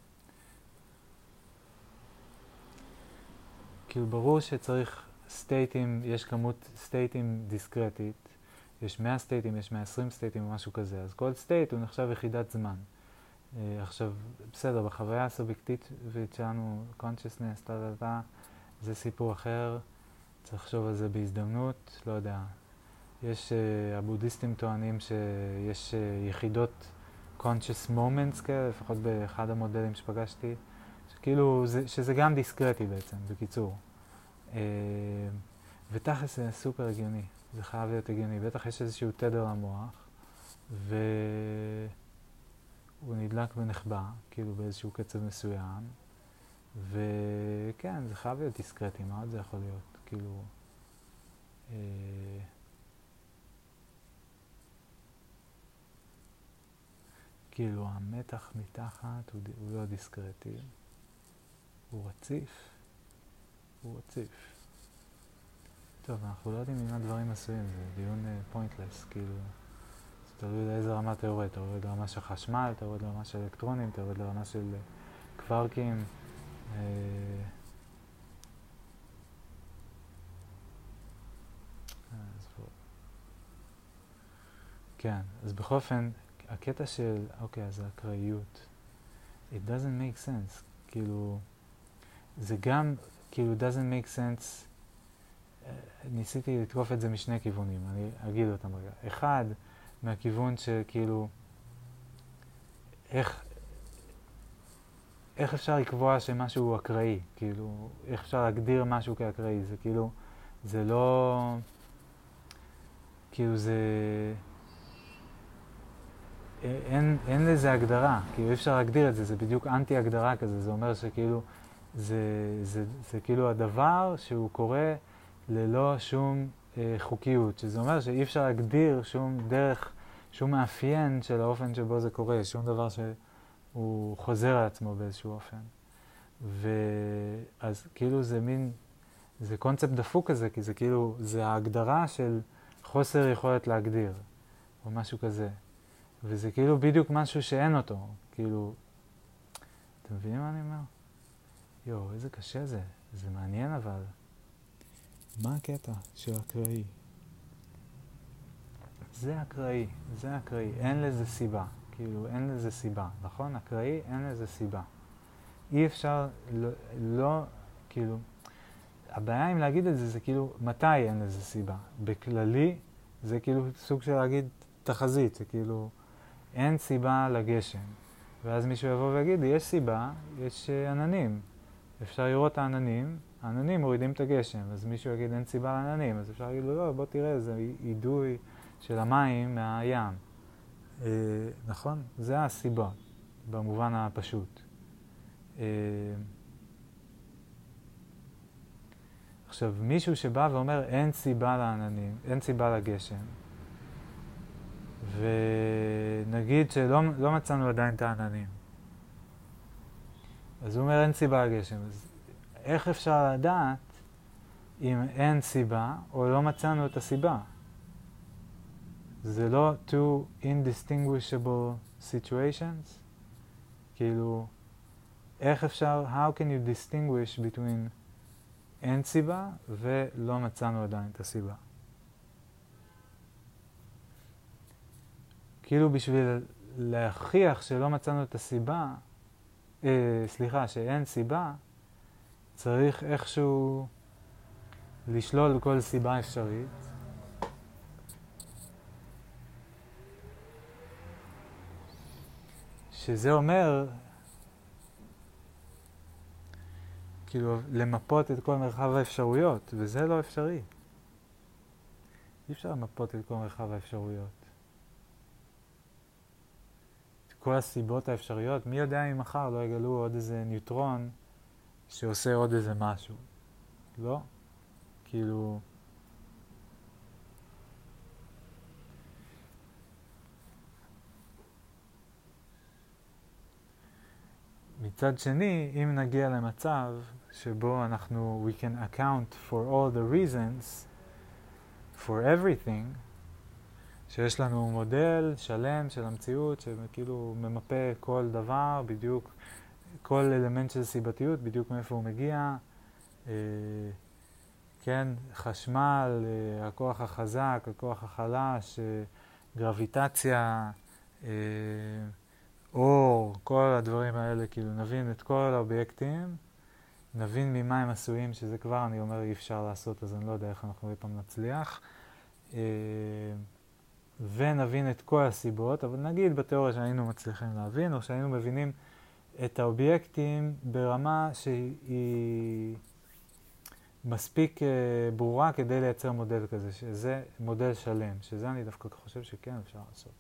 Speaker 1: כאילו ברור שצריך סטייטים, יש כמות סטייטים דיסקרטית, יש מאה סטייטים, יש מאה ועשרים סטייטים או משהו כזה, אז כל סטייט הוא נחשב יחידת זמן. Uh, עכשיו, בסדר, בחוויה הסובייקטיבית שלנו, consciousness, תדעתה, זה סיפור אחר, צריך לחשוב על זה בהזדמנות, לא יודע. יש, uh, הבודהיסטים טוענים שיש uh, יחידות conscious moments כאלה, לפחות באחד המודלים שפגשתי, שכאילו, זה, שזה גם דיסקרטי בעצם, בקיצור. Uh, ותכלס זה סופר הגיוני, זה חייב להיות הגיוני, בטח יש איזשהו תדר למוח, ו... הוא נדלק ונחבא, כאילו באיזשהו קצב מסוים, וכן, זה חייב להיות דיסקרטי, מה עוד זה יכול להיות? כאילו, אה, כאילו המתח מתחת הוא, הוא לא דיסקרטי, הוא רציף, הוא רציף. טוב, אנחנו לא יודעים ממה דברים עשויים, זה דיון פוינטלס, uh, כאילו, תלוי לאיזה רמה אתה יורד, אתה יורד לרמה של חשמל, אתה יורד לרמה של אלקטרונים, אתה יורד לרמה של קווארקים. אה... אז... כן, אז בכל אופן, הקטע של, אוקיי, אז האקראיות, it doesn't make sense, כאילו, זה גם, כאילו, doesn't make sense, ניסיתי לתקוף את זה משני כיוונים, אני אגיד אותם רגע. אחד, מהכיוון שכאילו, איך, איך אפשר לקבוע שמשהו הוא אקראי? כאילו, איך אפשר להגדיר משהו כאקראי? זה כאילו, זה לא, כאילו זה, אין, אין לזה הגדרה, כאילו אי אפשר להגדיר את זה, זה בדיוק אנטי הגדרה כזה, זה אומר שכאילו, זה, זה, זה, זה כאילו הדבר שהוא קורה ללא שום אה, חוקיות, שזה אומר שאי אפשר להגדיר שום דרך, שום מאפיין של האופן שבו זה קורה, שום דבר שהוא חוזר על עצמו באיזשהו אופן. ואז כאילו זה מין, זה קונספט דפוק כזה, כי זה כאילו, זה ההגדרה של חוסר יכולת להגדיר, או משהו כזה. וזה כאילו בדיוק משהו שאין אותו, כאילו, אתם מבינים מה אני אומר? יו, איזה קשה זה, זה מעניין אבל. מה הקטע של אקראי? זה אקראי, זה אקראי, אין לזה סיבה, כאילו אין לזה סיבה, נכון? אקראי, אין לזה סיבה. אי אפשר, לא, לא, כאילו, הבעיה עם להגיד את זה, זה כאילו, מתי אין לזה סיבה? בכללי, זה כאילו סוג של להגיד תחזית, זה כאילו, אין סיבה לגשם. ואז מישהו יבוא ויגיד, יש סיבה, יש עננים. אפשר לראות את העננים, העננים מורידים את הגשם, אז מישהו יגיד אין סיבה לעננים, אז אפשר להגיד לו, לא, בוא תראה, זה אידוי של המים מהים. אה, נכון? זה הסיבה, במובן הפשוט. אה, עכשיו, מישהו שבא ואומר אין סיבה לעננים, אין סיבה לגשם, ונגיד שלא לא מצאנו עדיין את העננים, אז הוא אומר אין סיבה לגשם, אז איך אפשר לדעת אם אין סיבה או לא מצאנו את הסיבה? זה לא two indistinguishable situations? כאילו, איך אפשר, how can you distinguish between אין סיבה ולא מצאנו עדיין את הסיבה? כאילו בשביל להוכיח שלא מצאנו את הסיבה, אה, סליחה, שאין סיבה, צריך איכשהו לשלול כל סיבה אפשרית. שזה אומר, כאילו, למפות את כל מרחב האפשרויות, וזה לא אפשרי. אי אפשר למפות את כל מרחב האפשרויות. את כל הסיבות האפשריות, מי יודע אם מחר לא יגלו עוד איזה ניוטרון שעושה עוד איזה משהו. לא? כאילו... מצד שני, אם נגיע למצב שבו אנחנו, we can account for all the reasons, for everything, שיש לנו מודל שלם של המציאות שכאילו ממפה כל דבר בדיוק, כל אלמנט של סיבתיות, בדיוק מאיפה הוא מגיע. אה, כן, חשמל, אה, הכוח החזק, הכוח החלש, אה, גרביטציה, אה, אור, כל הדברים האלה, כאילו נבין את כל האובייקטים, נבין ממה הם עשויים, שזה כבר אני אומר אי אפשר לעשות, אז אני לא יודע איך אנחנו אי פעם נצליח. אה, ונבין את כל הסיבות, אבל נגיד בתיאוריה שהיינו מצליחים להבין, או שהיינו מבינים את האובייקטים ברמה שהיא מספיק uh, ברורה כדי לייצר מודל כזה, שזה מודל שלם, שזה אני דווקא חושב שכן אפשר לעשות.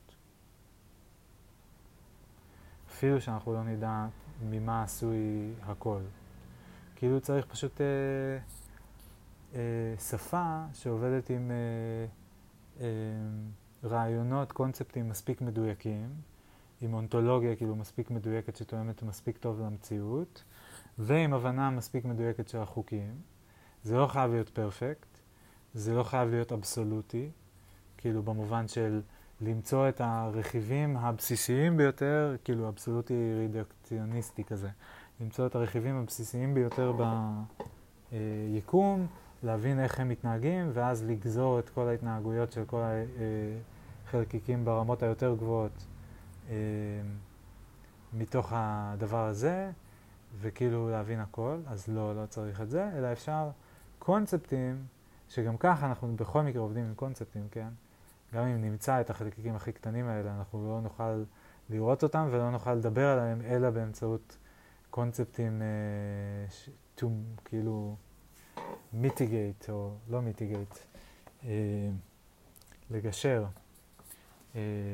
Speaker 1: אפילו שאנחנו לא נדע ממה עשוי הכל. כאילו צריך פשוט uh, uh, שפה שעובדת עם uh, uh, רעיונות, קונספטים מספיק מדויקים, עם אונתולוגיה כאילו מספיק מדויקת שתואמת מספיק טוב למציאות, ועם הבנה מספיק מדויקת של החוקים. זה לא חייב להיות פרפקט, זה לא חייב להיות אבסולוטי, כאילו במובן של למצוא את הרכיבים הבסיסיים ביותר, כאילו אבסולוטי רידוקציוניסטי כזה, למצוא את הרכיבים הבסיסיים ביותר ביקום, להבין איך הם מתנהגים, ואז לגזור את כל ההתנהגויות של כל החלקיקים ברמות היותר גבוהות מתוך הדבר הזה, וכאילו להבין הכל. אז לא, לא צריך את זה, אלא אפשר קונספטים, שגם ככה אנחנו בכל מקרה עובדים עם קונספטים, כן? גם אם נמצא את החלקיקים הכי קטנים האלה, אנחנו לא נוכל לראות אותם ולא נוכל לדבר עליהם, אלא באמצעות קונספטים, uh, ש- to, כאילו, mitigate או לא mitigate, uh, לגשר, uh,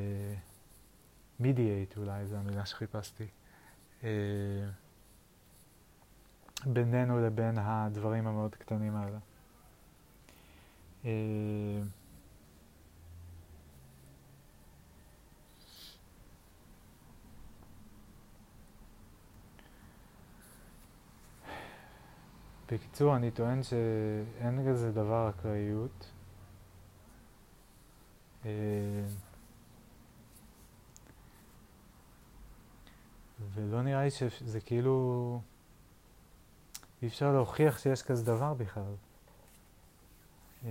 Speaker 1: mediate אולי, זו המילה שחיפשתי, uh, בינינו לבין הדברים המאוד קטנים האלה. Uh, בקיצור, אני טוען שאין כזה דבר אקראיות. Uh, ולא נראה לי שזה כאילו... אי אפשר להוכיח שיש כזה דבר בכלל. אה,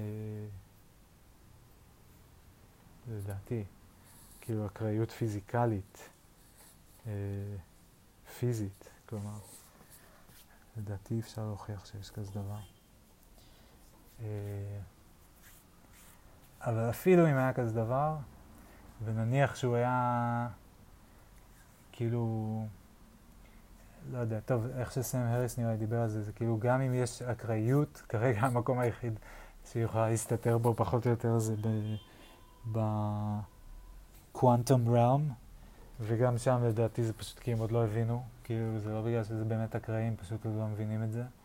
Speaker 1: לדעתי, כאילו אקראיות פיזיקלית, אה, פיזית, כלומר, לדעתי אי אפשר להוכיח שיש כזה דבר. אה, אבל אפילו אם היה כזה דבר, ונניח שהוא היה כאילו... לא יודע, טוב, איך שסם הריס נראה דיבר על זה, זה כאילו גם אם יש אקראיות, כרגע המקום היחיד שיכולה להסתתר בו פחות או יותר זה ב-quantum realm, וגם שם לדעתי זה פשוט כי הם עוד לא הבינו, כאילו זה לא בגלל שזה באמת אקראיים, פשוט עוד לא מבינים את זה.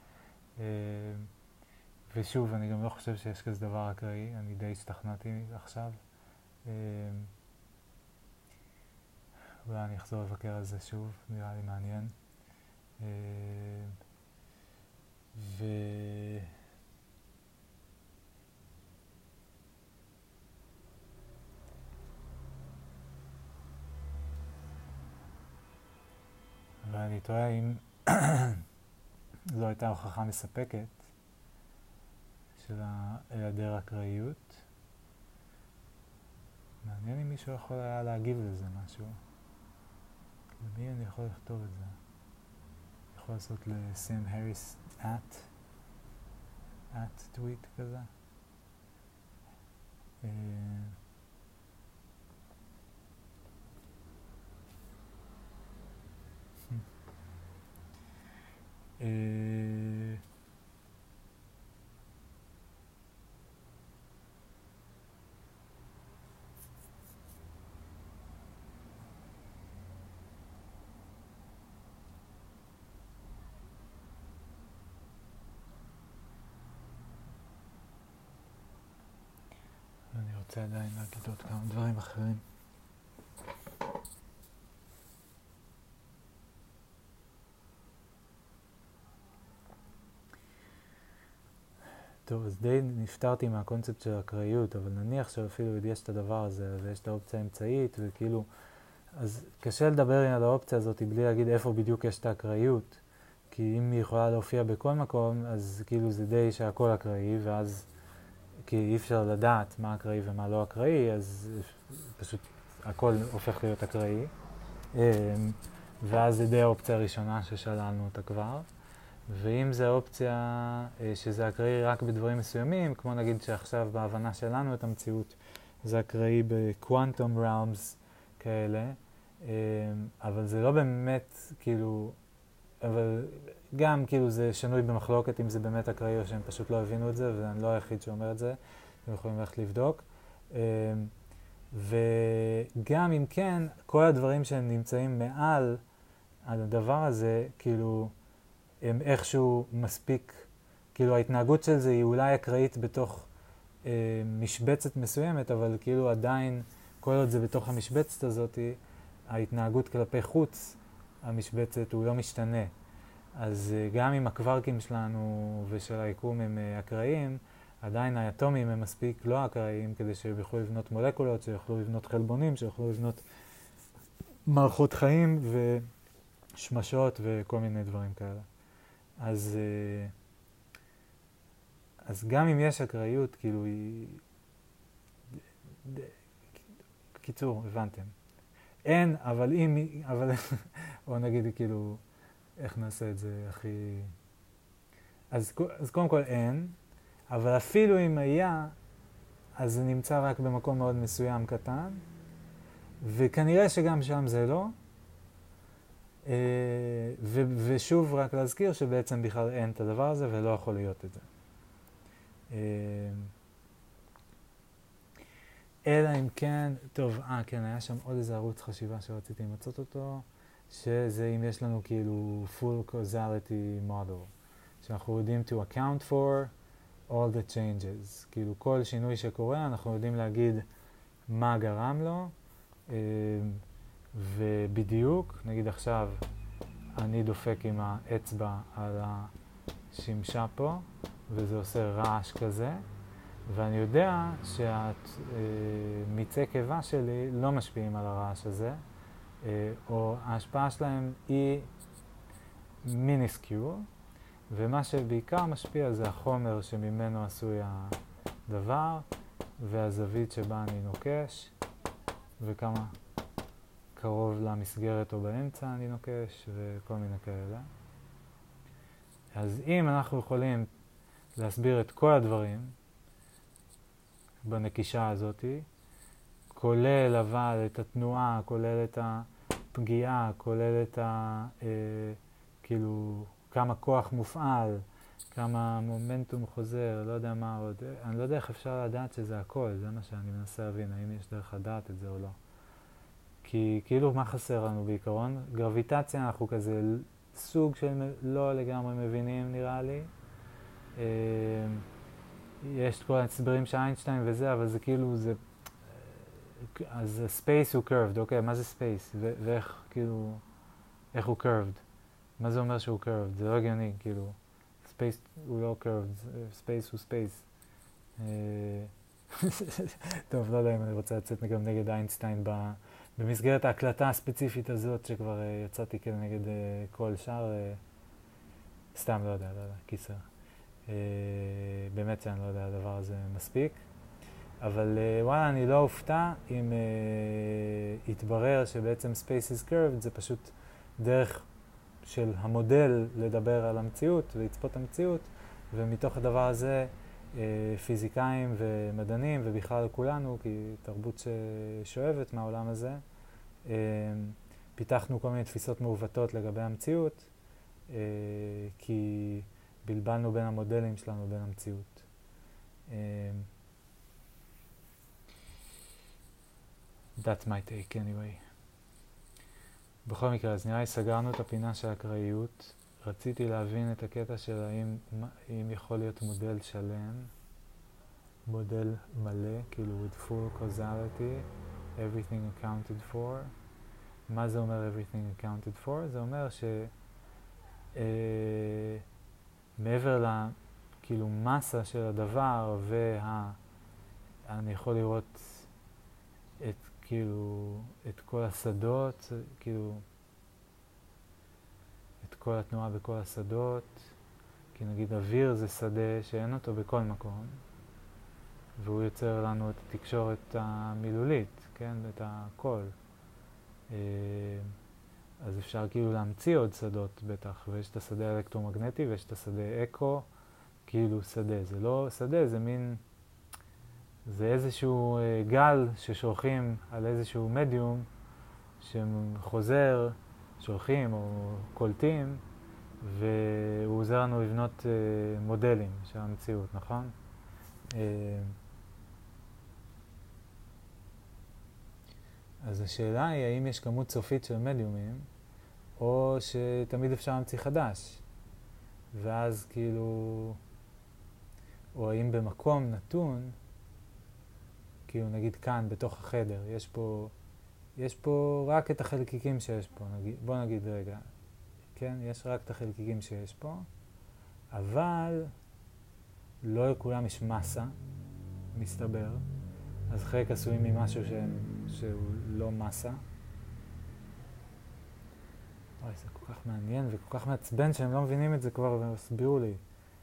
Speaker 1: ושוב, אני גם לא חושב שיש כזה דבר אקראי, אני די השתכנעתי עכשיו. אולי אני אחזור לבקר על זה שוב, נראה לי מעניין. ו... ואני תוהה אם זו הייתה הוכחה מספקת של היעדר אקראיות. מעניין אם מישהו יכול היה להגיב לזה משהו. למי אני יכול לכתוב את זה? יכול לעשות לסם הריס at, at טוויט כזה. אה... אה... אני רוצה עדיין להגיד עוד כמה דברים אחרים. טוב, אז די נפטרתי מהקונספט של אקראיות, אבל נניח שאפילו יש את הדבר הזה, ויש את האופציה האמצעית, וכאילו, אז קשה לדבר על האופציה הזאת בלי להגיד איפה בדיוק יש את האקראיות, כי אם היא יכולה להופיע בכל מקום, אז כאילו זה די שהכל אקראי, ואז כי אי אפשר לדעת מה אקראי ומה לא אקראי, אז פשוט הכל הופך להיות אקראי. ואז זה די האופציה הראשונה ששללנו אותה כבר. ואם זה האופציה שזה אקראי רק בדברים מסוימים, כמו נגיד שעכשיו בהבנה שלנו את המציאות, זה אקראי בקוואנטום ראומס כאלה, אבל זה לא באמת כאילו, אבל גם כאילו זה שנוי במחלוקת אם זה באמת אקראי או שהם פשוט לא הבינו את זה, ואני לא היחיד שאומר את זה, אתם יכולים ללכת לבדוק. וגם אם כן, כל הדברים שהם נמצאים מעל הדבר הזה, כאילו, הם איכשהו מספיק, כאילו ההתנהגות של זה היא אולי אקראית בתוך אה, משבצת מסוימת, אבל כאילו עדיין, כל עוד זה בתוך המשבצת הזאת, ההתנהגות כלפי חוץ, המשבצת, הוא לא משתנה. אז אה, גם אם הקווארקים שלנו ושל היקום הם אה, אקראיים, עדיין האטומים הם מספיק לא אקראיים כדי שהם יוכלו לבנות מולקולות, שיוכלו לבנות חלבונים, שיוכלו לבנות מערכות חיים ושמשות וכל מיני דברים כאלה. אז, אז גם אם יש אקראיות, כאילו היא... קיצור, הבנתם. אין, אבל אם... אבל... או נגיד כאילו, איך נעשה את זה הכי... אז, אז קודם כל אין, אבל אפילו אם היה, אז זה נמצא רק במקום מאוד מסוים קטן, וכנראה שגם שם זה לא. ו- ושוב רק להזכיר שבעצם בכלל אין את הדבר הזה ולא יכול להיות את זה. אלא אם כן, טוב, אה כן, היה שם עוד איזה ערוץ חשיבה שרציתי למצות אותו, שזה אם יש לנו כאילו full causality model, שאנחנו יודעים to account for all the changes. כאילו כל שינוי שקורה אנחנו יודעים להגיד מה גרם לו, ובדיוק, נגיד עכשיו אני דופק עם האצבע על השמשה פה, וזה עושה רעש כזה, ואני יודע שהמיצי קיבה שלי לא משפיעים על הרעש הזה, או ההשפעה שלהם היא מיניסקיול, ומה שבעיקר משפיע זה החומר שממנו עשוי הדבר, והזווית שבה אני נוקש, וכמה קרוב למסגרת או באמצע אני נוקש, וכל מיני כאלה. אז אם אנחנו יכולים להסביר את כל הדברים בנקישה הזאת, כולל אבל את התנועה, כולל את הפגיעה, כולל את ה... אה, כאילו, כמה כוח מופעל, כמה מומנטום חוזר, לא יודע מה עוד. אני לא יודע איך אפשר לדעת שזה הכל, זה מה שאני מנסה להבין, האם יש דרך לדעת את זה או לא. כי כאילו מה חסר לנו בעיקרון? גרביטציה אנחנו כזה סוג של לא לגמרי מבינים נראה לי. יש את כל ההסברים של איינשטיין וזה, אבל זה כאילו זה... אז ספייס הוא curved, אוקיי, מה זה ספייס? ואיך כאילו... איך הוא curved? מה זה אומר שהוא curved? זה לא הגיוני, כאילו... ספייס הוא לא curved, ספייס הוא ספייס. טוב, לא יודע אם אני רוצה לצאת גם נגד איינשטיין ב... במסגרת ההקלטה הספציפית הזאת שכבר uh, יצאתי כנגד uh, כל שאר, uh, סתם לא יודע, לא יודע, קיצר. Uh, באמת שאני לא יודע, הדבר הזה מספיק. אבל uh, וואלה, אני לא אופתע אם uh, יתברר שבעצם Space is Curved זה פשוט דרך של המודל לדבר על המציאות ולצפות המציאות, ומתוך הדבר הזה uh, פיזיקאים ומדענים ובכלל כולנו, כי תרבות ששואבת מהעולם הזה, uh, פיתחנו כל מיני תפיסות מעוותות לגבי המציאות, uh, כי בלבלנו בין המודלים שלנו בין המציאות. Uh, That's my take anyway. בכל מקרה, אז נראה לי סגרנו את הפינה של האקראיות. רציתי להבין את הקטע של האם אם יכול להיות מודל שלם, מודל מלא, כאילו with full causality, everything accounted for. מה זה אומר everything accounted for? זה אומר ש... אה, מעבר ל... כאילו מסה של הדבר, ואני יכול לראות את כאילו, את כל השדות, כאילו, את כל התנועה בכל השדות, כי נגיד אוויר זה שדה שאין אותו בכל מקום, והוא יוצר לנו את התקשורת המילולית, כן? את הקול. אז אפשר כאילו להמציא עוד שדות בטח, ויש את השדה האלקטרומגנטי ויש את השדה אקו, כאילו שדה. זה לא שדה, זה מין, זה איזשהו גל ששולחים על איזשהו מדיום שחוזר, שולחים או קולטים, והוא עוזר לנו לבנות מודלים של המציאות, נכון? אז השאלה היא האם יש כמות סופית של מדיומים, או שתמיד אפשר להמציא חדש. ואז כאילו, או האם במקום נתון, כאילו נגיד כאן בתוך החדר, יש פה, יש פה רק את החלקיקים שיש פה, נגיד, בוא נגיד רגע, כן? יש רק את החלקיקים שיש פה, אבל לא לכולם יש מסה, מסתבר. אז חלק עשויים ממשהו שהם, שהוא לא מסה. אוי, זה כל כך מעניין וכל כך מעצבן שהם לא מבינים את זה כבר והסבירו לי.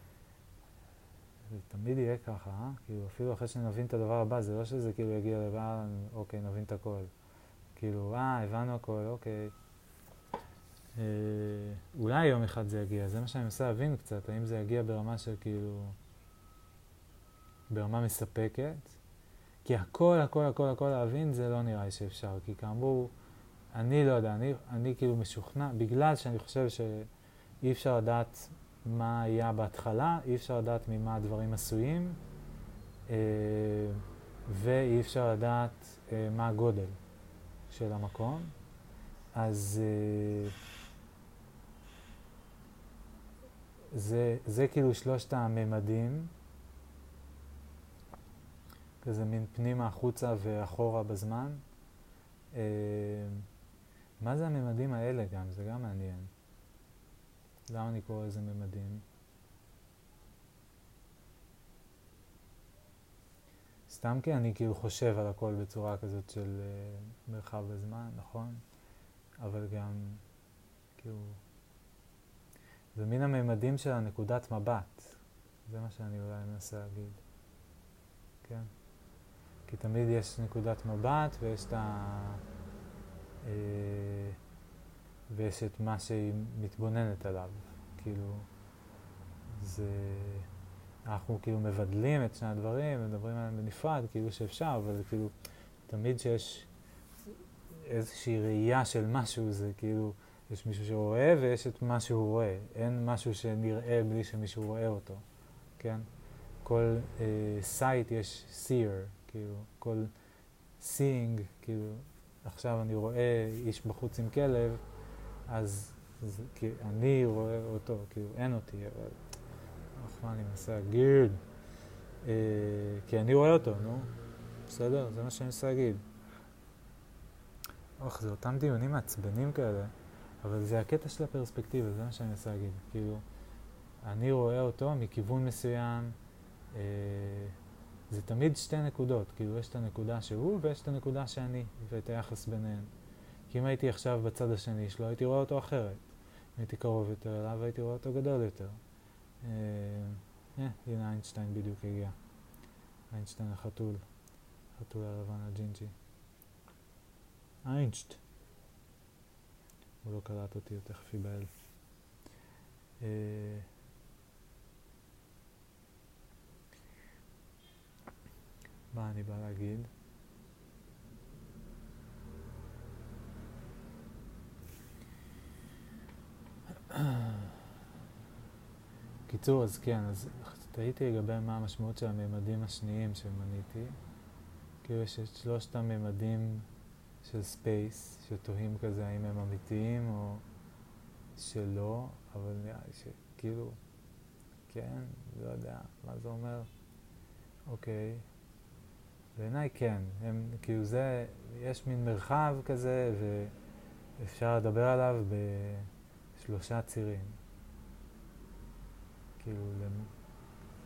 Speaker 1: זה תמיד יהיה ככה, אה? כאילו אפילו אחרי שנבין את הדבר הבא, זה לא שזה כאילו יגיע לבא, אוקיי, נבין את הכל. כאילו, אה, הבנו הכל, אוקיי. אה, אולי יום אחד זה יגיע, זה מה שאני מנסה להבין קצת, האם זה יגיע ברמה של כאילו, ברמה מספקת. כי הכל, הכל, הכל, הכל להבין, זה לא נראה לי שאפשר. כי כאמור, אני לא יודע, אני, אני כאילו משוכנע, בגלל שאני חושב שאי אפשר לדעת מה היה בהתחלה, אי אפשר לדעת ממה הדברים עשויים, אה, ואי אפשר לדעת אה, מה הגודל של המקום. אז אה, זה, זה כאילו שלושת הממדים, כזה מין פנימה, החוצה ואחורה בזמן. אה, מה זה הממדים האלה גם? זה גם מעניין. למה אני קורא לזה ממדים? סתם כי אני כאילו חושב על הכל בצורה כזאת של אה, מרחב וזמן, נכון? אבל גם כאילו, זה מין הממדים של הנקודת מבט. זה מה שאני אולי מנסה להגיד. כן? כי תמיד יש נקודת מבט ויש את ה... אה, ויש את מה שהיא מתבוננת עליו. כאילו, זה... אנחנו כאילו מבדלים את שני הדברים, מדברים עליהם בנפרד, כאילו שאפשר, אבל כאילו, תמיד שיש איזושהי ראייה של משהו, זה כאילו, יש מישהו שרואה ויש את מה שהוא רואה. אין משהו שנראה בלי שמישהו רואה אותו, כן? כל סייט uh, יש seer, כאילו, כל seeing, כאילו, עכשיו אני רואה איש בחוץ עם כלב, אז, אז כי אני רואה אותו, כאילו, אין אותי, אבל... מה אני מנסה להגיד? Uh, כי אני רואה אותו, נו. בסדר? זה מה שאני מנסה להגיד. אוח, זה אותם דיונים מעצבנים כאלה, אבל זה הקטע של הפרספקטיבה, זה מה שאני מנסה להגיד. כאילו, אני רואה אותו מכיוון מסוים, אה, זה תמיד שתי נקודות, כאילו יש את הנקודה שהוא ויש את הנקודה שאני, ואת היחס ביניהן. כי אם הייתי עכשיו בצד השני שלו, הייתי רואה אותו אחרת. אם הייתי קרוב יותר אליו, הייתי רואה אותו גדול יותר. אה, אה, הנה איינשטיין בדיוק הגיע. איינשטיין החתול, חתול הלבן הג'ינג'י. איינשט. הוא לא קלט אותי, הוא תכף ייבהל. אה, מה אני בא להגיד? קיצור, אז כן, אז תהיתי לגבי מה המשמעות של הממדים השניים שמניתי. כאילו יש את שלושת הממדים של ספייס, שתוהים כזה האם הם אמיתיים או שלא, אבל נראה לי שכאילו, כן, לא יודע, מה זה אומר? אוקיי. בעיניי כן, הם, כאילו זה, יש מין מרחב כזה ואפשר לדבר עליו בשלושה צירים. כאילו,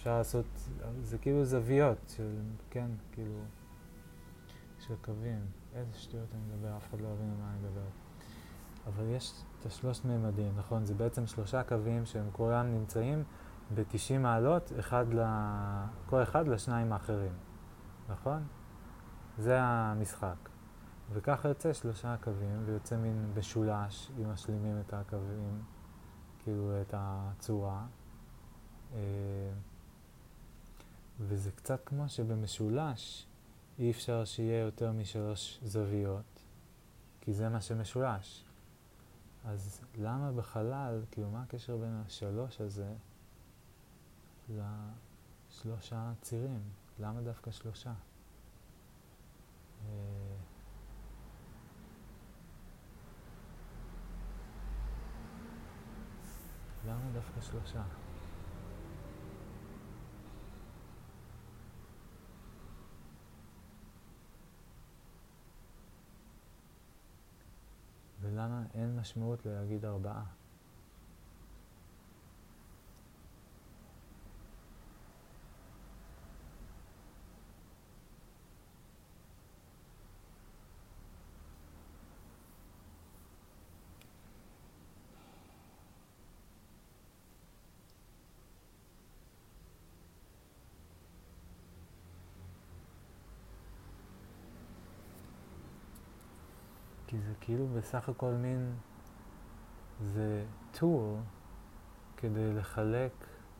Speaker 1: אפשר לעשות, זה כאילו זוויות של, כן, כאילו, של קווים. איזה שטויות אני מדבר, אף אחד לא הבין על מה אני מדבר. אבל יש את השלושת מימדים, נכון? זה בעצם שלושה קווים שהם כולם נמצאים ב-תשעים מעלות, אחד ל... כל אחד לשניים האחרים, נכון? זה המשחק. וככה יוצא שלושה קווים, ויוצא מין בשולש, אם משלימים את הקווים, כאילו את הצורה. וזה קצת כמו שבמשולש אי אפשר שיהיה יותר משלוש זוויות, כי זה מה שמשולש. אז למה בחלל, כאילו מה הקשר בין השלוש הזה לשלושה צירים? למה דווקא שלושה? למה דווקא שלושה? ולמה אין משמעות להגיד ארבעה? כי זה כאילו בסך הכל מין, זה tool כדי לחלק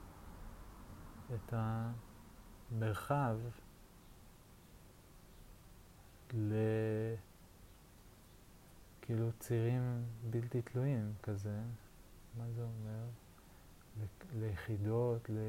Speaker 1: את המרחב ל... כאילו צירים בלתי תלויים כזה. מה זה אומר? ל... ליחידות, ל...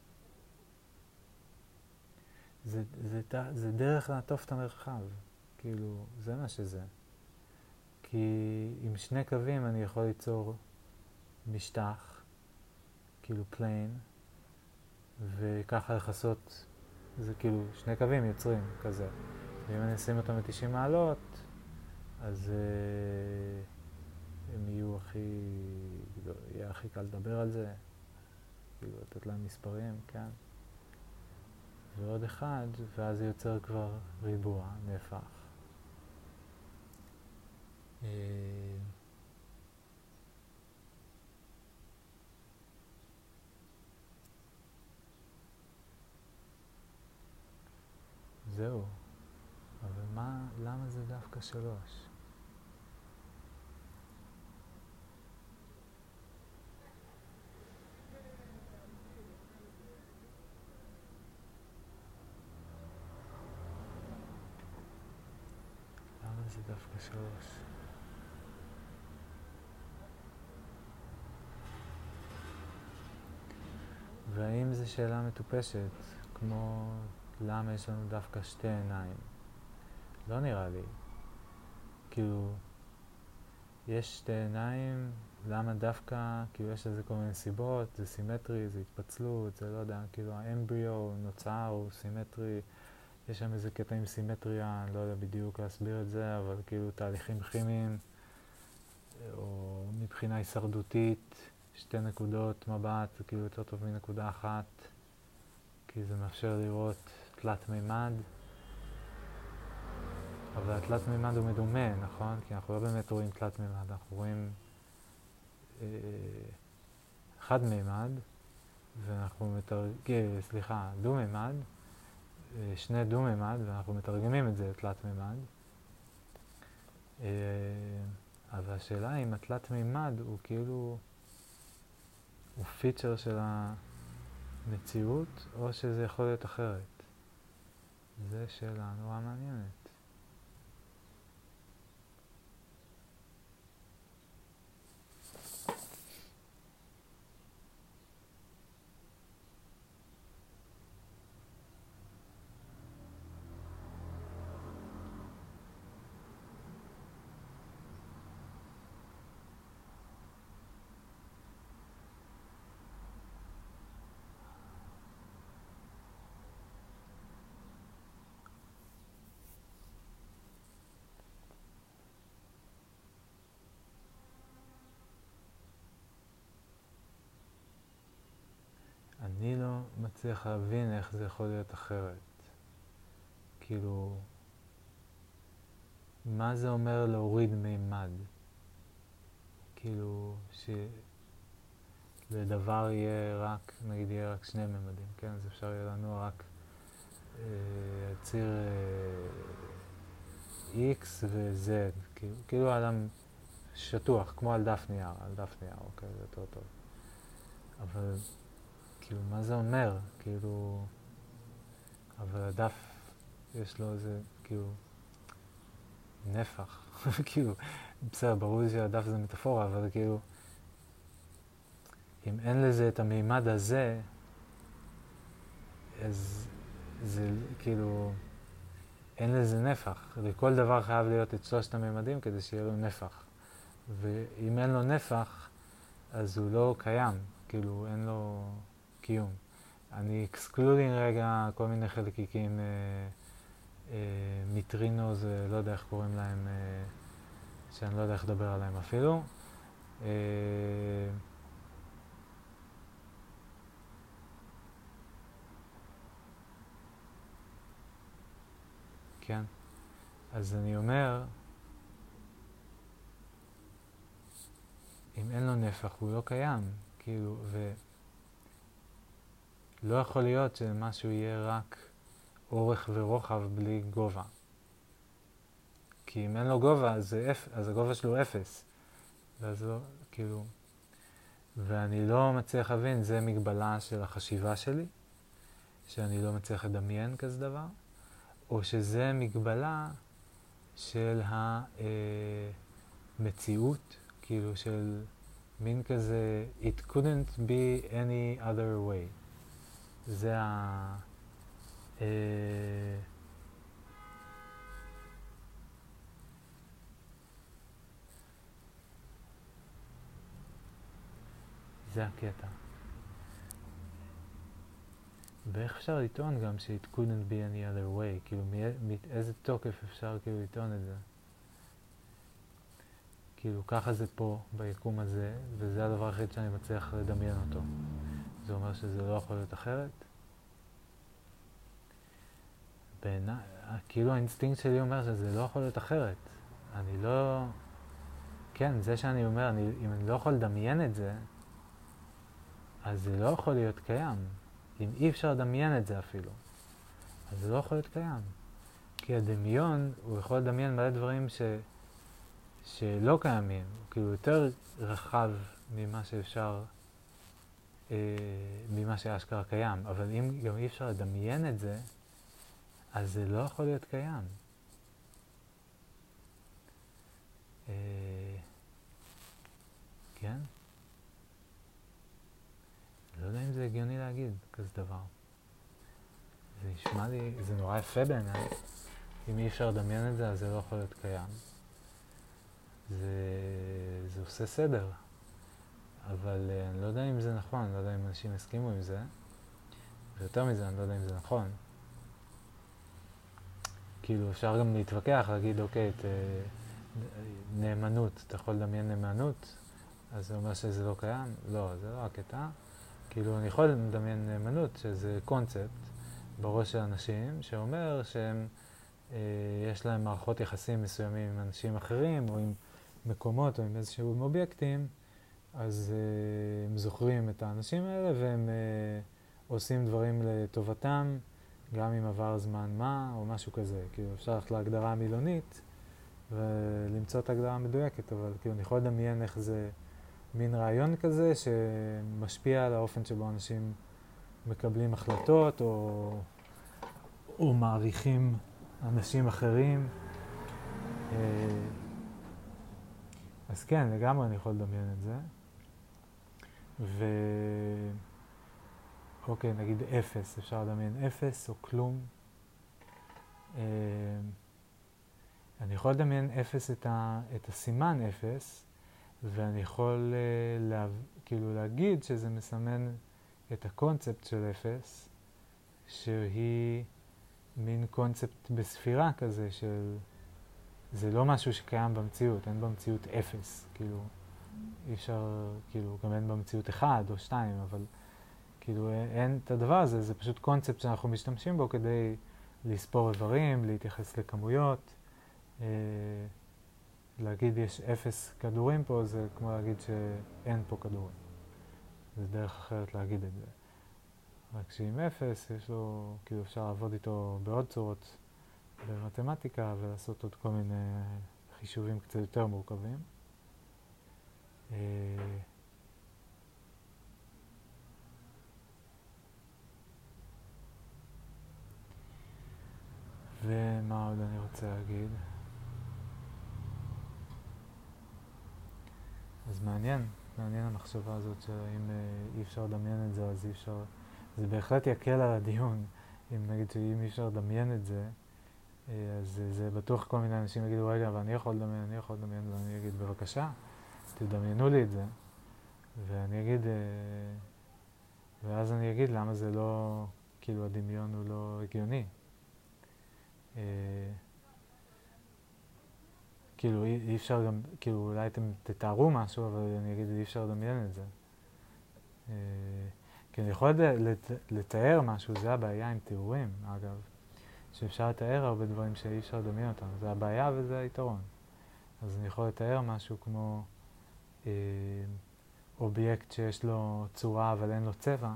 Speaker 1: זה, זה, זה דרך לעטוף את המרחב, כאילו, זה מה שזה. כי עם שני קווים אני יכול ליצור משטח, כאילו פליין, וככה לכסות, זה כאילו שני קווים יוצרים כזה. ואם אני אשים אותם ב-תשעים מעלות, אז אה, הם יהיו הכי, לא, יהיה הכי קל לדבר על זה, כאילו לתת להם מספרים, כן. ועוד אחד, ואז זה יוצר כבר ריבוע, נהפך. זהו. אבל מה, למה זה דווקא שלוש? למה זה דווקא שלוש? והאם זו שאלה מטופשת, כמו למה יש לנו דווקא שתי עיניים? לא נראה לי. כאילו, יש שתי עיניים, למה דווקא, כאילו יש לזה כל מיני סיבות, זה סימטרי, זה התפצלות, זה לא יודע, כאילו האמבריו נוצר, הוא סימטרי, יש שם איזה קטע עם סימטריה, אני לא יודע בדיוק להסביר את זה, אבל כאילו תהליכים כימיים, או מבחינה הישרדותית, שתי נקודות מבט, זה כאילו יותר טוב מנקודה אחת, כי זה מאפשר לראות תלת מימד, אבל התלת מימד הוא מדומה, נכון? כי אנחנו לא באמת רואים תלת מימד, אנחנו רואים אה, חד מימד, ואנחנו מתרגמים, סליחה, דו מימד, אה, שני דו מימד, ואנחנו מתרגמים את זה לתלת מימד. אה, אבל השאלה אם התלת מימד הוא כאילו, הוא פיצ'ר של המציאות, או שזה יכול להיות אחרת. זו שאלה נורא מעניינת. מצליח להבין איך זה יכול להיות אחרת. כאילו, מה זה אומר להוריד מימד? כאילו, שלדבר יהיה רק, נגיד יהיה רק שני ממדים, כן? אז אפשר יהיה לנוע רק אה, ציר אה, X ו-Z, כאילו, כאילו האדם שטוח, כמו על דף נייר, על דף נייר, אוקיי, זה יותר טוב. אבל, כאילו, מה זה אומר? כאילו, אבל הדף, יש לו איזה, כאילו, נפח. כאילו, בסדר, ברור לי שהדף זה מטאפורה, אבל כאילו, אם אין לזה את המימד הזה, אז זה כאילו, אין לזה נפח. לכל דבר חייב להיות את שלושת המימדים כדי שיהיה לו נפח. ואם אין לו נפח, אז הוא לא קיים, כאילו, אין לו קיום. אני אקסקלודינג רגע כל מיני חלקיקים, אה, אה, מיטרינוז, לא יודע איך קוראים להם, אה, שאני לא יודע איך לדבר עליהם אפילו. אה, כן, אז אני אומר, אם אין לו נפח הוא לא קיים, כאילו, ולא יכול להיות שמשהו יהיה רק אורך ורוחב בלי גובה. כי אם אין לו גובה, אז, אפ... אז הגובה שלו אפס. ואז לא, כאילו, ואני לא מצליח להבין, זה מגבלה של החשיבה שלי, שאני לא מצליח לדמיין כזה דבר, או שזה מגבלה של המציאות, כאילו של מין כזה, it couldn't be any other way. זה ה... אה, זה הקטע. ואיך אפשר לטעון גם ש-it couldn't be any other way? כאילו, מאיזה תוקף אפשר כאילו לטעון את זה? כאילו, ככה זה פה, ביקום הזה, וזה הדבר היחיד שאני מצליח לדמיין אותו. זה אומר שזה לא יכול להיות אחרת? בעיניי, כאילו האינסטינקט שלי אומר שזה לא יכול להיות אחרת. אני לא... כן, זה שאני אומר, אני, אם אני לא יכול לדמיין את זה, אז זה לא יכול להיות קיים. אם אי אפשר לדמיין את זה אפילו, אז זה לא יכול להיות קיים. כי הדמיון, הוא יכול לדמיין מלא דברים ש... שלא קיימים, הוא כאילו יותר רחב ממה שאפשר, אה, ממה שאשכרה קיים. אבל אם גם אי אפשר לדמיין את זה, אז זה לא יכול להיות קיים. אה, כן? לא יודע אם זה הגיוני להגיד כזה דבר. זה נשמע לי, זה נורא יפה בעיניי. אם אי אפשר לדמיין את זה, אז זה לא יכול להיות קיים. זה, זה עושה סדר. אבל uh, אני לא יודע אם זה נכון, אני לא יודע אם אנשים הסכימו עם זה. ויותר מזה, אני לא יודע אם זה נכון. כאילו, אפשר גם להתווכח, להגיד, אוקיי, את, uh, נאמנות, אתה יכול לדמיין נאמנות? אז זה אומר שזה לא קיים? לא, זה לא הקטע. כאילו, אני יכול לדמיין נאמנות, שזה קונספט בראש של אנשים, שאומר שהם, אה, יש להם מערכות יחסים מסוימים עם אנשים אחרים, או עם מקומות, או עם איזשהם אובייקטים, אז אה, הם זוכרים את האנשים האלה, והם אה, עושים דברים לטובתם, גם אם עבר זמן מה, או משהו כזה. כאילו, אפשר ללכת להגדרה המילונית, ולמצוא את ההגדרה המדויקת, אבל כאילו, אני יכול לדמיין איך זה מין רעיון כזה, שמשפיע על האופן שבו אנשים מקבלים החלטות, או, או מעריכים אנשים אחרים. אז כן, לגמרי אני יכול לדמיין את זה. ו... אוקיי, נגיד אפס, אפשר לדמיין אפס או כלום. אני יכול לדמיין אפס את, ה... את הסימן אפס, ואני יכול לה... כאילו להגיד שזה מסמן את הקונספט של אפס, שהיא מין קונספט בספירה כזה של... זה לא משהו שקיים במציאות, אין במציאות אפס, כאילו, אי אפשר, כאילו, גם אין במציאות אחד או שתיים, אבל כאילו אין את הדבר הזה, זה פשוט קונספט שאנחנו משתמשים בו כדי לספור איברים, להתייחס לכמויות. אה, להגיד יש אפס כדורים פה, זה כמו להגיד שאין פה כדורים. זה דרך אחרת להגיד את זה. רק שעם אפס יש לו, כאילו אפשר לעבוד איתו בעוד צורות במתמטיקה ולעשות עוד כל מיני חישובים קצת יותר מורכבים. אה, ומה עוד אני רוצה להגיד? אז מעניין, מעניין המחשבה הזאת שאם אי אפשר לדמיין את זה, אז אי אפשר... זה בהחלט יקל על הדיון, אם נגיד שאם אי אפשר לדמיין את זה, אז זה בטוח כל מיני אנשים יגידו, רגע, אבל אני יכול לדמיין, אני יכול לדמיין, ואני אגיד, בבקשה, תדמיינו לי את זה. ואני אגיד, ואז אני אגיד למה זה לא, כאילו הדמיון הוא לא הגיוני. כאילו אי, אי אפשר גם, כאילו אולי אתם תתארו משהו, אבל אני אגיד אי אפשר לדמיין את זה. כי אני יכול לת, לתאר משהו, זה הבעיה עם תיאורים, אגב. שאפשר לתאר הרבה דברים שאי אפשר לדמיין אותם. זה הבעיה וזה היתרון. אז אני יכול לתאר משהו כמו אה, אובייקט שיש לו צורה אבל אין לו צבע,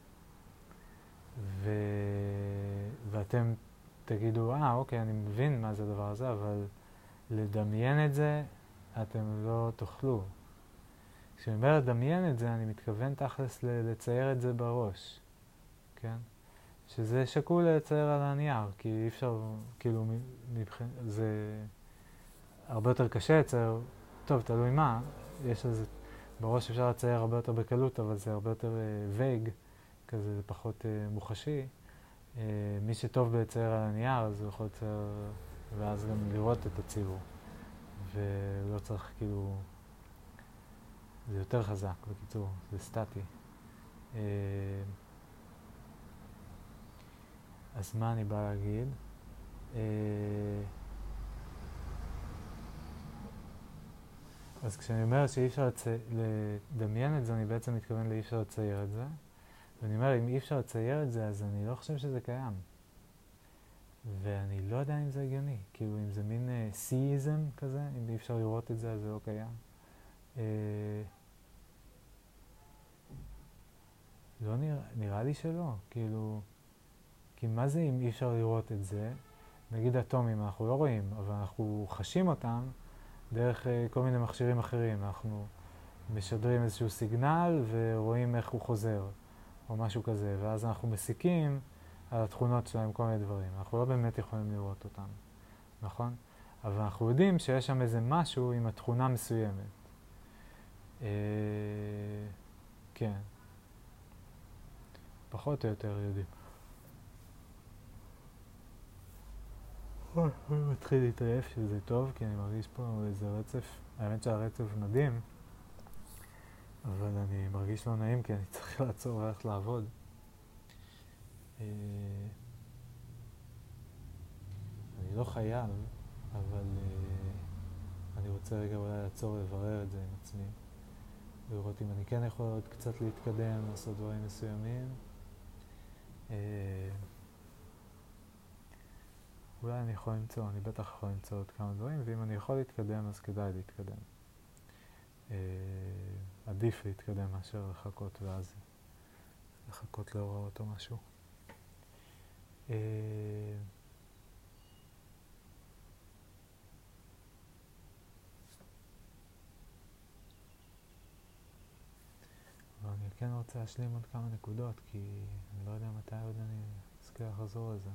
Speaker 1: ו... ואתם תגידו, אה, אוקיי, אני מבין מה זה הדבר הזה, אבל לדמיין את זה, אתם לא תוכלו. כשאני אומר לדמיין את זה, אני מתכוון תכלס לצייר את זה בראש, כן? שזה שקול לצייר על הנייר, כי אי אפשר, כאילו, מבח... זה הרבה יותר קשה לצייר, טוב, תלוי מה, יש איזה, בראש אפשר לצייר הרבה יותר בקלות, אבל זה הרבה יותר וייג, כזה, זה פחות uh, מוחשי. Uh, מי שטוב בלצייר על הנייר, אז הוא יכול לצייר, ואז גם לראות את הציור. ולא צריך, כאילו, זה יותר חזק, בקיצור, זה סטטי. Uh, אז מה אני בא להגיד? Uh, אז כשאני אומר שאי אפשר לצי... לדמיין את זה, אני בעצם מתכוון לאי אפשר לצייר את זה. ואני אומר, אם אי אפשר לצייר את זה, אז אני לא חושב שזה קיים. ואני לא יודע אם זה הגיוני. כאילו, אם זה מין סי-איזם uh, כזה, אם אי אפשר לראות את זה, אז זה לא קיים. Uh, לא נראה, נראה לי שלא. כאילו, כי מה זה אם אי אפשר לראות את זה? נגיד אטומים, אנחנו לא רואים, אבל אנחנו חשים אותם דרך uh, כל מיני מכשירים אחרים. אנחנו משדרים איזשהו סיגנל ורואים איך הוא חוזר. או משהו כזה, ואז אנחנו מסיקים על התכונות שלהם כל מיני דברים. אנחנו לא באמת יכולים לראות אותם, נכון? אבל אנחנו יודעים שיש שם איזה משהו עם התכונה מסוימת. אה, כן. פחות או יותר יודעים. אני מתחיל להתעייף שזה טוב, כי אני מרגיש פה איזה רצף. האמת שהרצף מדהים, אבל אני מרגיש לא נעים כי אני צריך לעצור וללכת לעבוד. אני לא חייב, אבל אני רוצה רגע אולי לעצור ולברר את זה עם עצמי. לראות אם אני כן יכול עוד קצת להתקדם, לעשות דברים מסוימים. אולי אני יכול למצוא, אני בטח יכול למצוא עוד כמה דברים, ואם אני יכול להתקדם אז כדאי להתקדם. עדיף להתקדם מאשר לחכות ואז לחכות להוראות או משהו. אבל אני כן רוצה להשלים עוד כמה נקודות, כי אני לא יודע מתי עוד אני אזכה לחזור לזה.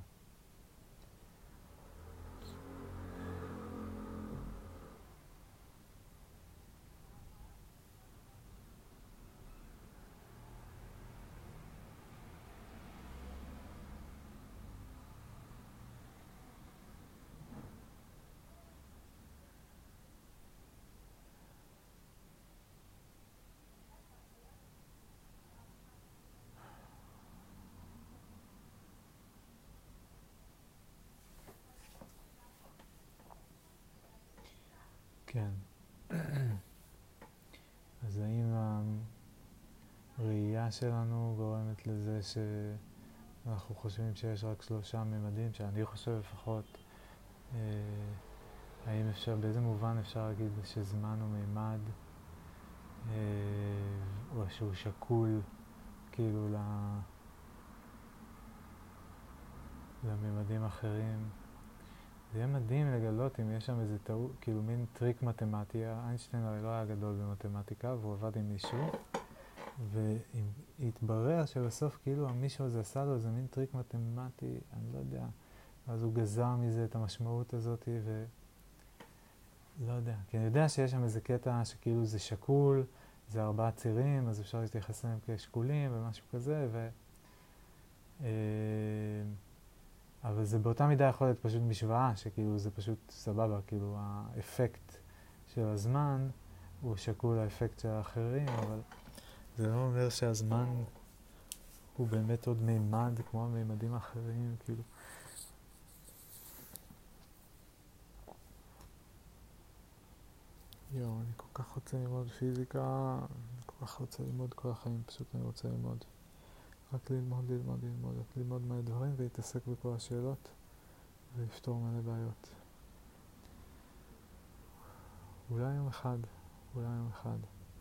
Speaker 1: כן. אז האם הראייה שלנו גורמת לזה שאנחנו חושבים שיש רק שלושה ממדים, שאני חושב לפחות. אה, האם אפשר, באיזה מובן אפשר להגיד שזמן הוא מימד, אה, או שהוא שקול כאילו לממדים אחרים. זה יהיה מדהים לגלות אם יש שם איזה טעות, כאילו מין טריק מתמטי. איינשטיין הרי לא היה גדול במתמטיקה, והוא עבד עם מישהו, והתברר שבסוף כאילו המישהו הזה עשה לו איזה מין טריק מתמטי, אני לא יודע, אז הוא גזר מזה את המשמעות הזאת, ו... לא יודע, כי אני יודע שיש שם איזה קטע שכאילו זה שקול, זה ארבעה צירים, אז אפשר להתייחס אליהם כשקולים ומשהו כזה, ו... אבל זה באותה מידה יכול להיות פשוט משוואה, שכאילו זה פשוט סבבה, כאילו האפקט של הזמן הוא שקול לאפקט של האחרים, אבל זה לא אומר שהזמן הוא באמת עוד מימד כמו המימדים האחרים, כאילו. יואו, אני כל כך רוצה ללמוד פיזיקה, אני כל כך רוצה ללמוד כל החיים, פשוט אני רוצה ללמוד. רק ללמוד, ללמוד, ללמוד, רק ללמוד מלא דברים ולהתעסק בכל השאלות ולפתור מלא בעיות. אולי יום אחד, אולי יום אחד.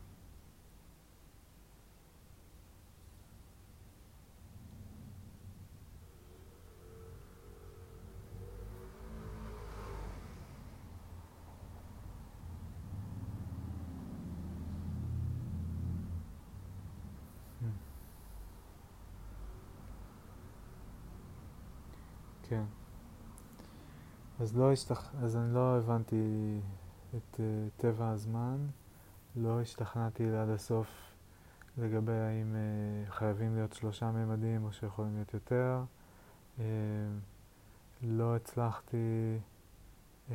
Speaker 1: כן. אז לא השתכ... אז אני לא הבנתי את uh, טבע הזמן, לא השתכנעתי עד הסוף לגבי האם uh, חייבים להיות שלושה ממדים או שיכולים להיות יותר. Uh, לא הצלחתי uh,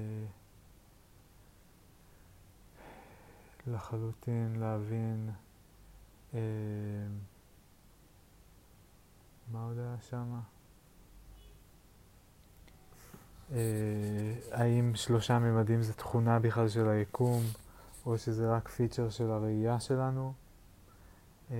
Speaker 1: לחלוטין להבין uh, מה עוד היה שמה? Uh, האם שלושה ממדים זה תכונה בכלל של היקום, או שזה רק פיצ'ר של הראייה שלנו. Uh,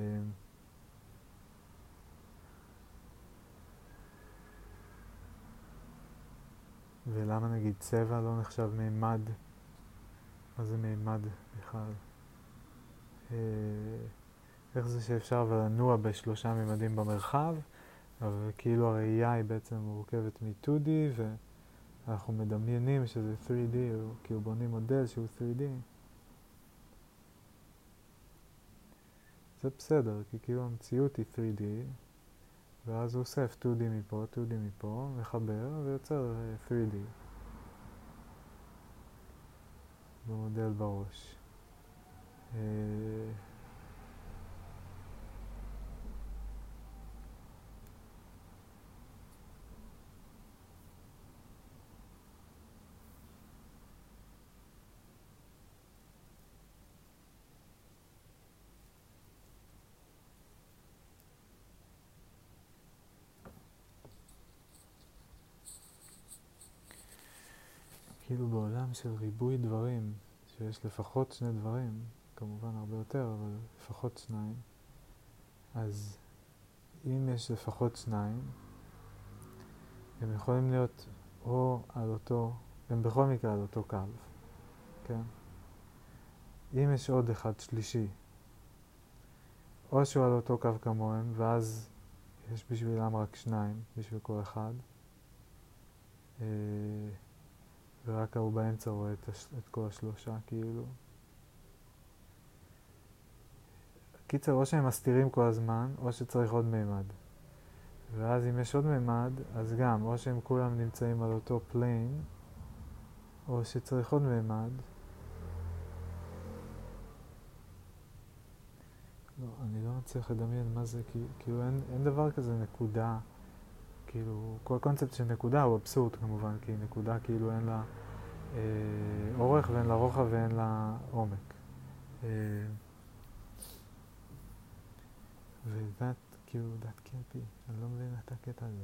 Speaker 1: ולמה נגיד צבע לא נחשב מימד? מה זה מימד בכלל? Uh, איך זה שאפשר לנוע בשלושה ממדים במרחב, אבל כאילו הראייה היא בעצם מורכבת מ-טו די, ואנחנו מדמיינים שזה תרי די, או כאילו בונים מודל שהוא תרי די. זה בסדר, כי כאילו המציאות היא תרי די, ואז הוא אוסף טו די מפה, טו די מפה, מחבר ויוצר תרי די. במודל בראש. כאילו בעולם של ריבוי דברים, שיש לפחות שני דברים, כמובן הרבה יותר, אבל לפחות שניים, אז אם יש לפחות שניים, הם יכולים להיות או על אותו, הם בכל מקרה על אותו קו, כן? אם יש עוד אחד שלישי, או שהוא על אותו קו כמוהם, ואז יש בשבילם רק שניים, בשביל כל אחד, ורק הוא באמצע רואה את, הש... את כל השלושה, כאילו. קיצר, או שהם מסתירים כל הזמן, או שצריך עוד מימד. ואז אם יש עוד מימד, אז גם, או שהם כולם נמצאים על אותו פליין, או שצריך עוד מימד. לא, אני לא מצליח לדמיין מה זה, כאילו אין, אין דבר כזה נקודה. כאילו, כל קונספט של נקודה הוא אבסורד כמובן, כי נקודה כאילו אין לה אה, אורך ואין לה רוחב ואין לה עומק. אה, ו-that, כאילו, that can't be. אני לא מבין את הקטע הזה.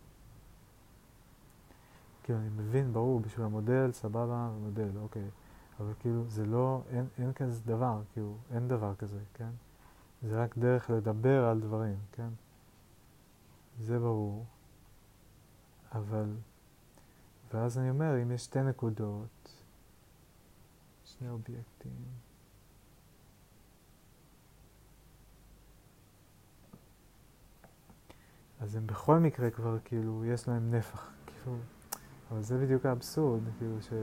Speaker 1: כאילו, אני מבין, ברור, בשביל המודל, סבבה, מודל, אוקיי. אבל כאילו, זה לא, אין, אין כזה דבר, כאילו, אין דבר כזה, כן? זה רק דרך לדבר על דברים, כן? זה ברור. אבל, ואז אני אומר, אם יש שתי נקודות, שני אובייקטים, אז הם בכל מקרה כבר, כאילו, יש להם נפח, כאילו, אבל זה בדיוק האבסורד, כאילו ש...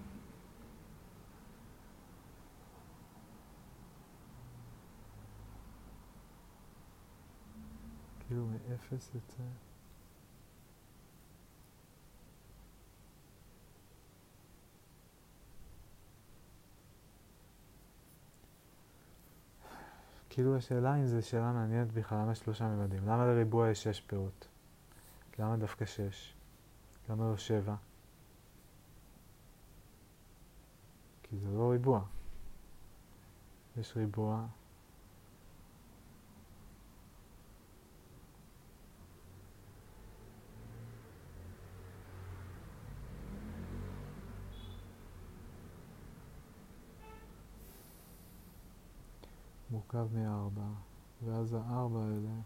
Speaker 1: כאילו מאפס יוצא. כאילו השאלה אם זו שאלה מעניינת בכלל, למה שלושה ממדים? למה לריבוע יש שש פירות? למה דווקא שש? למה לא שבע? כי זה לא ריבוע. יש ריבוע. מורכב מארבע, ואז הארבע האלה,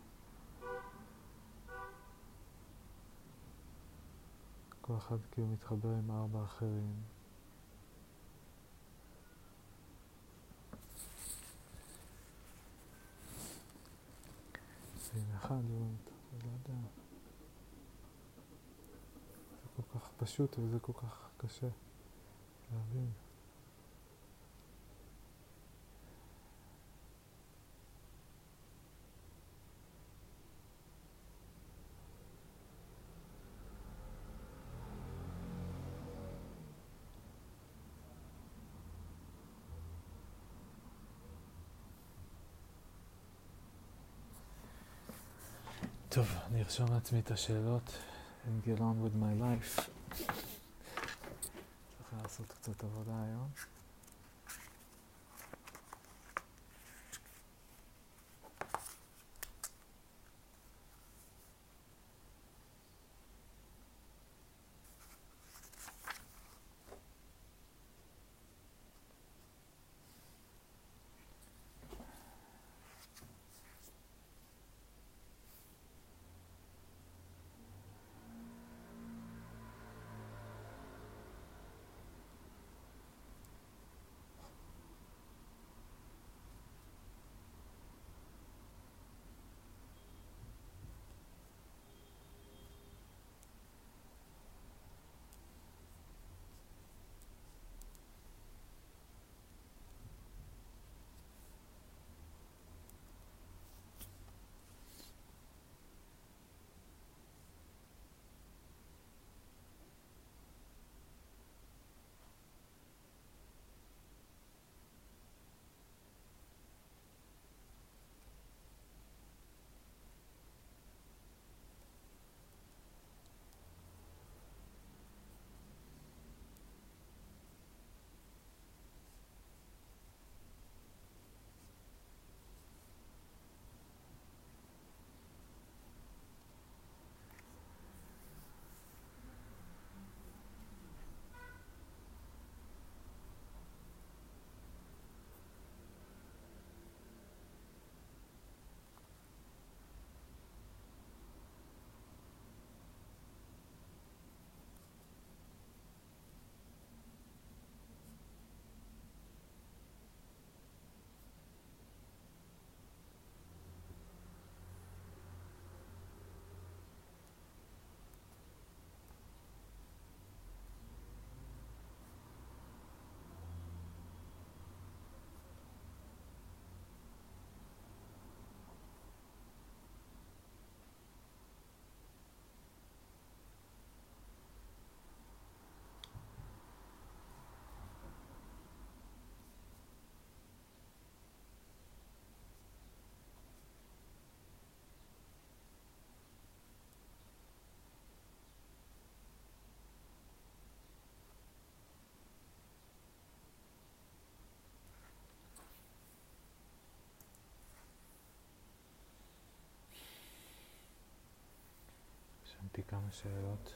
Speaker 1: כל אחד כאילו מתחבר עם ארבע אחרים. עשרים ואחת, לא יודע. זה כל כך פשוט וזה כל כך קשה להבין. טוב, אני ארשום לעצמי את השאלות and get on with my life. צריך לעשות קצת עבודה היום. שמתי כמה שאלות.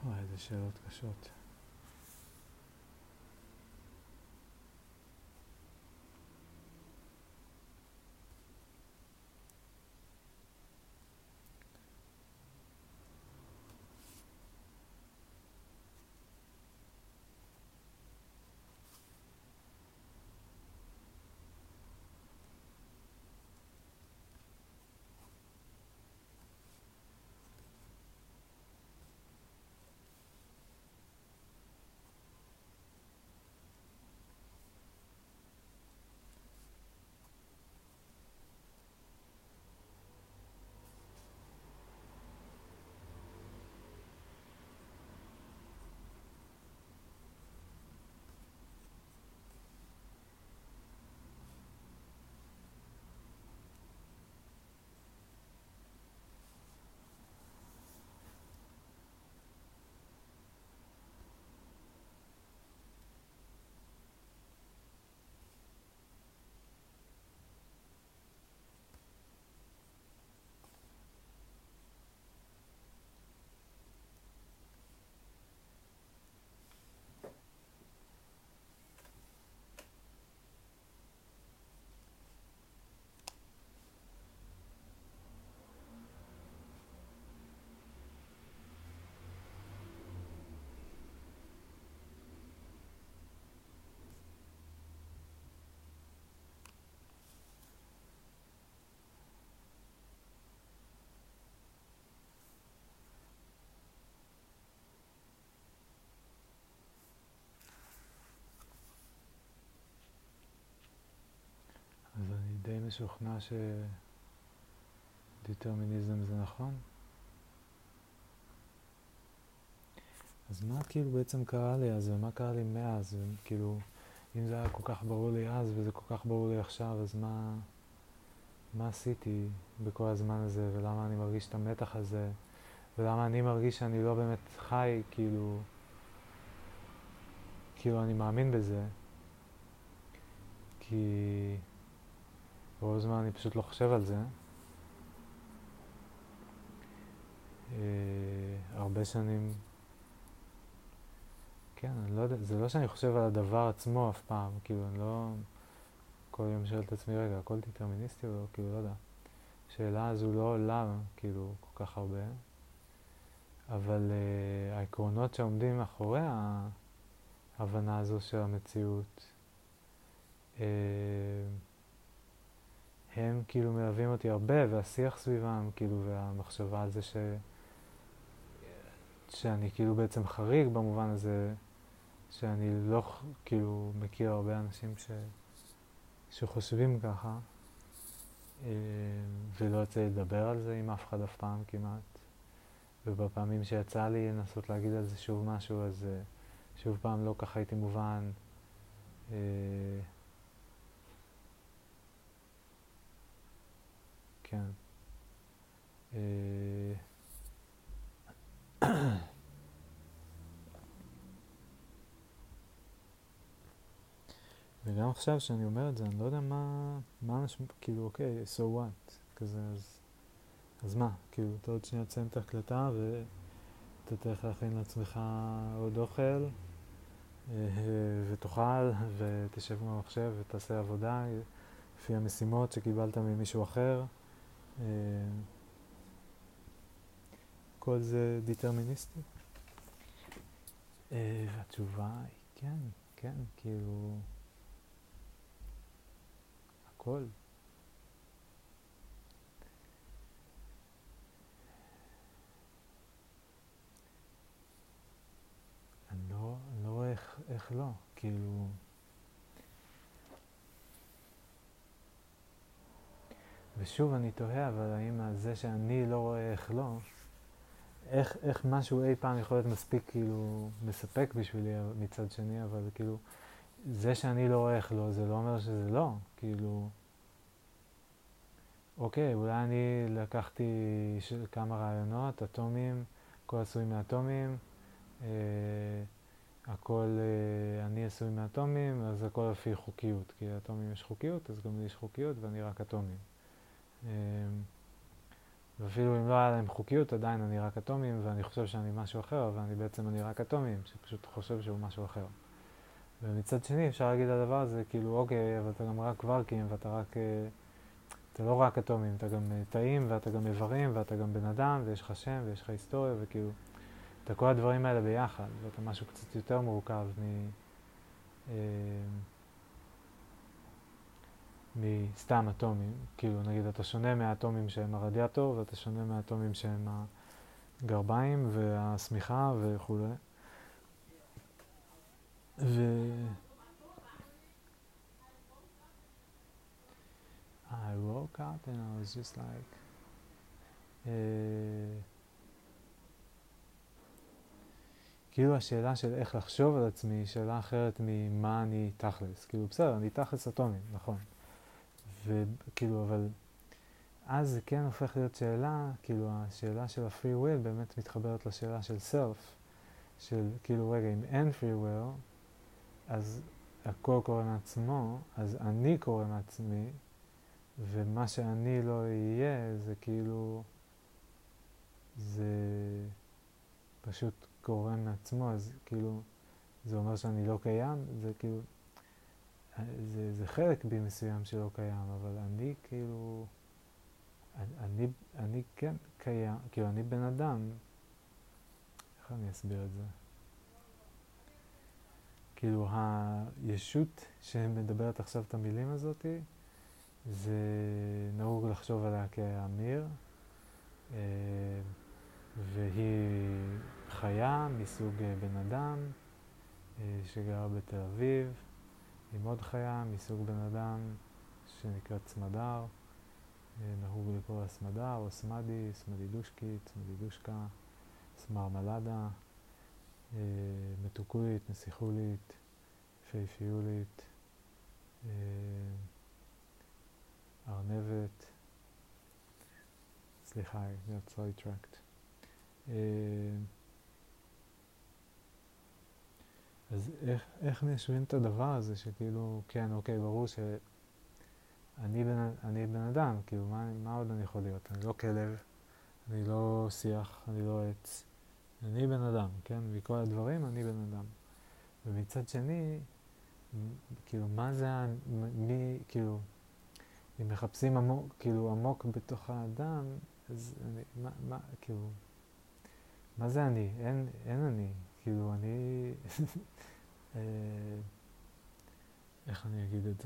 Speaker 1: וואי, איזה שאלות קשות. אז אני די משוכנע שדטרמיניזם זה נכון. אז מה כאילו בעצם קרה לי אז, ומה קרה לי מאז, כאילו, אם זה היה כל כך ברור לי אז וזה כל כך ברור לי עכשיו, אז מה, מה עשיתי בכל הזמן הזה, ולמה אני מרגיש את המתח הזה, ולמה אני מרגיש שאני לא באמת חי, כאילו, כאילו אני מאמין בזה, כי רוב הזמן אני פשוט לא חושב על זה. אה, הרבה שנים, כן, אני לא יודע, זה לא שאני חושב על הדבר עצמו אף פעם, כאילו, אני לא כל יום שואל את עצמי, רגע, הכל דטרמיניסטי או לא, כאילו, לא יודע. השאלה הזו לא עולה, כאילו, כל כך הרבה, אבל uh, העקרונות שעומדים מאחורי ההבנה הזו של המציאות, uh, הם כאילו מלווים אותי הרבה, והשיח סביבם, כאילו, והמחשבה על זה ש... שאני כאילו בעצם חריג במובן הזה, שאני לא כאילו מכיר הרבה אנשים ש... שחושבים ככה, uh, ולא יוצא לדבר על זה עם אף אחד אף פעם כמעט. ובפעמים שיצא לי לנסות להגיד על זה שוב משהו, אז uh, שוב פעם לא ככה הייתי מובן. Uh, כן. Uh, וגם עכשיו שאני אומר את זה, אני לא יודע מה, מה המשמעות, כאילו, אוקיי, so what, כזה, אז, אז מה, כאילו, אתה עוד שנייה תסיים את ההקלטה ואתה תלך להכין לעצמך עוד אוכל, ותאכל, ותשב במחשב ותעשה עבודה לפי המשימות שקיבלת ממישהו אחר. כל זה דטרמיניסטי? התשובה היא כן, כן, כאילו, הכל. אני לא, אני לא רואה איך, איך לא, כאילו... ושוב אני תוהה, אבל האם זה שאני לא רואה איך לא, איך, איך משהו אי פעם יכול להיות מספיק כאילו מספק בשבילי מצד שני, אבל כאילו זה שאני לא רואה איך לא, זה לא אומר שזה לא, כאילו אוקיי, אולי אני לקחתי של כמה רעיונות, אטומים, הכל עשוי מאטומים, אה, הכל אה, אני עשוי מאטומים, אז הכל לפי חוקיות, כי לאטומים יש חוקיות, אז גם לי יש חוקיות ואני רק אטומים. אה, ואפילו אם לא היה להם חוקיות, עדיין אני רק אטומים, ואני חושב שאני משהו אחר, ואני בעצם אני רק אטומים, שפשוט חושב שהוא משהו אחר. ומצד שני אפשר להגיד על הדבר הזה, כאילו אוקיי, אבל אתה גם רק קווארקים, ואתה רק, אתה לא רק אטומים, אתה גם תאים, ואתה גם איברים, ואתה גם בן אדם, ויש לך שם, ויש לך היסטוריה, וכאילו, אתה כל הדברים האלה ביחד, ואתה משהו קצת יותר מורכב מ... אה, מסתם אטומים, כאילו נגיד אתה שונה מהאטומים שהם הרדיאטור, ואתה שונה מהאטומים שהם הגרביים והשמיכה וכו'. ו... I woke up and I was just like... Uh, כאילו השאלה של איך לחשוב על עצמי היא שאלה אחרת ממה אני תכלס. כאילו בסדר, אני תכלס אטומים, נכון. וכאילו, אבל אז זה כן הופך להיות שאלה, כאילו השאלה של ה-free will באמת מתחברת לשאלה של self, של כאילו רגע, אם אין free will, אז הכל קורה מעצמו, אז אני קורה מעצמי, ומה שאני לא אהיה זה כאילו, זה פשוט קורה מעצמו, אז כאילו, זה אומר שאני לא קיים, זה כאילו, זה, זה חלק בי מסוים שלא קיים, אבל אני כאילו, אני, אני כן קיים, כאילו אני בן אדם, איך אני אסביר את זה? כאילו הישות שמדברת עכשיו את המילים הזאת, זה נהוג לחשוב עליה כאמיר, והיא חיה מסוג בן אדם שגרה בתל אביב, היא מאוד חיה מסוג בן אדם שנקראת סמדר, נהוג לקרוא לה סמדר או סמדי, סמדידושקית, סמדידושקה, סמרמלדה, מתוקולית, נסיכולית, פייפיולית, ארנבת, סליחה, I got sidetracked. אז איך, איך מיישבים את הדבר הזה שכאילו, כן, אוקיי, ברור שאני בן, אני בן אדם, כאילו, מה, מה עוד אני יכול להיות? אני לא כלב, אני לא שיח, אני לא עץ, אני בן אדם, כן? וכל הדברים אני בן אדם. ומצד שני, כאילו, מה זה, מי, כאילו, אם מחפשים עמוק, כאילו, עמוק בתוך האדם, אז אני, מה, מה, כאילו, מה זה אני? אין, אין אני. כאילו, אני... אה, איך אני אגיד את זה?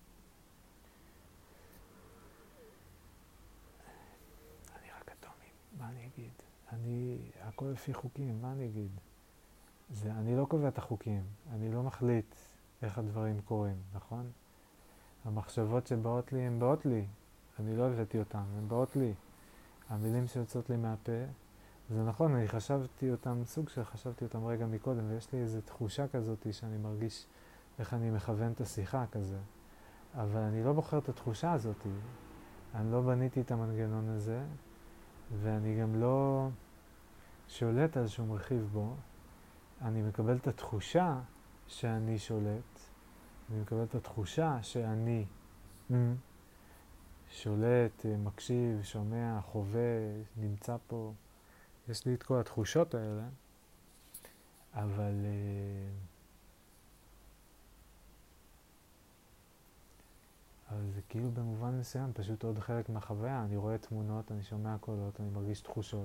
Speaker 1: אני רק אטומים, מה אני אגיד? אני... הכל לפי חוקים, מה אני אגיד? זה, אני לא קובע את החוקים, אני לא מחליט איך הדברים קורים, נכון? המחשבות שבאות לי, הן באות לי. אני לא הבאתי אותן, הן באות לי. המילים שיוצאות לי מהפה, זה נכון, אני חשבתי אותם, סוג של חשבתי אותם רגע מקודם, ויש לי איזו תחושה כזאת שאני מרגיש איך אני מכוון את השיחה כזה. אבל אני לא בוחר את התחושה הזאת. אני לא בניתי את המנגנון הזה, ואני גם לא שולט על שום רכיב בו. אני מקבל את התחושה שאני שולט, אני מקבל את התחושה שאני mm, שולט, מקשיב, שומע, חווה, נמצא פה. יש לי את כל התחושות האלה, אבל אבל זה כאילו במובן מסוים פשוט עוד חלק מהחוויה. אני רואה תמונות, אני שומע קולות, אני מרגיש תחושות.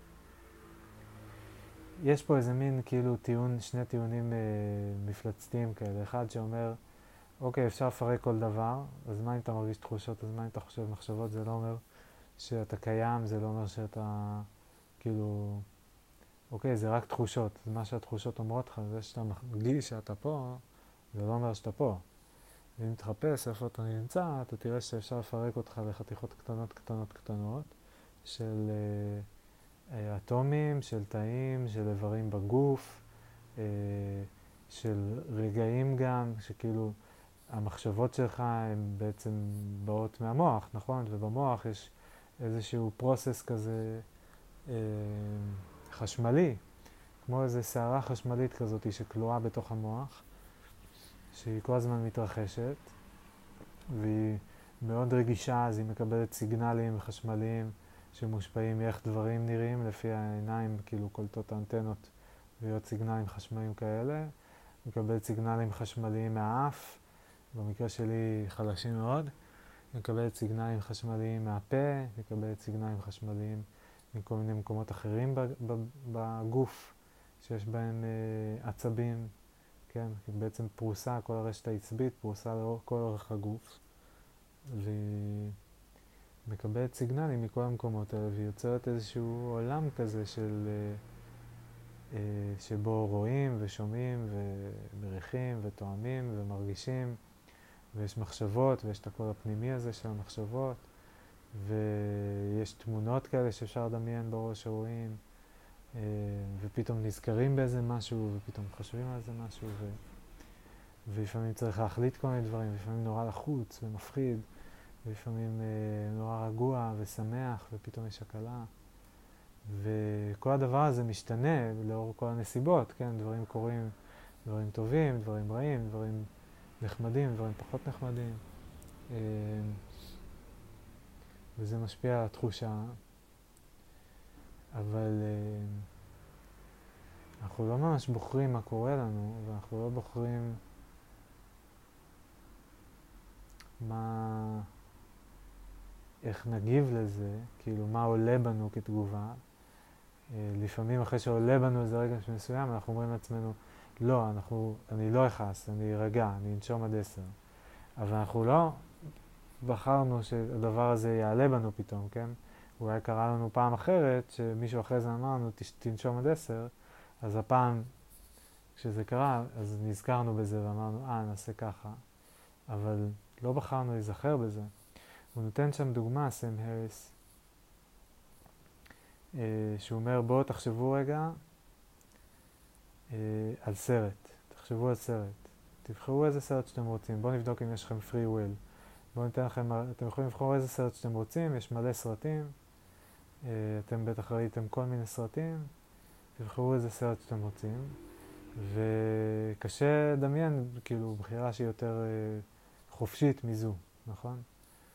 Speaker 1: יש פה איזה מין כאילו טיעון, שני טיעונים אה, מפלצתיים כאלה. אחד שאומר, אוקיי, אפשר לפרק כל דבר, אז מה אם אתה מרגיש תחושות, אז מה אם אתה חושב מחשבות? זה לא אומר שאתה קיים, זה לא אומר שאתה כאילו... אוקיי, זה רק תחושות. זה מה שהתחושות אומרות לך, זה שאתה מרגיש שאתה פה, זה לא אומר שאתה פה. ואם תחפש איפה אתה נמצא, אתה תראה שאפשר לפרק אותך לחתיכות קטנות קטנות קטנות של אה, אה, אטומים, של תאים, של איברים בגוף, אה, של רגעים גם, שכאילו המחשבות שלך הן בעצם באות מהמוח, נכון? ובמוח יש איזשהו פרוסס כזה אה, חשמלי, כמו איזו שערה חשמלית כזאת שכלואה בתוך המוח, שהיא כל הזמן מתרחשת, והיא מאוד רגישה, אז היא מקבלת סיגנלים חשמליים שמושפעים מאיך דברים נראים לפי העיניים, כאילו קולטות האנטנות ויהיו סיגנלים חשמליים כאלה. מקבל סיגנלים חשמליים מהאף, במקרה שלי חלשים מאוד. מקבל סיגנלים חשמליים מהפה, מקבל סיגנלים חשמליים מכל מיני מקומות אחרים בגוף, שיש בהם אה, עצבים, כן? בעצם פרוסה, כל הרשת העצבית פרוסה לאורך כל אורך הגוף. והיא מקבלת סיגנלים מכל המקומות האלה, והיא יוצרת איזשהו עולם כזה של, אה, אה, שבו רואים ושומעים ומריחים ותואמים ומרגישים, ויש מחשבות, ויש את הקול הפנימי הזה של המחשבות, ויש תמונות כאלה שאפשר לדמיין בראש שרואים, אה, ופתאום נזכרים באיזה משהו, ופתאום חושבים על איזה משהו, ו... ולפעמים צריך להחליט כל מיני דברים, לפעמים נורא לחוץ ומפחיד, ולפעמים אה, נורא רגוע ושמח, ופתאום יש הקלה. וכל הדבר הזה משתנה לאור כל הנסיבות, כן? דברים קורים, דברים טובים, דברים רעים, דברים נחמדים, דברים פחות נחמדים. אה, וזה משפיע על התחושה. אבל אה, אנחנו לא ממש בוחרים מה קורה לנו, ואנחנו לא בוחרים מה, איך נגיב לזה, כאילו מה עולה בנו כתגובה. לפעמים אחרי שעולה בנו איזה רגע מסוים, אנחנו אומרים לעצמנו, לא, אנחנו, אני לא אכעס, אני ארגע, אני אנשום עד עשר. אבל אנחנו לא בחרנו שהדבר הזה יעלה בנו פתאום, כן? אולי קרה לנו פעם אחרת, שמישהו אחרי זה אמר לנו, תנשום עד עשר, אז הפעם כשזה קרה, אז נזכרנו בזה ואמרנו, אה, נעשה ככה. אבל לא בחרנו להיזכר בזה. הוא נותן שם דוגמה, סם הריס, שהוא אומר, בואו תחשבו רגע על סרט. תחשבו על סרט. תבחרו איזה סרט שאתם רוצים. בואו נבדוק אם יש לכם free will. בואו ניתן לכם, אתם יכולים לבחור איזה סרט שאתם רוצים, יש מלא סרטים. אתם בטח ראיתם כל מיני סרטים. תבחרו איזה סרט שאתם רוצים. וקשה לדמיין, כאילו, בחירה שהיא יותר חופשית מזו, נכון?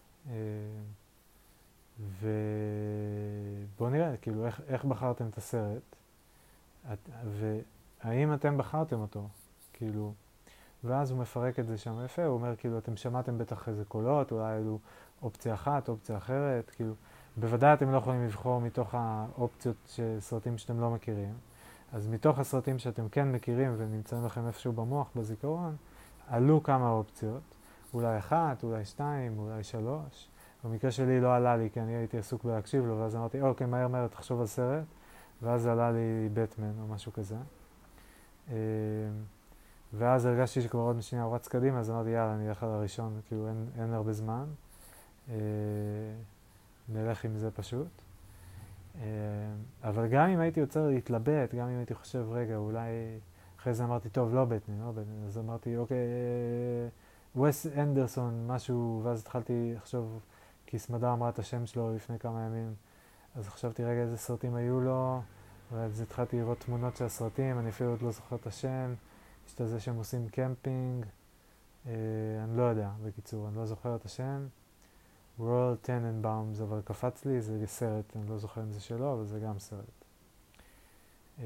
Speaker 1: ובואו נראה, כאילו, איך, איך בחרתם את הסרט, את, והאם אתם בחרתם אותו, כאילו, ואז הוא מפרק את זה שם יפה, הוא אומר, כאילו, אתם שמעתם בטח איזה קולות, אולי אלו אופציה אחת, אופציה אחרת, כאילו, בוודאי אתם לא יכולים לבחור מתוך האופציות של סרטים שאתם לא מכירים, אז מתוך הסרטים שאתם כן מכירים ונמצאים לכם איפשהו במוח, בזיכרון, עלו כמה אופציות, אולי אחת, אולי שתיים, אולי שלוש, במקרה שלי לא עלה לי, כי אני הייתי עסוק בלהקשיב לו, ואז אמרתי, אוקיי, מהר מהר, תחשוב על סרט, ואז עלה לי בטמן או משהו כזה. ואז הרגשתי שכבר עוד משנייה הוא רץ קדימה, אז אמרתי, יאללה, אני אלך על הראשון, כאילו אין, אין הרבה זמן. נלך עם זה פשוט. אבל גם אם הייתי יוצר להתלבט, גם אם הייתי חושב, רגע, אולי... אחרי זה אמרתי, טוב, לא בטמן, לא בטמן. אז אמרתי, אוקיי, ווס אנדרסון, משהו, ואז התחלתי לחשוב, כי סמדר אמרה את השם שלו לפני כמה ימים, אז חשבתי, רגע, איזה סרטים היו לו, ואז התחלתי לראות תמונות של הסרטים, אני אפילו עוד לא זוכר את השם, יש את זה שהם עושים קמפינג, אה, אני לא יודע, בקיצור, אני לא זוכר את השם, רול טננבאומס, אבל קפץ לי, זה סרט, אני לא זוכר אם זה שלו, אבל זה גם סרט. אה,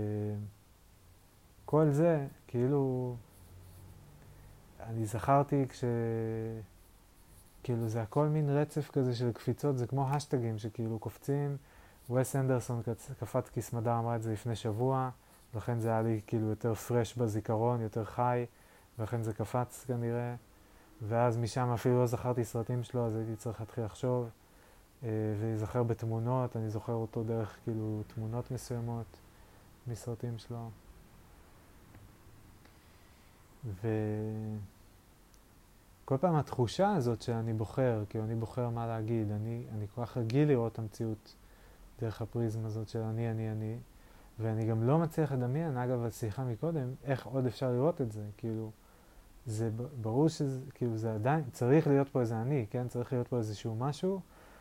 Speaker 1: כל זה, כאילו, אני זכרתי כש... כאילו זה הכל מין רצף כזה של קפיצות, זה כמו השטגים שכאילו קופצים. ווס אנדרסון קפץ כי סמדר אמרה את זה לפני שבוע, לכן זה היה לי כאילו יותר פרש בזיכרון, יותר חי, ולכן זה קפץ כנראה. ואז משם אפילו לא זכרתי סרטים שלו, אז הייתי צריך להתחיל לחשוב, ולהיזכר בתמונות, אני זוכר אותו דרך כאילו תמונות מסוימות מסרטים שלו. וכל פעם התחושה הזאת שאני בוחר, כאילו אני בוחר מה להגיד, אני, אני כל כך רגיל לראות את המציאות דרך הפריזמה הזאת של אני, אני, אני, ואני גם לא מצליח לדמיין, אגב, השיחה מקודם, איך עוד אפשר לראות את זה, כאילו, זה ברור שזה, כאילו זה עדיין, צריך להיות פה איזה אני, כן? צריך להיות פה איזשהו משהו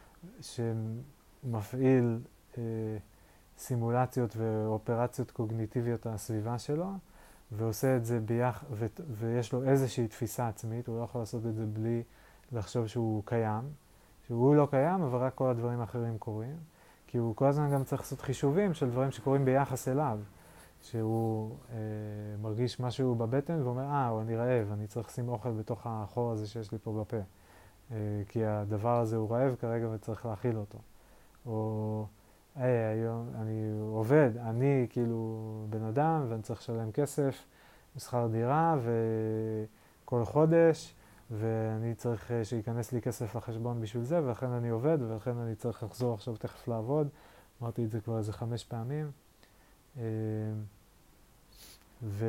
Speaker 1: שמפעיל אה, סימולציות ואופרציות קוגניטיביות הסביבה שלו, ועושה את זה ביח... ו... ויש לו איזושהי תפיסה עצמית, הוא לא יכול לעשות את זה בלי לחשוב שהוא קיים, שהוא לא קיים, אבל רק כל הדברים האחרים קורים. כי הוא כל הזמן גם צריך לעשות חישובים של דברים שקורים ביחס אליו. שהוא אה, מרגיש משהו בבטן ואומר, אה, אני רעב, אני צריך לשים אוכל בתוך החור הזה שיש לי פה בפה. אה, כי הדבר הזה הוא רעב כרגע וצריך להאכיל אותו. או, היי, היום אני עובד, אני כאילו בן אדם ואני צריך לשלם כסף, שכר דירה וכל חודש, ואני צריך שיכנס לי כסף לחשבון בשביל זה, ולכן אני עובד, ולכן אני צריך לחזור עכשיו תכף לעבוד. אמרתי את זה כבר איזה חמש פעמים. ו...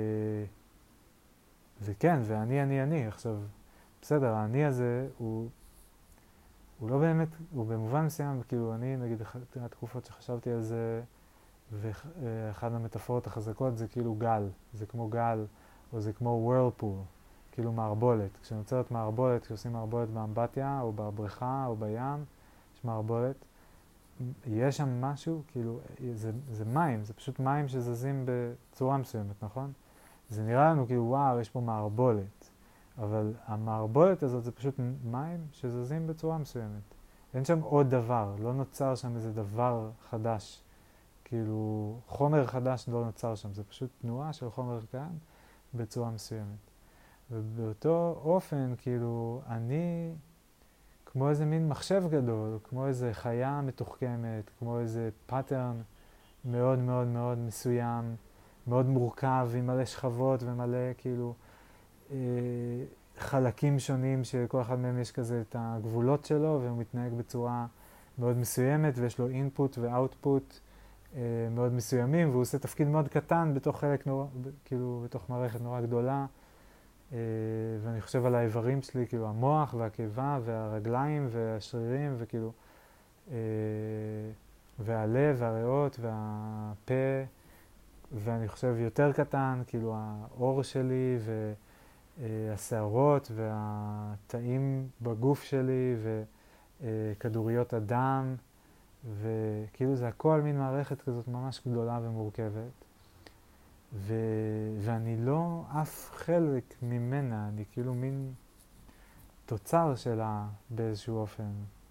Speaker 1: וכן, ואני, אני, אני. עכשיו, בסדר, האני הזה הוא, הוא לא באמת, הוא במובן מסוים, כאילו אני, נגיד, התקופות שחשבתי על זה, ואחד המטאפורות החזקות זה כאילו גל. זה כמו גל, או זה כמו whirlpool, כאילו מערבולת. כשנוצרת מערבולת, כשעושים מערבולת באמבטיה, או בבריכה, או בים, יש מערבולת. יש שם משהו, כאילו, זה, זה מים, זה פשוט מים שזזים בצורה מסוימת, נכון? זה נראה לנו כאילו, וואו, יש פה מערבולת. אבל המערבולת הזאת זה פשוט מים שזזים בצורה מסוימת. אין שם עוד דבר, לא נוצר שם איזה דבר חדש. כאילו, חומר חדש לא נוצר שם, זה פשוט תנועה של חומר כאן בצורה מסוימת. ובאותו אופן, כאילו, אני כמו איזה מין מחשב גדול, כמו איזה חיה מתוחכמת, כמו איזה פאטרן מאוד מאוד מאוד מסוים, מאוד מורכב, עם מלא שכבות ומלא כאילו אה, חלקים שונים שכל אחד מהם יש כזה את הגבולות שלו, והוא מתנהג בצורה מאוד מסוימת, ויש לו אינפוט ואוטפוט אה, מאוד מסוימים, והוא עושה תפקיד מאוד קטן בתוך חלק נורא, כאילו בתוך מערכת נורא גדולה. Uh, ואני חושב על האיברים שלי, כאילו המוח והקיבה והרגליים והשרירים וכאילו uh, והלב והריאות והפה, ואני חושב יותר קטן, כאילו האור שלי והשערות והתאים בגוף שלי וכדוריות הדם, וכאילו זה הכל מין מערכת כזאת ממש גדולה ומורכבת. ו... ואני לא אף חלק ממנה, אני כאילו מין תוצר שלה באיזשהו אופן.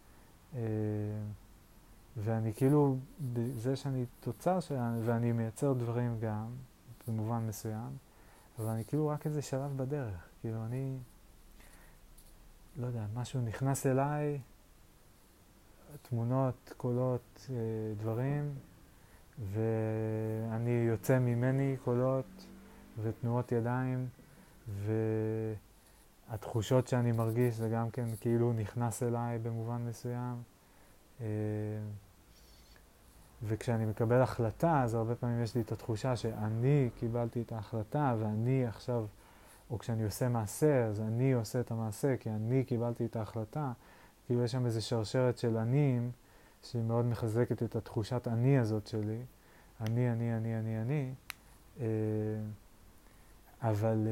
Speaker 1: ואני כאילו, זה שאני תוצר שלה, ואני מייצר דברים גם, במובן מסוים, אבל אני כאילו רק איזה שלב בדרך. כאילו אני, לא יודע, משהו נכנס אליי, תמונות, קולות, דברים, ואני יוצא ממני קולות ותנועות ידיים, והתחושות שאני מרגיש זה גם כן כאילו נכנס אליי במובן מסוים. וכשאני מקבל החלטה, אז הרבה פעמים יש לי את התחושה שאני קיבלתי את ההחלטה, ואני עכשיו, או כשאני עושה מעשה, אז אני עושה את המעשה, כי אני קיבלתי את ההחלטה. כאילו יש שם איזו שרשרת של אנים, שהיא מאוד מחזקת את התחושת אני הזאת שלי. אני, אני, אני, אני, אני. אבל,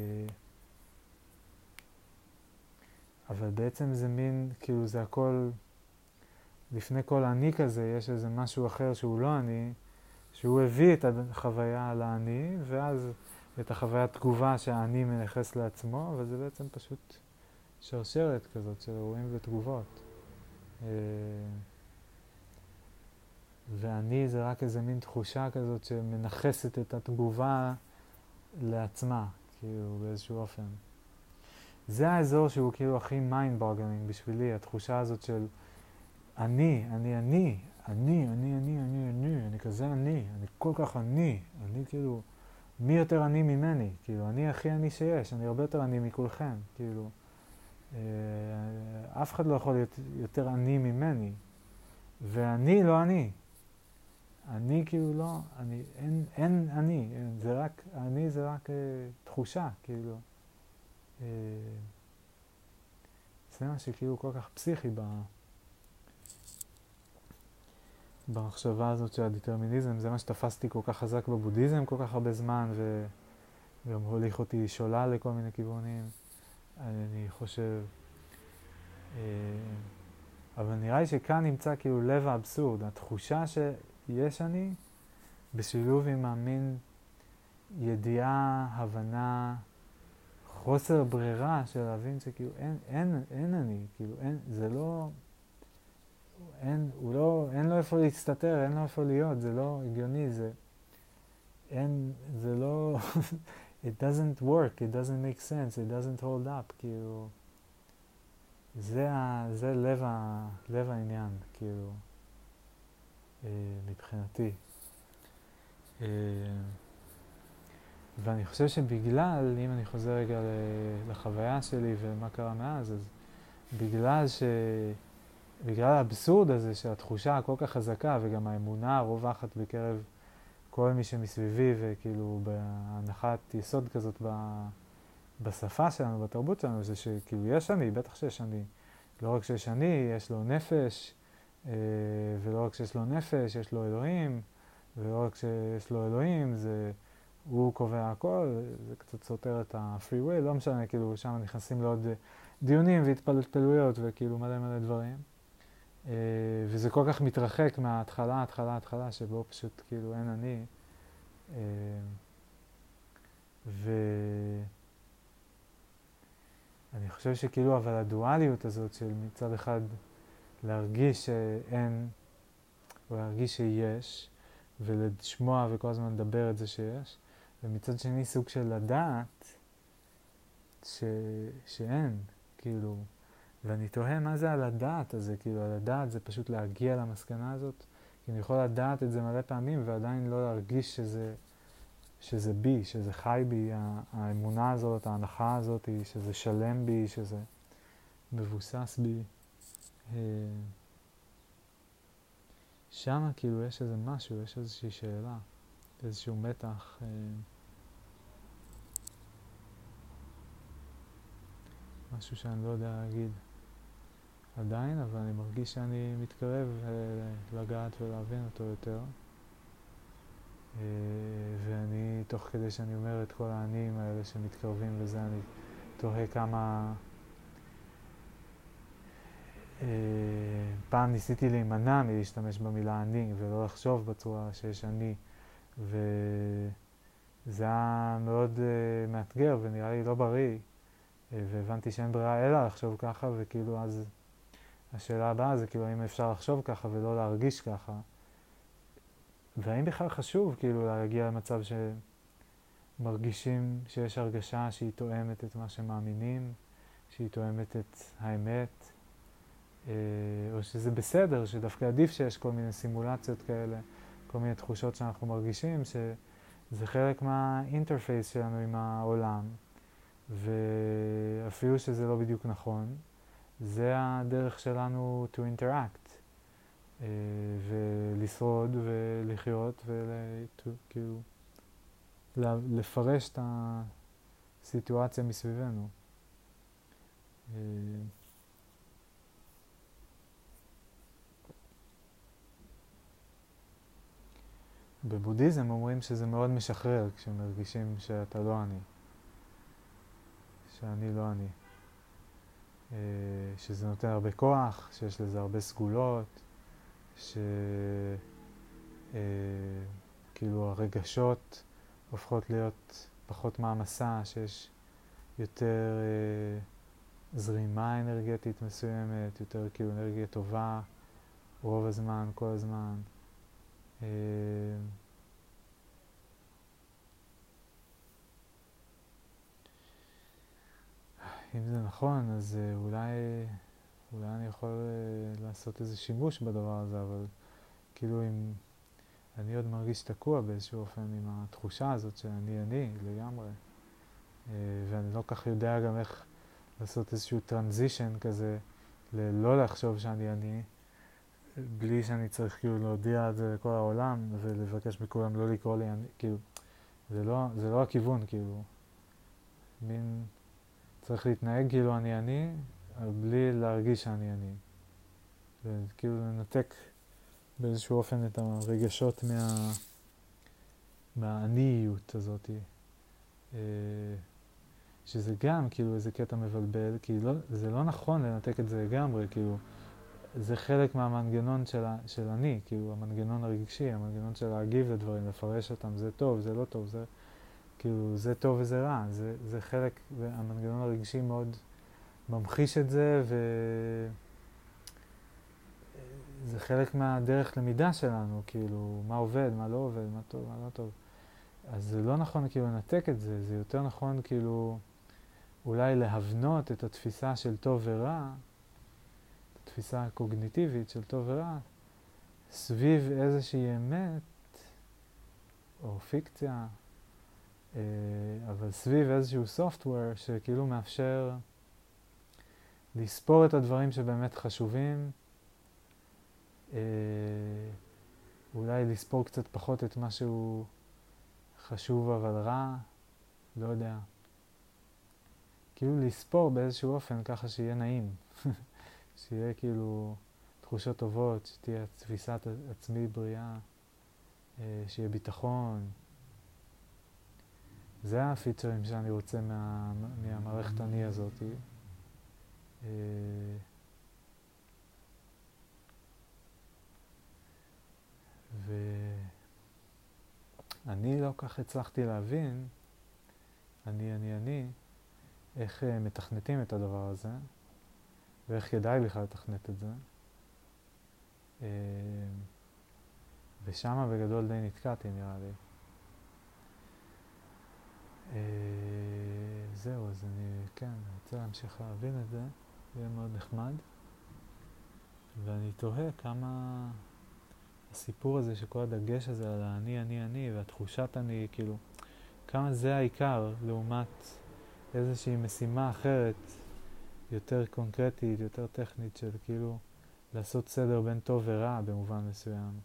Speaker 1: אבל בעצם זה מין, כאילו זה הכל, לפני כל אני כזה, יש איזה משהו אחר שהוא לא אני, שהוא הביא את החוויה לאני, ואז את החוויית תגובה שהאני מייחס לעצמו, אבל זה בעצם פשוט שרשרת כזאת של אירועים ותגובות. ואני זה רק איזה מין תחושה כזאת שמנחסת את התגובה לעצמה, כאילו באיזשהו אופן. זה האזור שהוא כאילו הכי mind boggling בשבילי, התחושה הזאת של אני, אני, אני, אני, אני, אני, אני, אני, אני כזה אני, אני כל כך אני, אני כאילו, מי יותר אני ממני? כאילו, אני הכי אני שיש, אני הרבה יותר אני מכולכם, כאילו, אה, אף אחד לא יכול להיות יותר אני ממני, ואני לא אני. אני כאילו לא, אני, אין, אין אני, אין, זה רק, אני זה רק אה, תחושה, כאילו. אה, זה מה שכאילו כל כך פסיכי ב... במחשבה הזאת של הדטרמיניזם, זה מה שתפסתי כל כך חזק בבודהיזם כל כך הרבה זמן, וגם הוליך אותי שולל לכל מיני כיוונים, אני חושב. אה, אבל נראה לי שכאן נמצא כאילו לב האבסורד, התחושה שיש אני בשילוב עם המין ידיעה, הבנה, חוסר ברירה של להבין שכאילו אין, אין, אין אני, כאילו אין, זה לא, אין, הוא לא, אין לו איפה להסתתר, אין לו איפה להיות, זה לא הגיוני, זה, אין, זה לא, it doesn't work, it doesn't make sense, it doesn't hold up, כאילו, זה, ה, זה לב, ה, לב העניין, כאילו, אה, מבחינתי. אה, ואני חושב שבגלל, אם אני חוזר רגע לחוויה שלי ומה קרה מאז, אז בגלל ש... בגלל האבסורד הזה שהתחושה כל כך חזקה וגם האמונה הרווחת בקרב כל מי שמסביבי וכאילו בהנחת יסוד כזאת ב... בשפה שלנו, בתרבות שלנו, זה שכאילו יש אני, בטח שיש אני. לא רק שיש אני, יש לו נפש, ולא רק שיש לו נפש, יש לו אלוהים, ולא רק שיש לו אלוהים, זה... הוא קובע הכל, זה קצת סותר את ה-free will, לא משנה, כאילו שם נכנסים לעוד דיונים והתפלפלויות וכאילו מלא מלא דברים. וזה כל כך מתרחק מההתחלה, התחלה, התחלה, שבו פשוט כאילו אין אני. ואני חושב שכאילו, אבל הדואליות הזאת של מצד אחד להרגיש שאין, או להרגיש שיש, ולשמוע וכל הזמן לדבר את זה שיש, ומצד שני סוג של לדעת ש... שאין, כאילו, ואני תוהה מה זה הלדעת הזה, כאילו הלדעת זה פשוט להגיע למסקנה הזאת, כי אני יכול לדעת את זה מלא פעמים ועדיין לא להרגיש שזה, שזה בי, שזה חי בי, האמונה הזאת, ההנחה הזאת, שזה שלם בי, שזה מבוסס בי. שמה כאילו יש איזה משהו, יש איזושהי שאלה, איזשהו מתח. אה, משהו שאני לא יודע להגיד עדיין, אבל אני מרגיש שאני מתקרב אה, לגעת ולהבין אותו יותר. אה, ואני, תוך כדי שאני אומר את כל העניים האלה שמתקרבים וזה, אני תוהה כמה... Uh, פעם ניסיתי להימנע מלהשתמש במילה אני ולא לחשוב בצורה שיש אני, וזה היה מאוד uh, מאתגר ונראה לי לא בריא, uh, והבנתי שאין ברירה אלא לחשוב ככה, וכאילו אז השאלה הבאה זה כאילו האם אפשר לחשוב ככה ולא להרגיש ככה, והאם בכלל חשוב כאילו להגיע למצב שמרגישים שיש הרגשה שהיא תואמת את מה שמאמינים, שהיא תואמת את האמת, או שזה בסדר, שדווקא עדיף שיש כל מיני סימולציות כאלה, כל מיני תחושות שאנחנו מרגישים, שזה חלק מהאינטרפייס שלנו עם העולם, ואפילו שזה לא בדיוק נכון, זה הדרך שלנו to interact, ולשרוד ולחיות וכאילו לפרש את הסיטואציה מסביבנו. בבודהיזם אומרים שזה מאוד משחרר כשמרגישים שאתה לא אני, שאני לא אני, שזה נותן הרבה כוח, שיש לזה הרבה סגולות, שכאילו הרגשות הופכות להיות פחות מעמסה, שיש יותר זרימה אנרגטית מסוימת, יותר כאילו אנרגיה טובה רוב הזמן, כל הזמן. אם זה נכון, אז אולי, אולי אני יכול לעשות איזה שימוש בדבר הזה, אבל כאילו אם אני עוד מרגיש תקוע באיזשהו אופן עם התחושה הזאת שאני אני לגמרי, ואני לא כך יודע גם איך לעשות איזשהו טרנזישן כזה, ללא לחשוב שאני אני, בלי שאני צריך כאילו להודיע את זה לכל העולם ולבקש מכולם לא לקרוא לי אני, כאילו, זה לא, זה לא הכיוון, כאילו, מין, צריך להתנהג כאילו אני אני, בלי להרגיש שאני אני. וכאילו לנתק באיזשהו אופן את הרגשות מה, מהעניות הזאת. שזה גם כאילו איזה קטע מבלבל, כי לא, זה לא נכון לנתק את זה לגמרי, כאילו, זה חלק מהמנגנון של, של אני, כאילו המנגנון הרגשי, המנגנון של להגיב לדברים, לפרש אותם, זה טוב, זה לא טוב, זה כאילו זה טוב וזה רע, זה, זה חלק, והמנגנון הרגשי מאוד ממחיש את זה, וזה חלק מהדרך למידה שלנו, כאילו מה עובד, מה לא עובד, מה טוב, מה לא טוב. אז זה לא נכון כאילו לנתק את זה, זה יותר נכון כאילו אולי להבנות את התפיסה של טוב ורע, את התפיסה הקוגניטיבית של טוב ורע, סביב איזושהי אמת או פיקציה, אבל סביב איזשהו software שכאילו מאפשר לספור את הדברים שבאמת חשובים, אולי לספור קצת פחות את מה שהוא חשוב אבל רע, לא יודע. כאילו לספור באיזשהו אופן ככה שיהיה נעים, שיהיה כאילו תחושות טובות, שתהיה תפיסת עצמי בריאה, שיהיה ביטחון. זה הפיצ'רים שאני רוצה מה, מהמערכת אני הזאת. ואני לא כך הצלחתי להבין, אני, אני, אני, איך מתכנתים את הדבר הזה, ואיך כדאי בכלל לתכנת את זה. ושמה בגדול די נתקעתי נראה לי. זהו, אז אני, כן, אני רוצה להמשיך להבין את זה, זה יהיה מאוד נחמד. ואני תוהה כמה הסיפור הזה שכל הדגש הזה על האני, אני, אני, והתחושת אני, כאילו, כמה זה העיקר לעומת איזושהי משימה אחרת, יותר קונקרטית, יותר טכנית, של כאילו לעשות סדר בין טוב ורע במובן מסוים.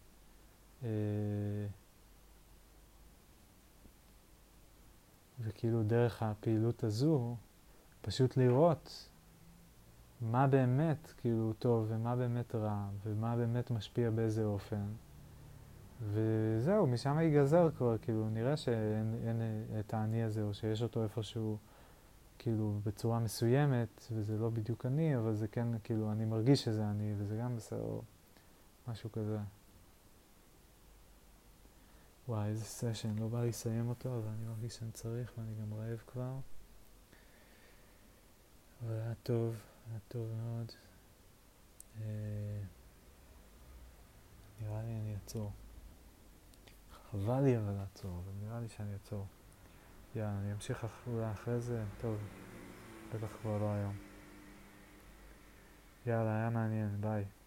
Speaker 1: וכאילו דרך הפעילות הזו, פשוט לראות מה באמת כאילו טוב ומה באמת רע, ומה באמת משפיע באיזה אופן. וזהו, משם ייגזר כבר, כאילו נראה שאין אין את האני הזה, או שיש אותו איפשהו כאילו בצורה מסוימת, וזה לא בדיוק אני, אבל זה כן כאילו, אני מרגיש שזה אני, וזה גם בסדר, או משהו כזה. וואי, איזה סשן, לא בא לי לסיים אותו, אבל אני מרגיש שאני צריך, ואני גם רעב כבר. אבל היה טוב, היה טוב מאוד. אה, נראה לי אני אעצור. חבל לי אבל לעצור, אבל נראה לי שאני אעצור. יאללה, אני אמשיך אולי אחרי זה, טוב, בטח כבר לא היום. יאללה, היה מעניין, ביי.